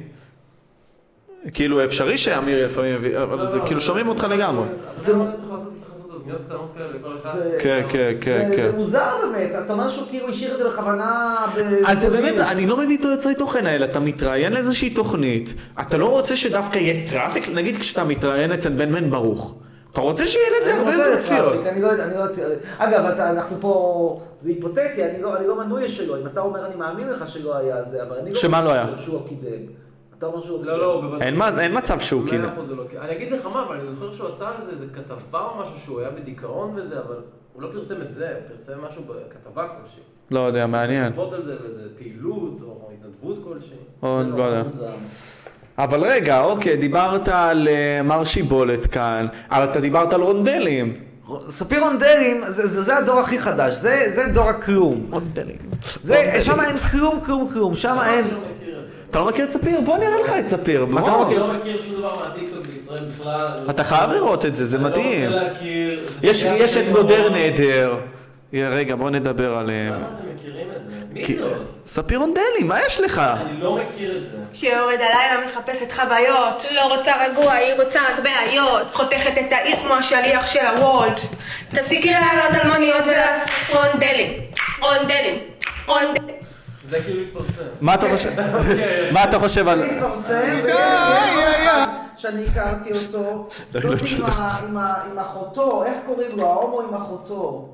כאילו אפשרי שאמיר לפעמים יביא, אבל זה כאילו שומעים אותך לגמרי. זה מה אני צריך לעשות? צריך לעשות אוזניות קטנות כאלה לכל אחד? זה- כן, כן, כן, זה- כן. זה מוזר באמת, אתה אומר שהוא כאילו השאיר את זה בכוונה... ב- אז זה באמת, בווידאו. אני לא מביא את היוצרי תוכן האלה, אתה מתראיין לאיזושהי תוכנית, אתה לא רוצה שדווקא יהיה טראפיק, נגיד כשאתה מתראיין אצל בן בן ברוך, אתה רוצה שיהיה לזה אני הרבה רוצה יותר את צפיות. טראפיק, אני לא יודע, אני לא יודע... אגב, אתה- אנחנו פה... זה היפותטי, אני לא אני לא מנוי שלו. אם אתה אומר, אני מאמין לך שלא היה זה, אבל אני לא... שמה לא היה? שהוא לא קידם. אתה אומר שהוא... לא, לא, בוודאי. אין מה- אין מצב שהוא כאילו. מאה אחוז זה לא קידם. אני אגיד לך מה, אבל אני זוכר שהוא עשה על זה איזה כתבה או משהו שהוא היה בדיכאון וזה, אבל הוא לא פרסם את זה, הוא פרסם משהו בכתבה כלשהי. לא יודע, מעניין. כתבות על זה ואיזה פעילות או התנדבות כלשהי. או, זה לא יודע. מוזר. אבל רגע, אוקיי, דיברת על אה, מר שיבולת כאן, אבל אתה דיברת על רונדלים. ספיר רונדלים, זה, זה, זה הדור הכי חדש, זה, זה דור הכלום. רונדלים. זה, שם אין כלום, כלום, כלום, שם אין... אני לא מכיר את זה. אתה לא מכיר את ספיר? בוא נראה לך את ספיר. אתה בוא. לא אני לא מכיר שום דבר מהטיקטוק בישראל בכלל. אתה חייב לראות את זה, זה מדהים. אני לא רוצה להכיר. זה יש פגיעה יש את בשם מודר המון. נהדר. רגע, בוא נדבר עליהם. למה אתם מכירים את זה? מי כי- זאת? ספיר רונדלים, מה יש לך? אני לא מכיר את זה. שיורד הלילה מחפשת חוויות, לא רוצה רגוע, היא רוצה רק בעיות, חותכת את העיר כמו השליח של הוולט. תפסיקי לעלות על מוניות ולעשות רונדלים, רונדלים, רונדלים. זה כאילו התפרסם. מה אתה חושב? מה אתה חושב על... התפרסם, ויש אחד שאני הכרתי אותו, זאת עם ה- עם ה- עם אחותו, איך קוראים לו? ההומו עם אחותו.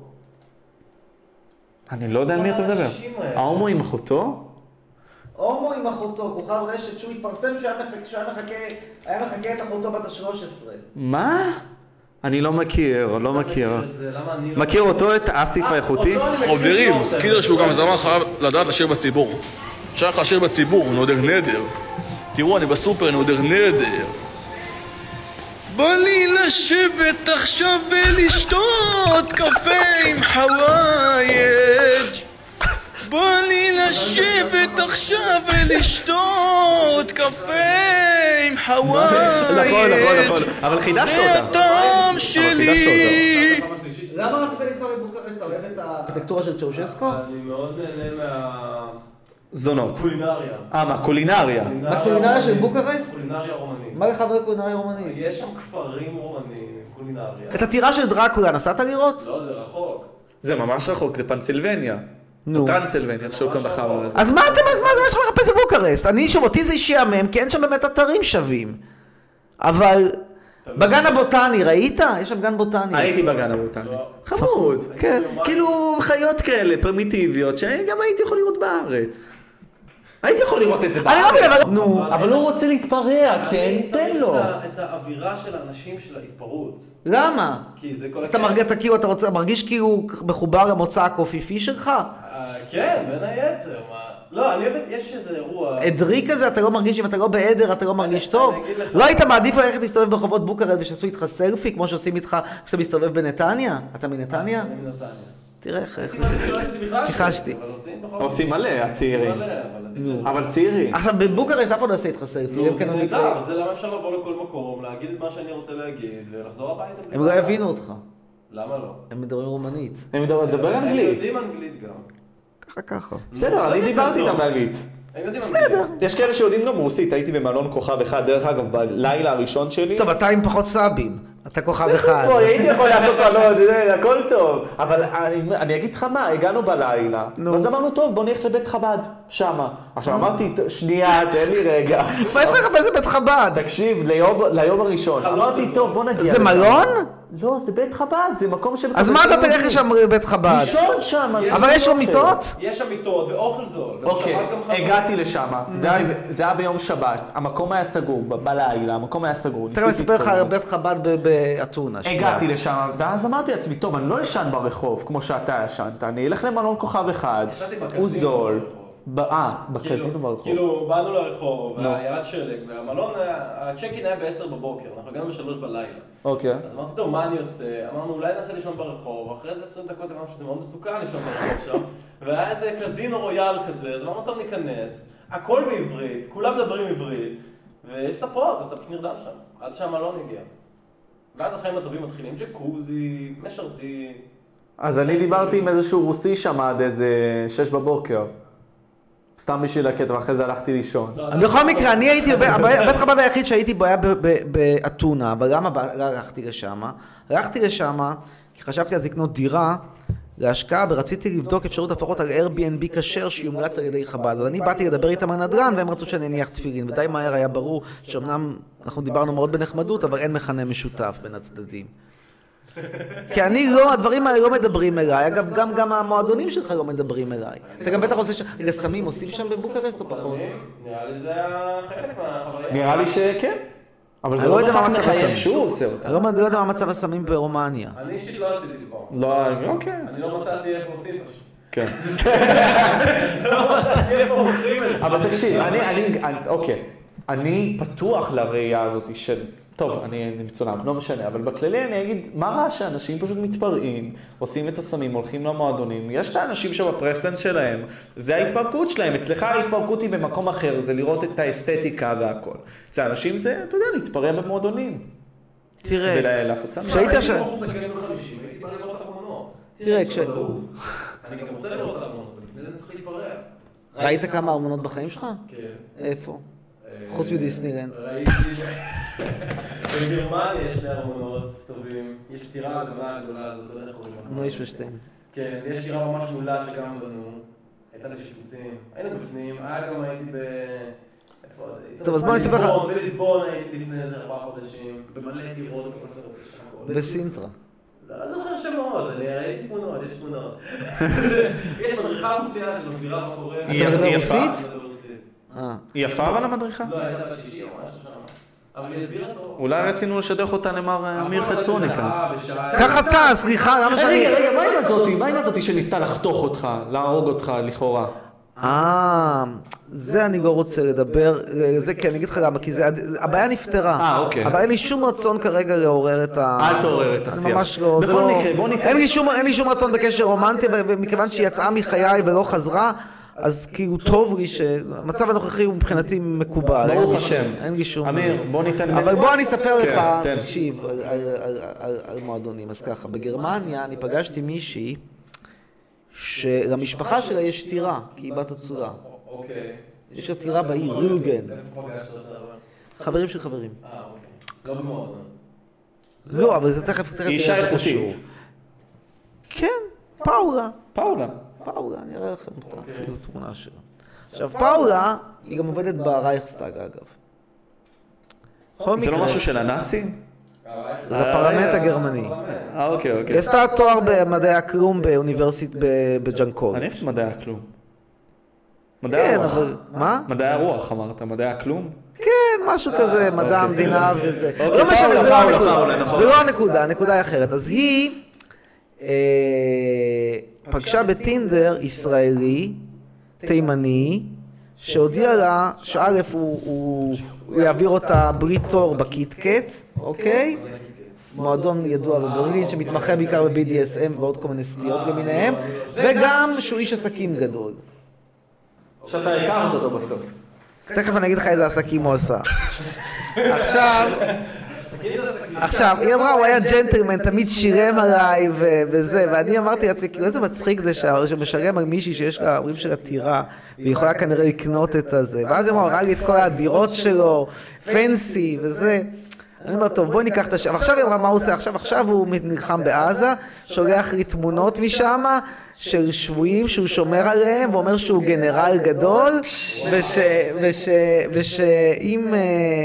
אני לא יודע על מי אתה מדבר. האנשים האלה. ההומו עם אחותו? הומו עם אחותו, כוכב רשת, שהוא התפרסם שהוא היה מחכה, שהוא היה מחכה, היה מחכה את אחותו בת ה-שלוש עשרה. מה? אני לא מכיר, לא מכיר. את זה, למה אני לא... מכיר אותו, את אסיף האיכותי? אותו אני מכיר חברים, טוב, סקידר שהוא גם זמן חייב לדעת לשיר בציבור. אפשר לך לשיר בציבור, נודר נדר. תראו, אני בסופר, נודר נדר. בא לי לשבת עכשיו ולשתות קפה עם חווייג'. בא לי לשבת עכשיו ולשתות קפה עם חווייג'. נכון, נכון, נכון. אבל חידשת זה אותה. הטעם שלי. למה רצית לנסוע לבוקרשט? אתה אוהב את הארכיטקטורה של צ'אושסקו? אני מאוד נהנה זונות. מהקולינריה. אה, מהקולינריה. בקולינריה של בוקרשט? קולינריה רומנית. מה לך בקולינריה רומנית? יש שם כפרים רומנים, קולינריה. את הטירה של דרקולה נסעת לראות? לא, זה רחוק. זה ממש רחוק, זה פנסילבניה. נו. טרנסילבניה, איך שהוא כאן בחר על זה. אז מה אתם, אז מה זה מה יש לך לחפש בבוקרשט? בבוקרסט. אני שוב, אותי זה שיאמם, כי אין שם באמת אתרים שווים. אבל בגן הבוטני, ראית? יש שם גן בוטני. הייתי בגן הבוטני. חמוד. כן. כאילו חיות כאלה, פרימיטיביות, שגם הייתי יכול לראות בארץ. הייתי יכול לראות את זה בארץ. אני לא מבין, אבל... נו. אבל הוא רוצה להתפרע, תן, תן לו. אני צריך את האווירה של האנשים של ההתפרעות. למה? כי זה כל אתה מרגיש כאילו, אתה רוצה, מרגיש כאילו מחובר למוצא הקופיפי שלך? כן, בין היתר. לא, אני אוהב, יש איזה אירוע... עדרי כזה, אתה לא מרגיש, אם אתה לא בעדר, אתה לא מרגיש טוב? לא היית מעדיף ללכת להסתובב ברחובות בוקרסט ושעשו איתך סלפי, כמו שעושים איתך כשאתה מסתובב בנתניה? אתה מנתניה? אני מנתניה. תראה איך... חיחשתי. עושים מלא, הצעירים. אבל צעירים. עכשיו, בבוקרסט אף אחד לא עושה איתך סלפי. נו, זה נהדר, זה למה אפשר לבוא לכל מקום, להגיד את מה שאני רוצה להגיד, ולחזור הביתה. הם לא יבינו אותך. למה לא? הם מדברים רומנית. הם מדבר אנגלית. הם יודעים אנגלית גם. ככה ככה. בסדר, אני דיברתי איתם באנגלית. בסדר. יש כאלה שיודעים גם רוסית, הייתי במלון כוכב אחד, דרך אגב, בלילה הראשון שלי. טוב, אתה עם פחות סאבים. אתה כוכב אחד. הייתי יכול לעשות מלון, הכל טוב. אבל אני אגיד לך מה, הגענו בלילה, אז אמרנו, טוב, בוא נלך לבית חב"ד, שמה. עכשיו אמרתי, שנייה, תן לי רגע. מה יש לך באיזה בית חב"ד? תקשיב, ליום הראשון. אמרתי, טוב, בוא נגיע. זה מלון? לא, זה בית חב"ד, זה מקום ש... אז מה אתה תלך לשם בבית חב"ד? לישון שם. אבל יש שם מיטות? יש שם מיטות ואוכל זול. אוקיי, הגעתי לשם, זה היה ביום שבת, המקום היה סגור, בלילה, המקום היה סגור. תראה, אני אספר לך על בית חב"ד באתונה. הגעתי לשם, ואז אמרתי לעצמי, טוב, אני לא ישן ברחוב, כמו שאתה ישנת, אני אלך למלון כוכב אחד, הוא זול. אה, בקזינו ברחוב. כאילו, באנו לרחוב, ירד שלג, והמלון, הצ'קין היה בעשר בבוקר, אנחנו הגענו בשלוש בלילה. אוקיי. אז אמרתי, טוב, מה אני עושה? אמרנו, אולי ננסה לישון ברחוב, אחרי זה עשרים דקות אמרנו שזה מאוד מסוכן לישון ברחוב שם, והיה איזה קזינו רויאל כזה, אז אמרנו, טוב, ניכנס, הכל בעברית, כולם מדברים עברית, ויש ספות, אז אתה פשוט נרדם שם, עד שהמלון הגיע. ואז החיים הטובים מתחילים, ג'קוזי, משרתי. אז אני דיברתי עם איזשהו רוסי שם עד איזה שש בבוקר. סתם בשביל הקטע, ואחרי זה הלכתי לישון. בכל מקרה, אני הייתי, בית חב"ד היחיד שהייתי בו היה באתונה, אבל למה הלכתי לשם? הלכתי לשם כי חשבתי אז לקנות דירה להשקעה, ורציתי לבדוק אפשרות לפחות על Airbnb כשר שיומלץ על ידי חב"ד. אז אני באתי לדבר איתם על נדל"ן, והם רצו שאני אניח תפילין, ודי מהר היה ברור שאומנם אנחנו דיברנו מאוד בנחמדות, אבל אין מכנה משותף בין הצדדים. כי אני לא, הדברים האלה לא מדברים אליי, אגב, גם, גם המועדונים שלך לא מדברים אליי. אתה גם בטח עושה שם, רגע, סמים עושים שם בבוקרסט או פחות? סמים? נראה לי זה חלק מהחוויה. נראה לי שכן. אבל זה לא לא יודע מה בכך מצב מחייב הסמים. שהוא עושה אותה. אני לא יודע מה מצב הסמים ברומניה. אני אישית לא עשיתי פה. לא, אוקיי. אני לא מצאתי איך עושים את זה. כן. לא מצאתי איפה עושים את זה. אבל תקשיב, אני, אני, אוקיי. אני פתוח לראייה הזאת של... טוב, אני מצונן, לא משנה, אבל בכללי אני אגיד, מה רע שאנשים פשוט מתפרעים, עושים את הסמים, הולכים למועדונים, יש את האנשים שבפרפרנס שלהם, זה ההתפרקות שלהם, אצלך ההתפרקות היא במקום אחר, זה לראות את האסתטיקה והכל. אצל האנשים זה, אתה יודע, להתפרע במועדונים. תראה, ולעשות סמים. כשהיית עכשיו... הייתי בא לראות את המונות. תראה, כש... אני גם רוצה לראות את המונות, אבל לפני זה צריך להתפרע. ראית כמה ארמונות בחיים שלך? כן. איפה? חוץ מדיסנילנד. ראיתי... בגרמניה יש שני ארמונות טובים. יש פטירה הגדולה הגדולה הזאת, לא יודע איך קוראים לה. נויש ושטיין. כן, יש פטירה ממש מולה שגם בנו. הייתה לי שיפוצים. היינו בפנים, היה גם הייתי ב... איפה עוד הייתי? טוב, אז בוא נספר לך. בליסבון הייתי לפני איזה ארבעה חודשים. במלא טירות. בסינטרה. לא זוכר שמות, אני ראיתי תמונות, יש תמונות. יש מדריכה רוסיה שמסבירה מה קורה. אתה מדבר רוסית? היא יפה אבל המדריכה? לא, הייתה בת שישי או משהו שם. אבל היא הסבירה טוב. אולי רצינו לשדך אותה למר אמיר חצרוני כאן. ככה אתה, סליחה, למה שאני... רגע, רגע, מה עם הזאתי? מה עם הזאתי שניסתה לחתוך אותך, להרוג אותך לכאורה? אה, זה אני לא רוצה לדבר, זה כן, אני אגיד לך למה, כי הבעיה נפתרה. אה, אוקיי. אבל אין לי שום רצון כרגע לעורר את ה... אל תעורר את השיח. ממש לא, זה בכל לא... מקרה, בוא ניתן... אין לי שום רצון בקשר רומנטי, ומכיוון שהיא יצאה מחיי ולא חזרה, אז כאילו טוב לי שהמצב הנוכחי הוא מבחינתי מקובל. ברוך השם. אין לי שום... אמיר, בוא ניתן... אבל בוא אני אספר לך, כן. תקשיב, על מועדונים. אז ככה, בגרמניה אני פגשתי מישהי שלמשפחה שלה יש טירה, כי היא בת אצולה. אוקיי. יש לה טירה בעיר רוגן. איפה פגשת אותה? חברים של חברים. אה, אוקיי. לא במועדון. לא, אבל זה תכף, תכף... היא אישה איכותית. כן, פאולה. פאולה. פאולה, אני אראה לכם אותה, אפילו תמונה שלה. עכשיו, פאולה, היא גם עובדת ברייכסטאג, אגב. זה לא משהו של הנאצים? זה הפרלמנט הגרמני. אה, אוקיי, אוקיי. היא עשתה תואר במדעי הכלום באוניברסיטת בג'אנקוד. אני אוהב מדעי הכלום. מדעי כן, הרוח. אבל... מה? מדעי הרוח, אמרת, מדעי הכלום? כן, משהו כזה, מדע המדינה וזה. אוקיי, לא משנה, פאולה, זה לא פאולה, הנקודה. פאולה, נכון. זה לא הנקודה, הנקודה היא אחרת. אז היא אה, פגשה בטינדר ישראלי, תימני, שהודיע לה שא' הוא, הוא, הוא יעביר אותה בלי תור בקיטקט, אוקיי? מועדון ידוע בברלין שמתמחה בעיקר ב-בי די אס אם ועוד כל מיני סטיות למיניהם, וגם שהוא איש עסקים גדול. שאתה הכרת אותו בסוף. תכף אני אגיד לך איזה עסקים הוא עושה. עכשיו, עכשיו, היא אמרה, הוא היה ג'נטלמן, תמיד שירם עליי וזה, ואני אמרתי לעצמי, כאילו איזה מצחיק זה שמשרם על מישהי שיש לה, אומרים שלה טירה, והיא יכולה כנראה לקנות את הזה, ואז היא אמרה, הראה לי את כל הדירות שלו, פנסי וזה. אני אומר, טוב, בואי ניקח את השם. עכשיו היא אמרה, מה הוא עושה? עכשיו, עכשיו הוא נלחם בעזה, שולח לי תמונות משם, של שבויים שהוא שומר עליהם, ואומר שהוא גנרל גדול, ושאם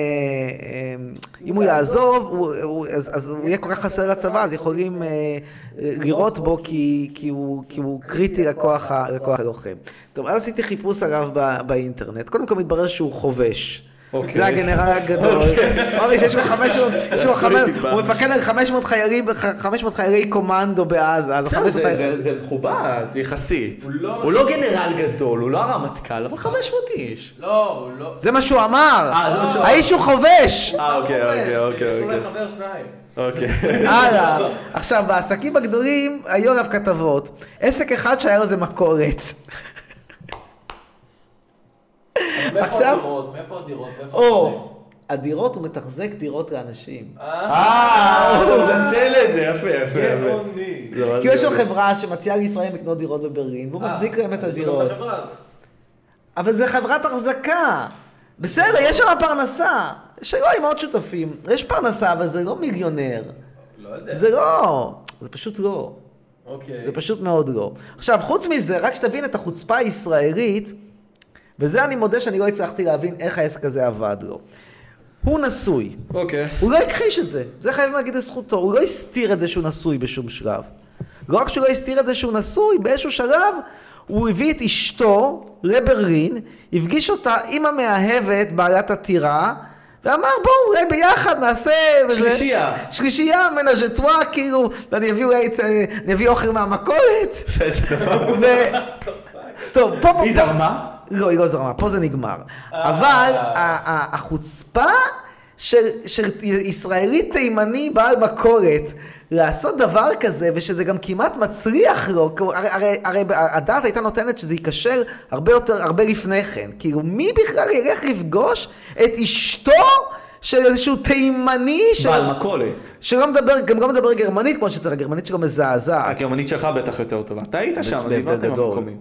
אם הוא יעזוב, אז הוא יהיה כל כך חסר לצבא, אז יכולים לראות בו, כי הוא קריטי לכוח הלוחם. טוב, אז עשיתי חיפוש עליו באינטרנט. קודם כל מתברר שהוא חובש. זה הגנרל הגדול. אמר לי שיש לו חמש מאות, הוא מפקד על חמש מאות חיילים, חמש מאות חיילי קומנדו בעזה. זה מכובד, יחסית. הוא לא גנרל גדול, הוא לא הרמטכ"ל, אבל חמש מאות איש. לא, הוא לא... זה מה שהוא אמר. האיש הוא חובש. אה, אוקיי, אוקיי, אוקיי. יש אולי חבר שניים. אוקיי. הלאה. עכשיו, בעסקים הגדולים היו עליו כתבות. עסק אחד שהיה לו זה מכולת. עכשיו... מאיפה הדירות? או, הדירות הוא מתחזק דירות לאנשים. אה, הוא מנצל את זה, יפה, יפה, יפה. כי יש לו חברה שמציעה לישראל לקנות דירות בברלין, והוא מחזיק להם את הדירות. אבל זה חברת החזקה. בסדר, יש שם פרנסה. שלא עם עוד שותפים. יש פרנסה, אבל זה לא מיליונר. לא יודע. זה לא. זה פשוט לא. אוקיי. זה פשוט מאוד לא. עכשיו, חוץ מזה, רק שתבין את החוצפה הישראלית, וזה אני מודה שאני לא הצלחתי להבין איך העסק הזה עבד לו. הוא נשוי. אוקיי. הוא לא הכחיש את זה. זה חייבים להגיד לזכותו. הוא לא הסתיר את זה שהוא נשוי בשום שלב. לא רק שהוא לא הסתיר את זה שהוא נשוי, באיזשהו שלב הוא הביא את אשתו לברלין, הפגיש אותה עם המאהבת, בעלת הטירה, ואמר בואו אולי ביחד נעשה... שלישייה. שלישייה, מנז'טואה, כאילו, ואני אביא אולי, אני אביא אוכל מהמכולת. ו... טוב, פה... היא זרמה? לא, היא לא זרמה, פה זה נגמר. אבל החוצפה של ישראלי תימני בעל מכולת, לעשות דבר כזה, ושזה גם כמעט מצליח לו, הרי הדעת הייתה נותנת שזה יקשר הרבה יותר, הרבה לפני כן. כאילו, מי בכלל ילך לפגוש את אשתו של איזשהו תימני בעל מכולת. שלא מדבר, גם לא מדבר גרמנית, כמו שצריך, הגרמנית שלו מזעזעת. הגרמנית שלך בטח יותר טובה. אתה היית שם, דיברתם במקומים.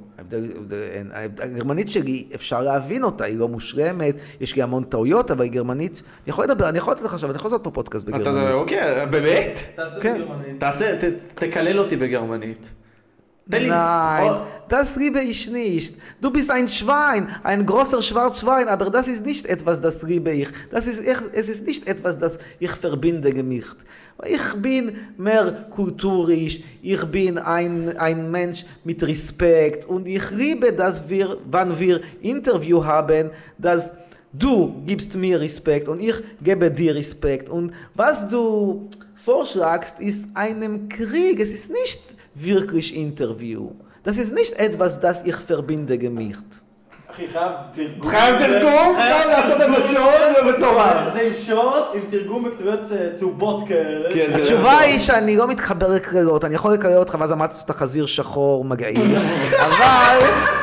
הגרמנית שלי, אפשר להבין אותה, היא לא מושלמת, יש לי המון טעויות, אבל היא גרמנית, אני יכול לדבר, אני יכול לתת לך עכשיו, אני יכול לעשות פה פודקאסט בגרמנית. אוקיי, באמת? תעשה בגרמנית. תעשה, תקלל אותי בגרמנית. Nein, das liebe ich nicht. Du bist ein Schwein, ein großer Schwarzschwein, aber das ist nicht etwas, das liebe ich. Das ist, es ist nicht etwas, das ich verbinde mich. Ich bin mehr kulturisch, ich bin ein, ein Mensch mit Respekt und ich liebe, dass wir, wenn wir Interview haben, dass du gibst mir Respekt und ich gebe dir Respekt. Und was du vorschlagst, ist einem Krieg, es ist nicht wirklich Interview. Das ist nicht etwas, das ich verbinde mich. אחי, חייב תרגום. חייב תרגום? חייב לעשות את השוט, זה מטורף. זה עם שוט, עם תרגום בכתוביות צהובות כאלה. התשובה היא שאני לא מתחבר לקריאות, אני יכול לקרוא אותך, ואז אמרתי שאתה חזיר שחור מגעיל, אבל...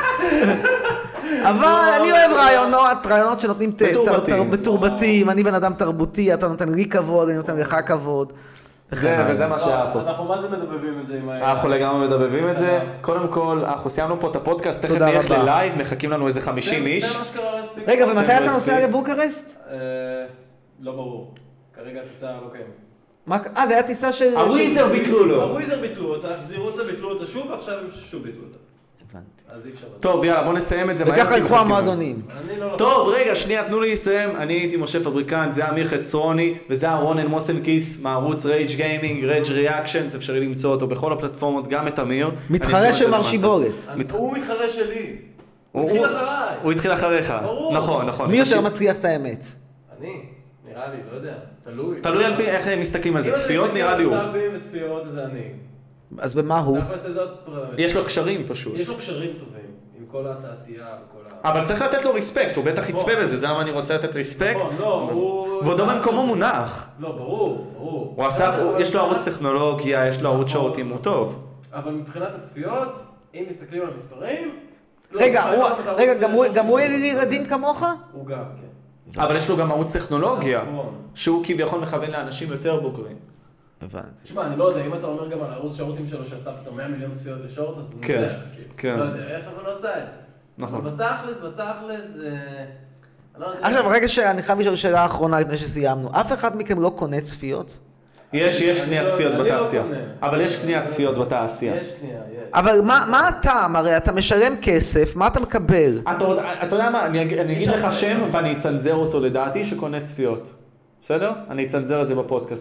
אבל אני אוהב רעיונות, רעיונות שנותנים בתורבתים, אני בן אדם תרבותי, אתה נותן לי כבוד, אני נותן לך כבוד. וזה מה שהיה פה. אנחנו מה זה מדבבים את זה עם ה... אנחנו לגמרי מדבבים את זה. קודם כל, אנחנו סיימנו פה את הפודקאסט, תכף נלך ללייב, מחכים לנו איזה חמישים איש. זה מה שקרה להספיק. רגע, ומתי אתה נוסע לבוקרשט? לא ברור. כרגע הטיסה לא קיימת. אה, זה היה טיסה של... הוויזר ביטלו לו. הוויזר ביטלו אותה, החזירו אותה, ביטלו אותה שוב, ועכשיו הם שוב ביטלו אותה. הבנתי. אז אי אפשר. טוב, יאללה, בוא נסיים את זה. וככה יקחו המועדונים. טוב, רגע, שנייה, תנו לי לסיים. אני הייתי משה פבריקנט, זה אמיר חצרוני, וזה רונן מוסנקיס מערוץ רייג' גיימינג, רייג' ריאקשנס, אפשרי למצוא אותו בכל הפלטפורמות, גם את אמיר. מתחרה של מר שיבורת. הוא מתחרה שלי. הוא התחיל אחריי. הוא התחיל אחריך. נכון, נכון. מי יותר מצליח את האמת? אני, נראה לי, לא יודע. תלוי. תלוי על פי איך הם מסתכלים על זה. צפיות נראה לי הוא. אם אני מסתכל על סאבים וצפיות, זה אני. אז במה הוא? יש לו קשרים פשוט. יש לו קשרים טובים, עם כל התעשייה וכל ה... אבל צריך לתת לו ריספקט, הוא בטח יצפה בזה, זה למה אני רוצה לתת ריספקט. נכון, לא, הוא... ועודו במקומו מונח. לא, ברור, ברור. הוא עשה, יש לו ערוץ טכנולוגיה, יש לו ערוץ שורטים, הוא טוב. אבל מבחינת הצפיות, אם מסתכלים על המספרים... רגע, רגע, גם הוא ילדים כמוך? הוא גם, כן. אבל יש לו גם ערוץ טכנולוגיה, שהוא כביכול מכוון לאנשים יותר בוגרים. הבנתי. תשמע, אני לא יודע, אם אתה אומר גם על הערוץ שורטים שלו שעשה פתאום מאה מיליון צפיות לשורט, אז הוא כן, כן. לא יודע, איך אבל לא עשה את זה. נכון. בתכלס, בתכלס, עכשיו, רגע שאני חייב לשאול שאלה האחרונה לפני שסיימנו. אף אחד מכם לא קונה צפיות? יש, יש קניית צפיות בתעשייה. אבל יש קניית צפיות בתעשייה. יש קנייה, יש. אבל מה הטעם? הרי אתה משלם כסף, מה אתה מקבל? אתה יודע מה, אני אגיד לך שם ואני אצנזר אותו לדעתי שקונה צפיות. בסדר? אני אצנזר את זה בפודקאסט.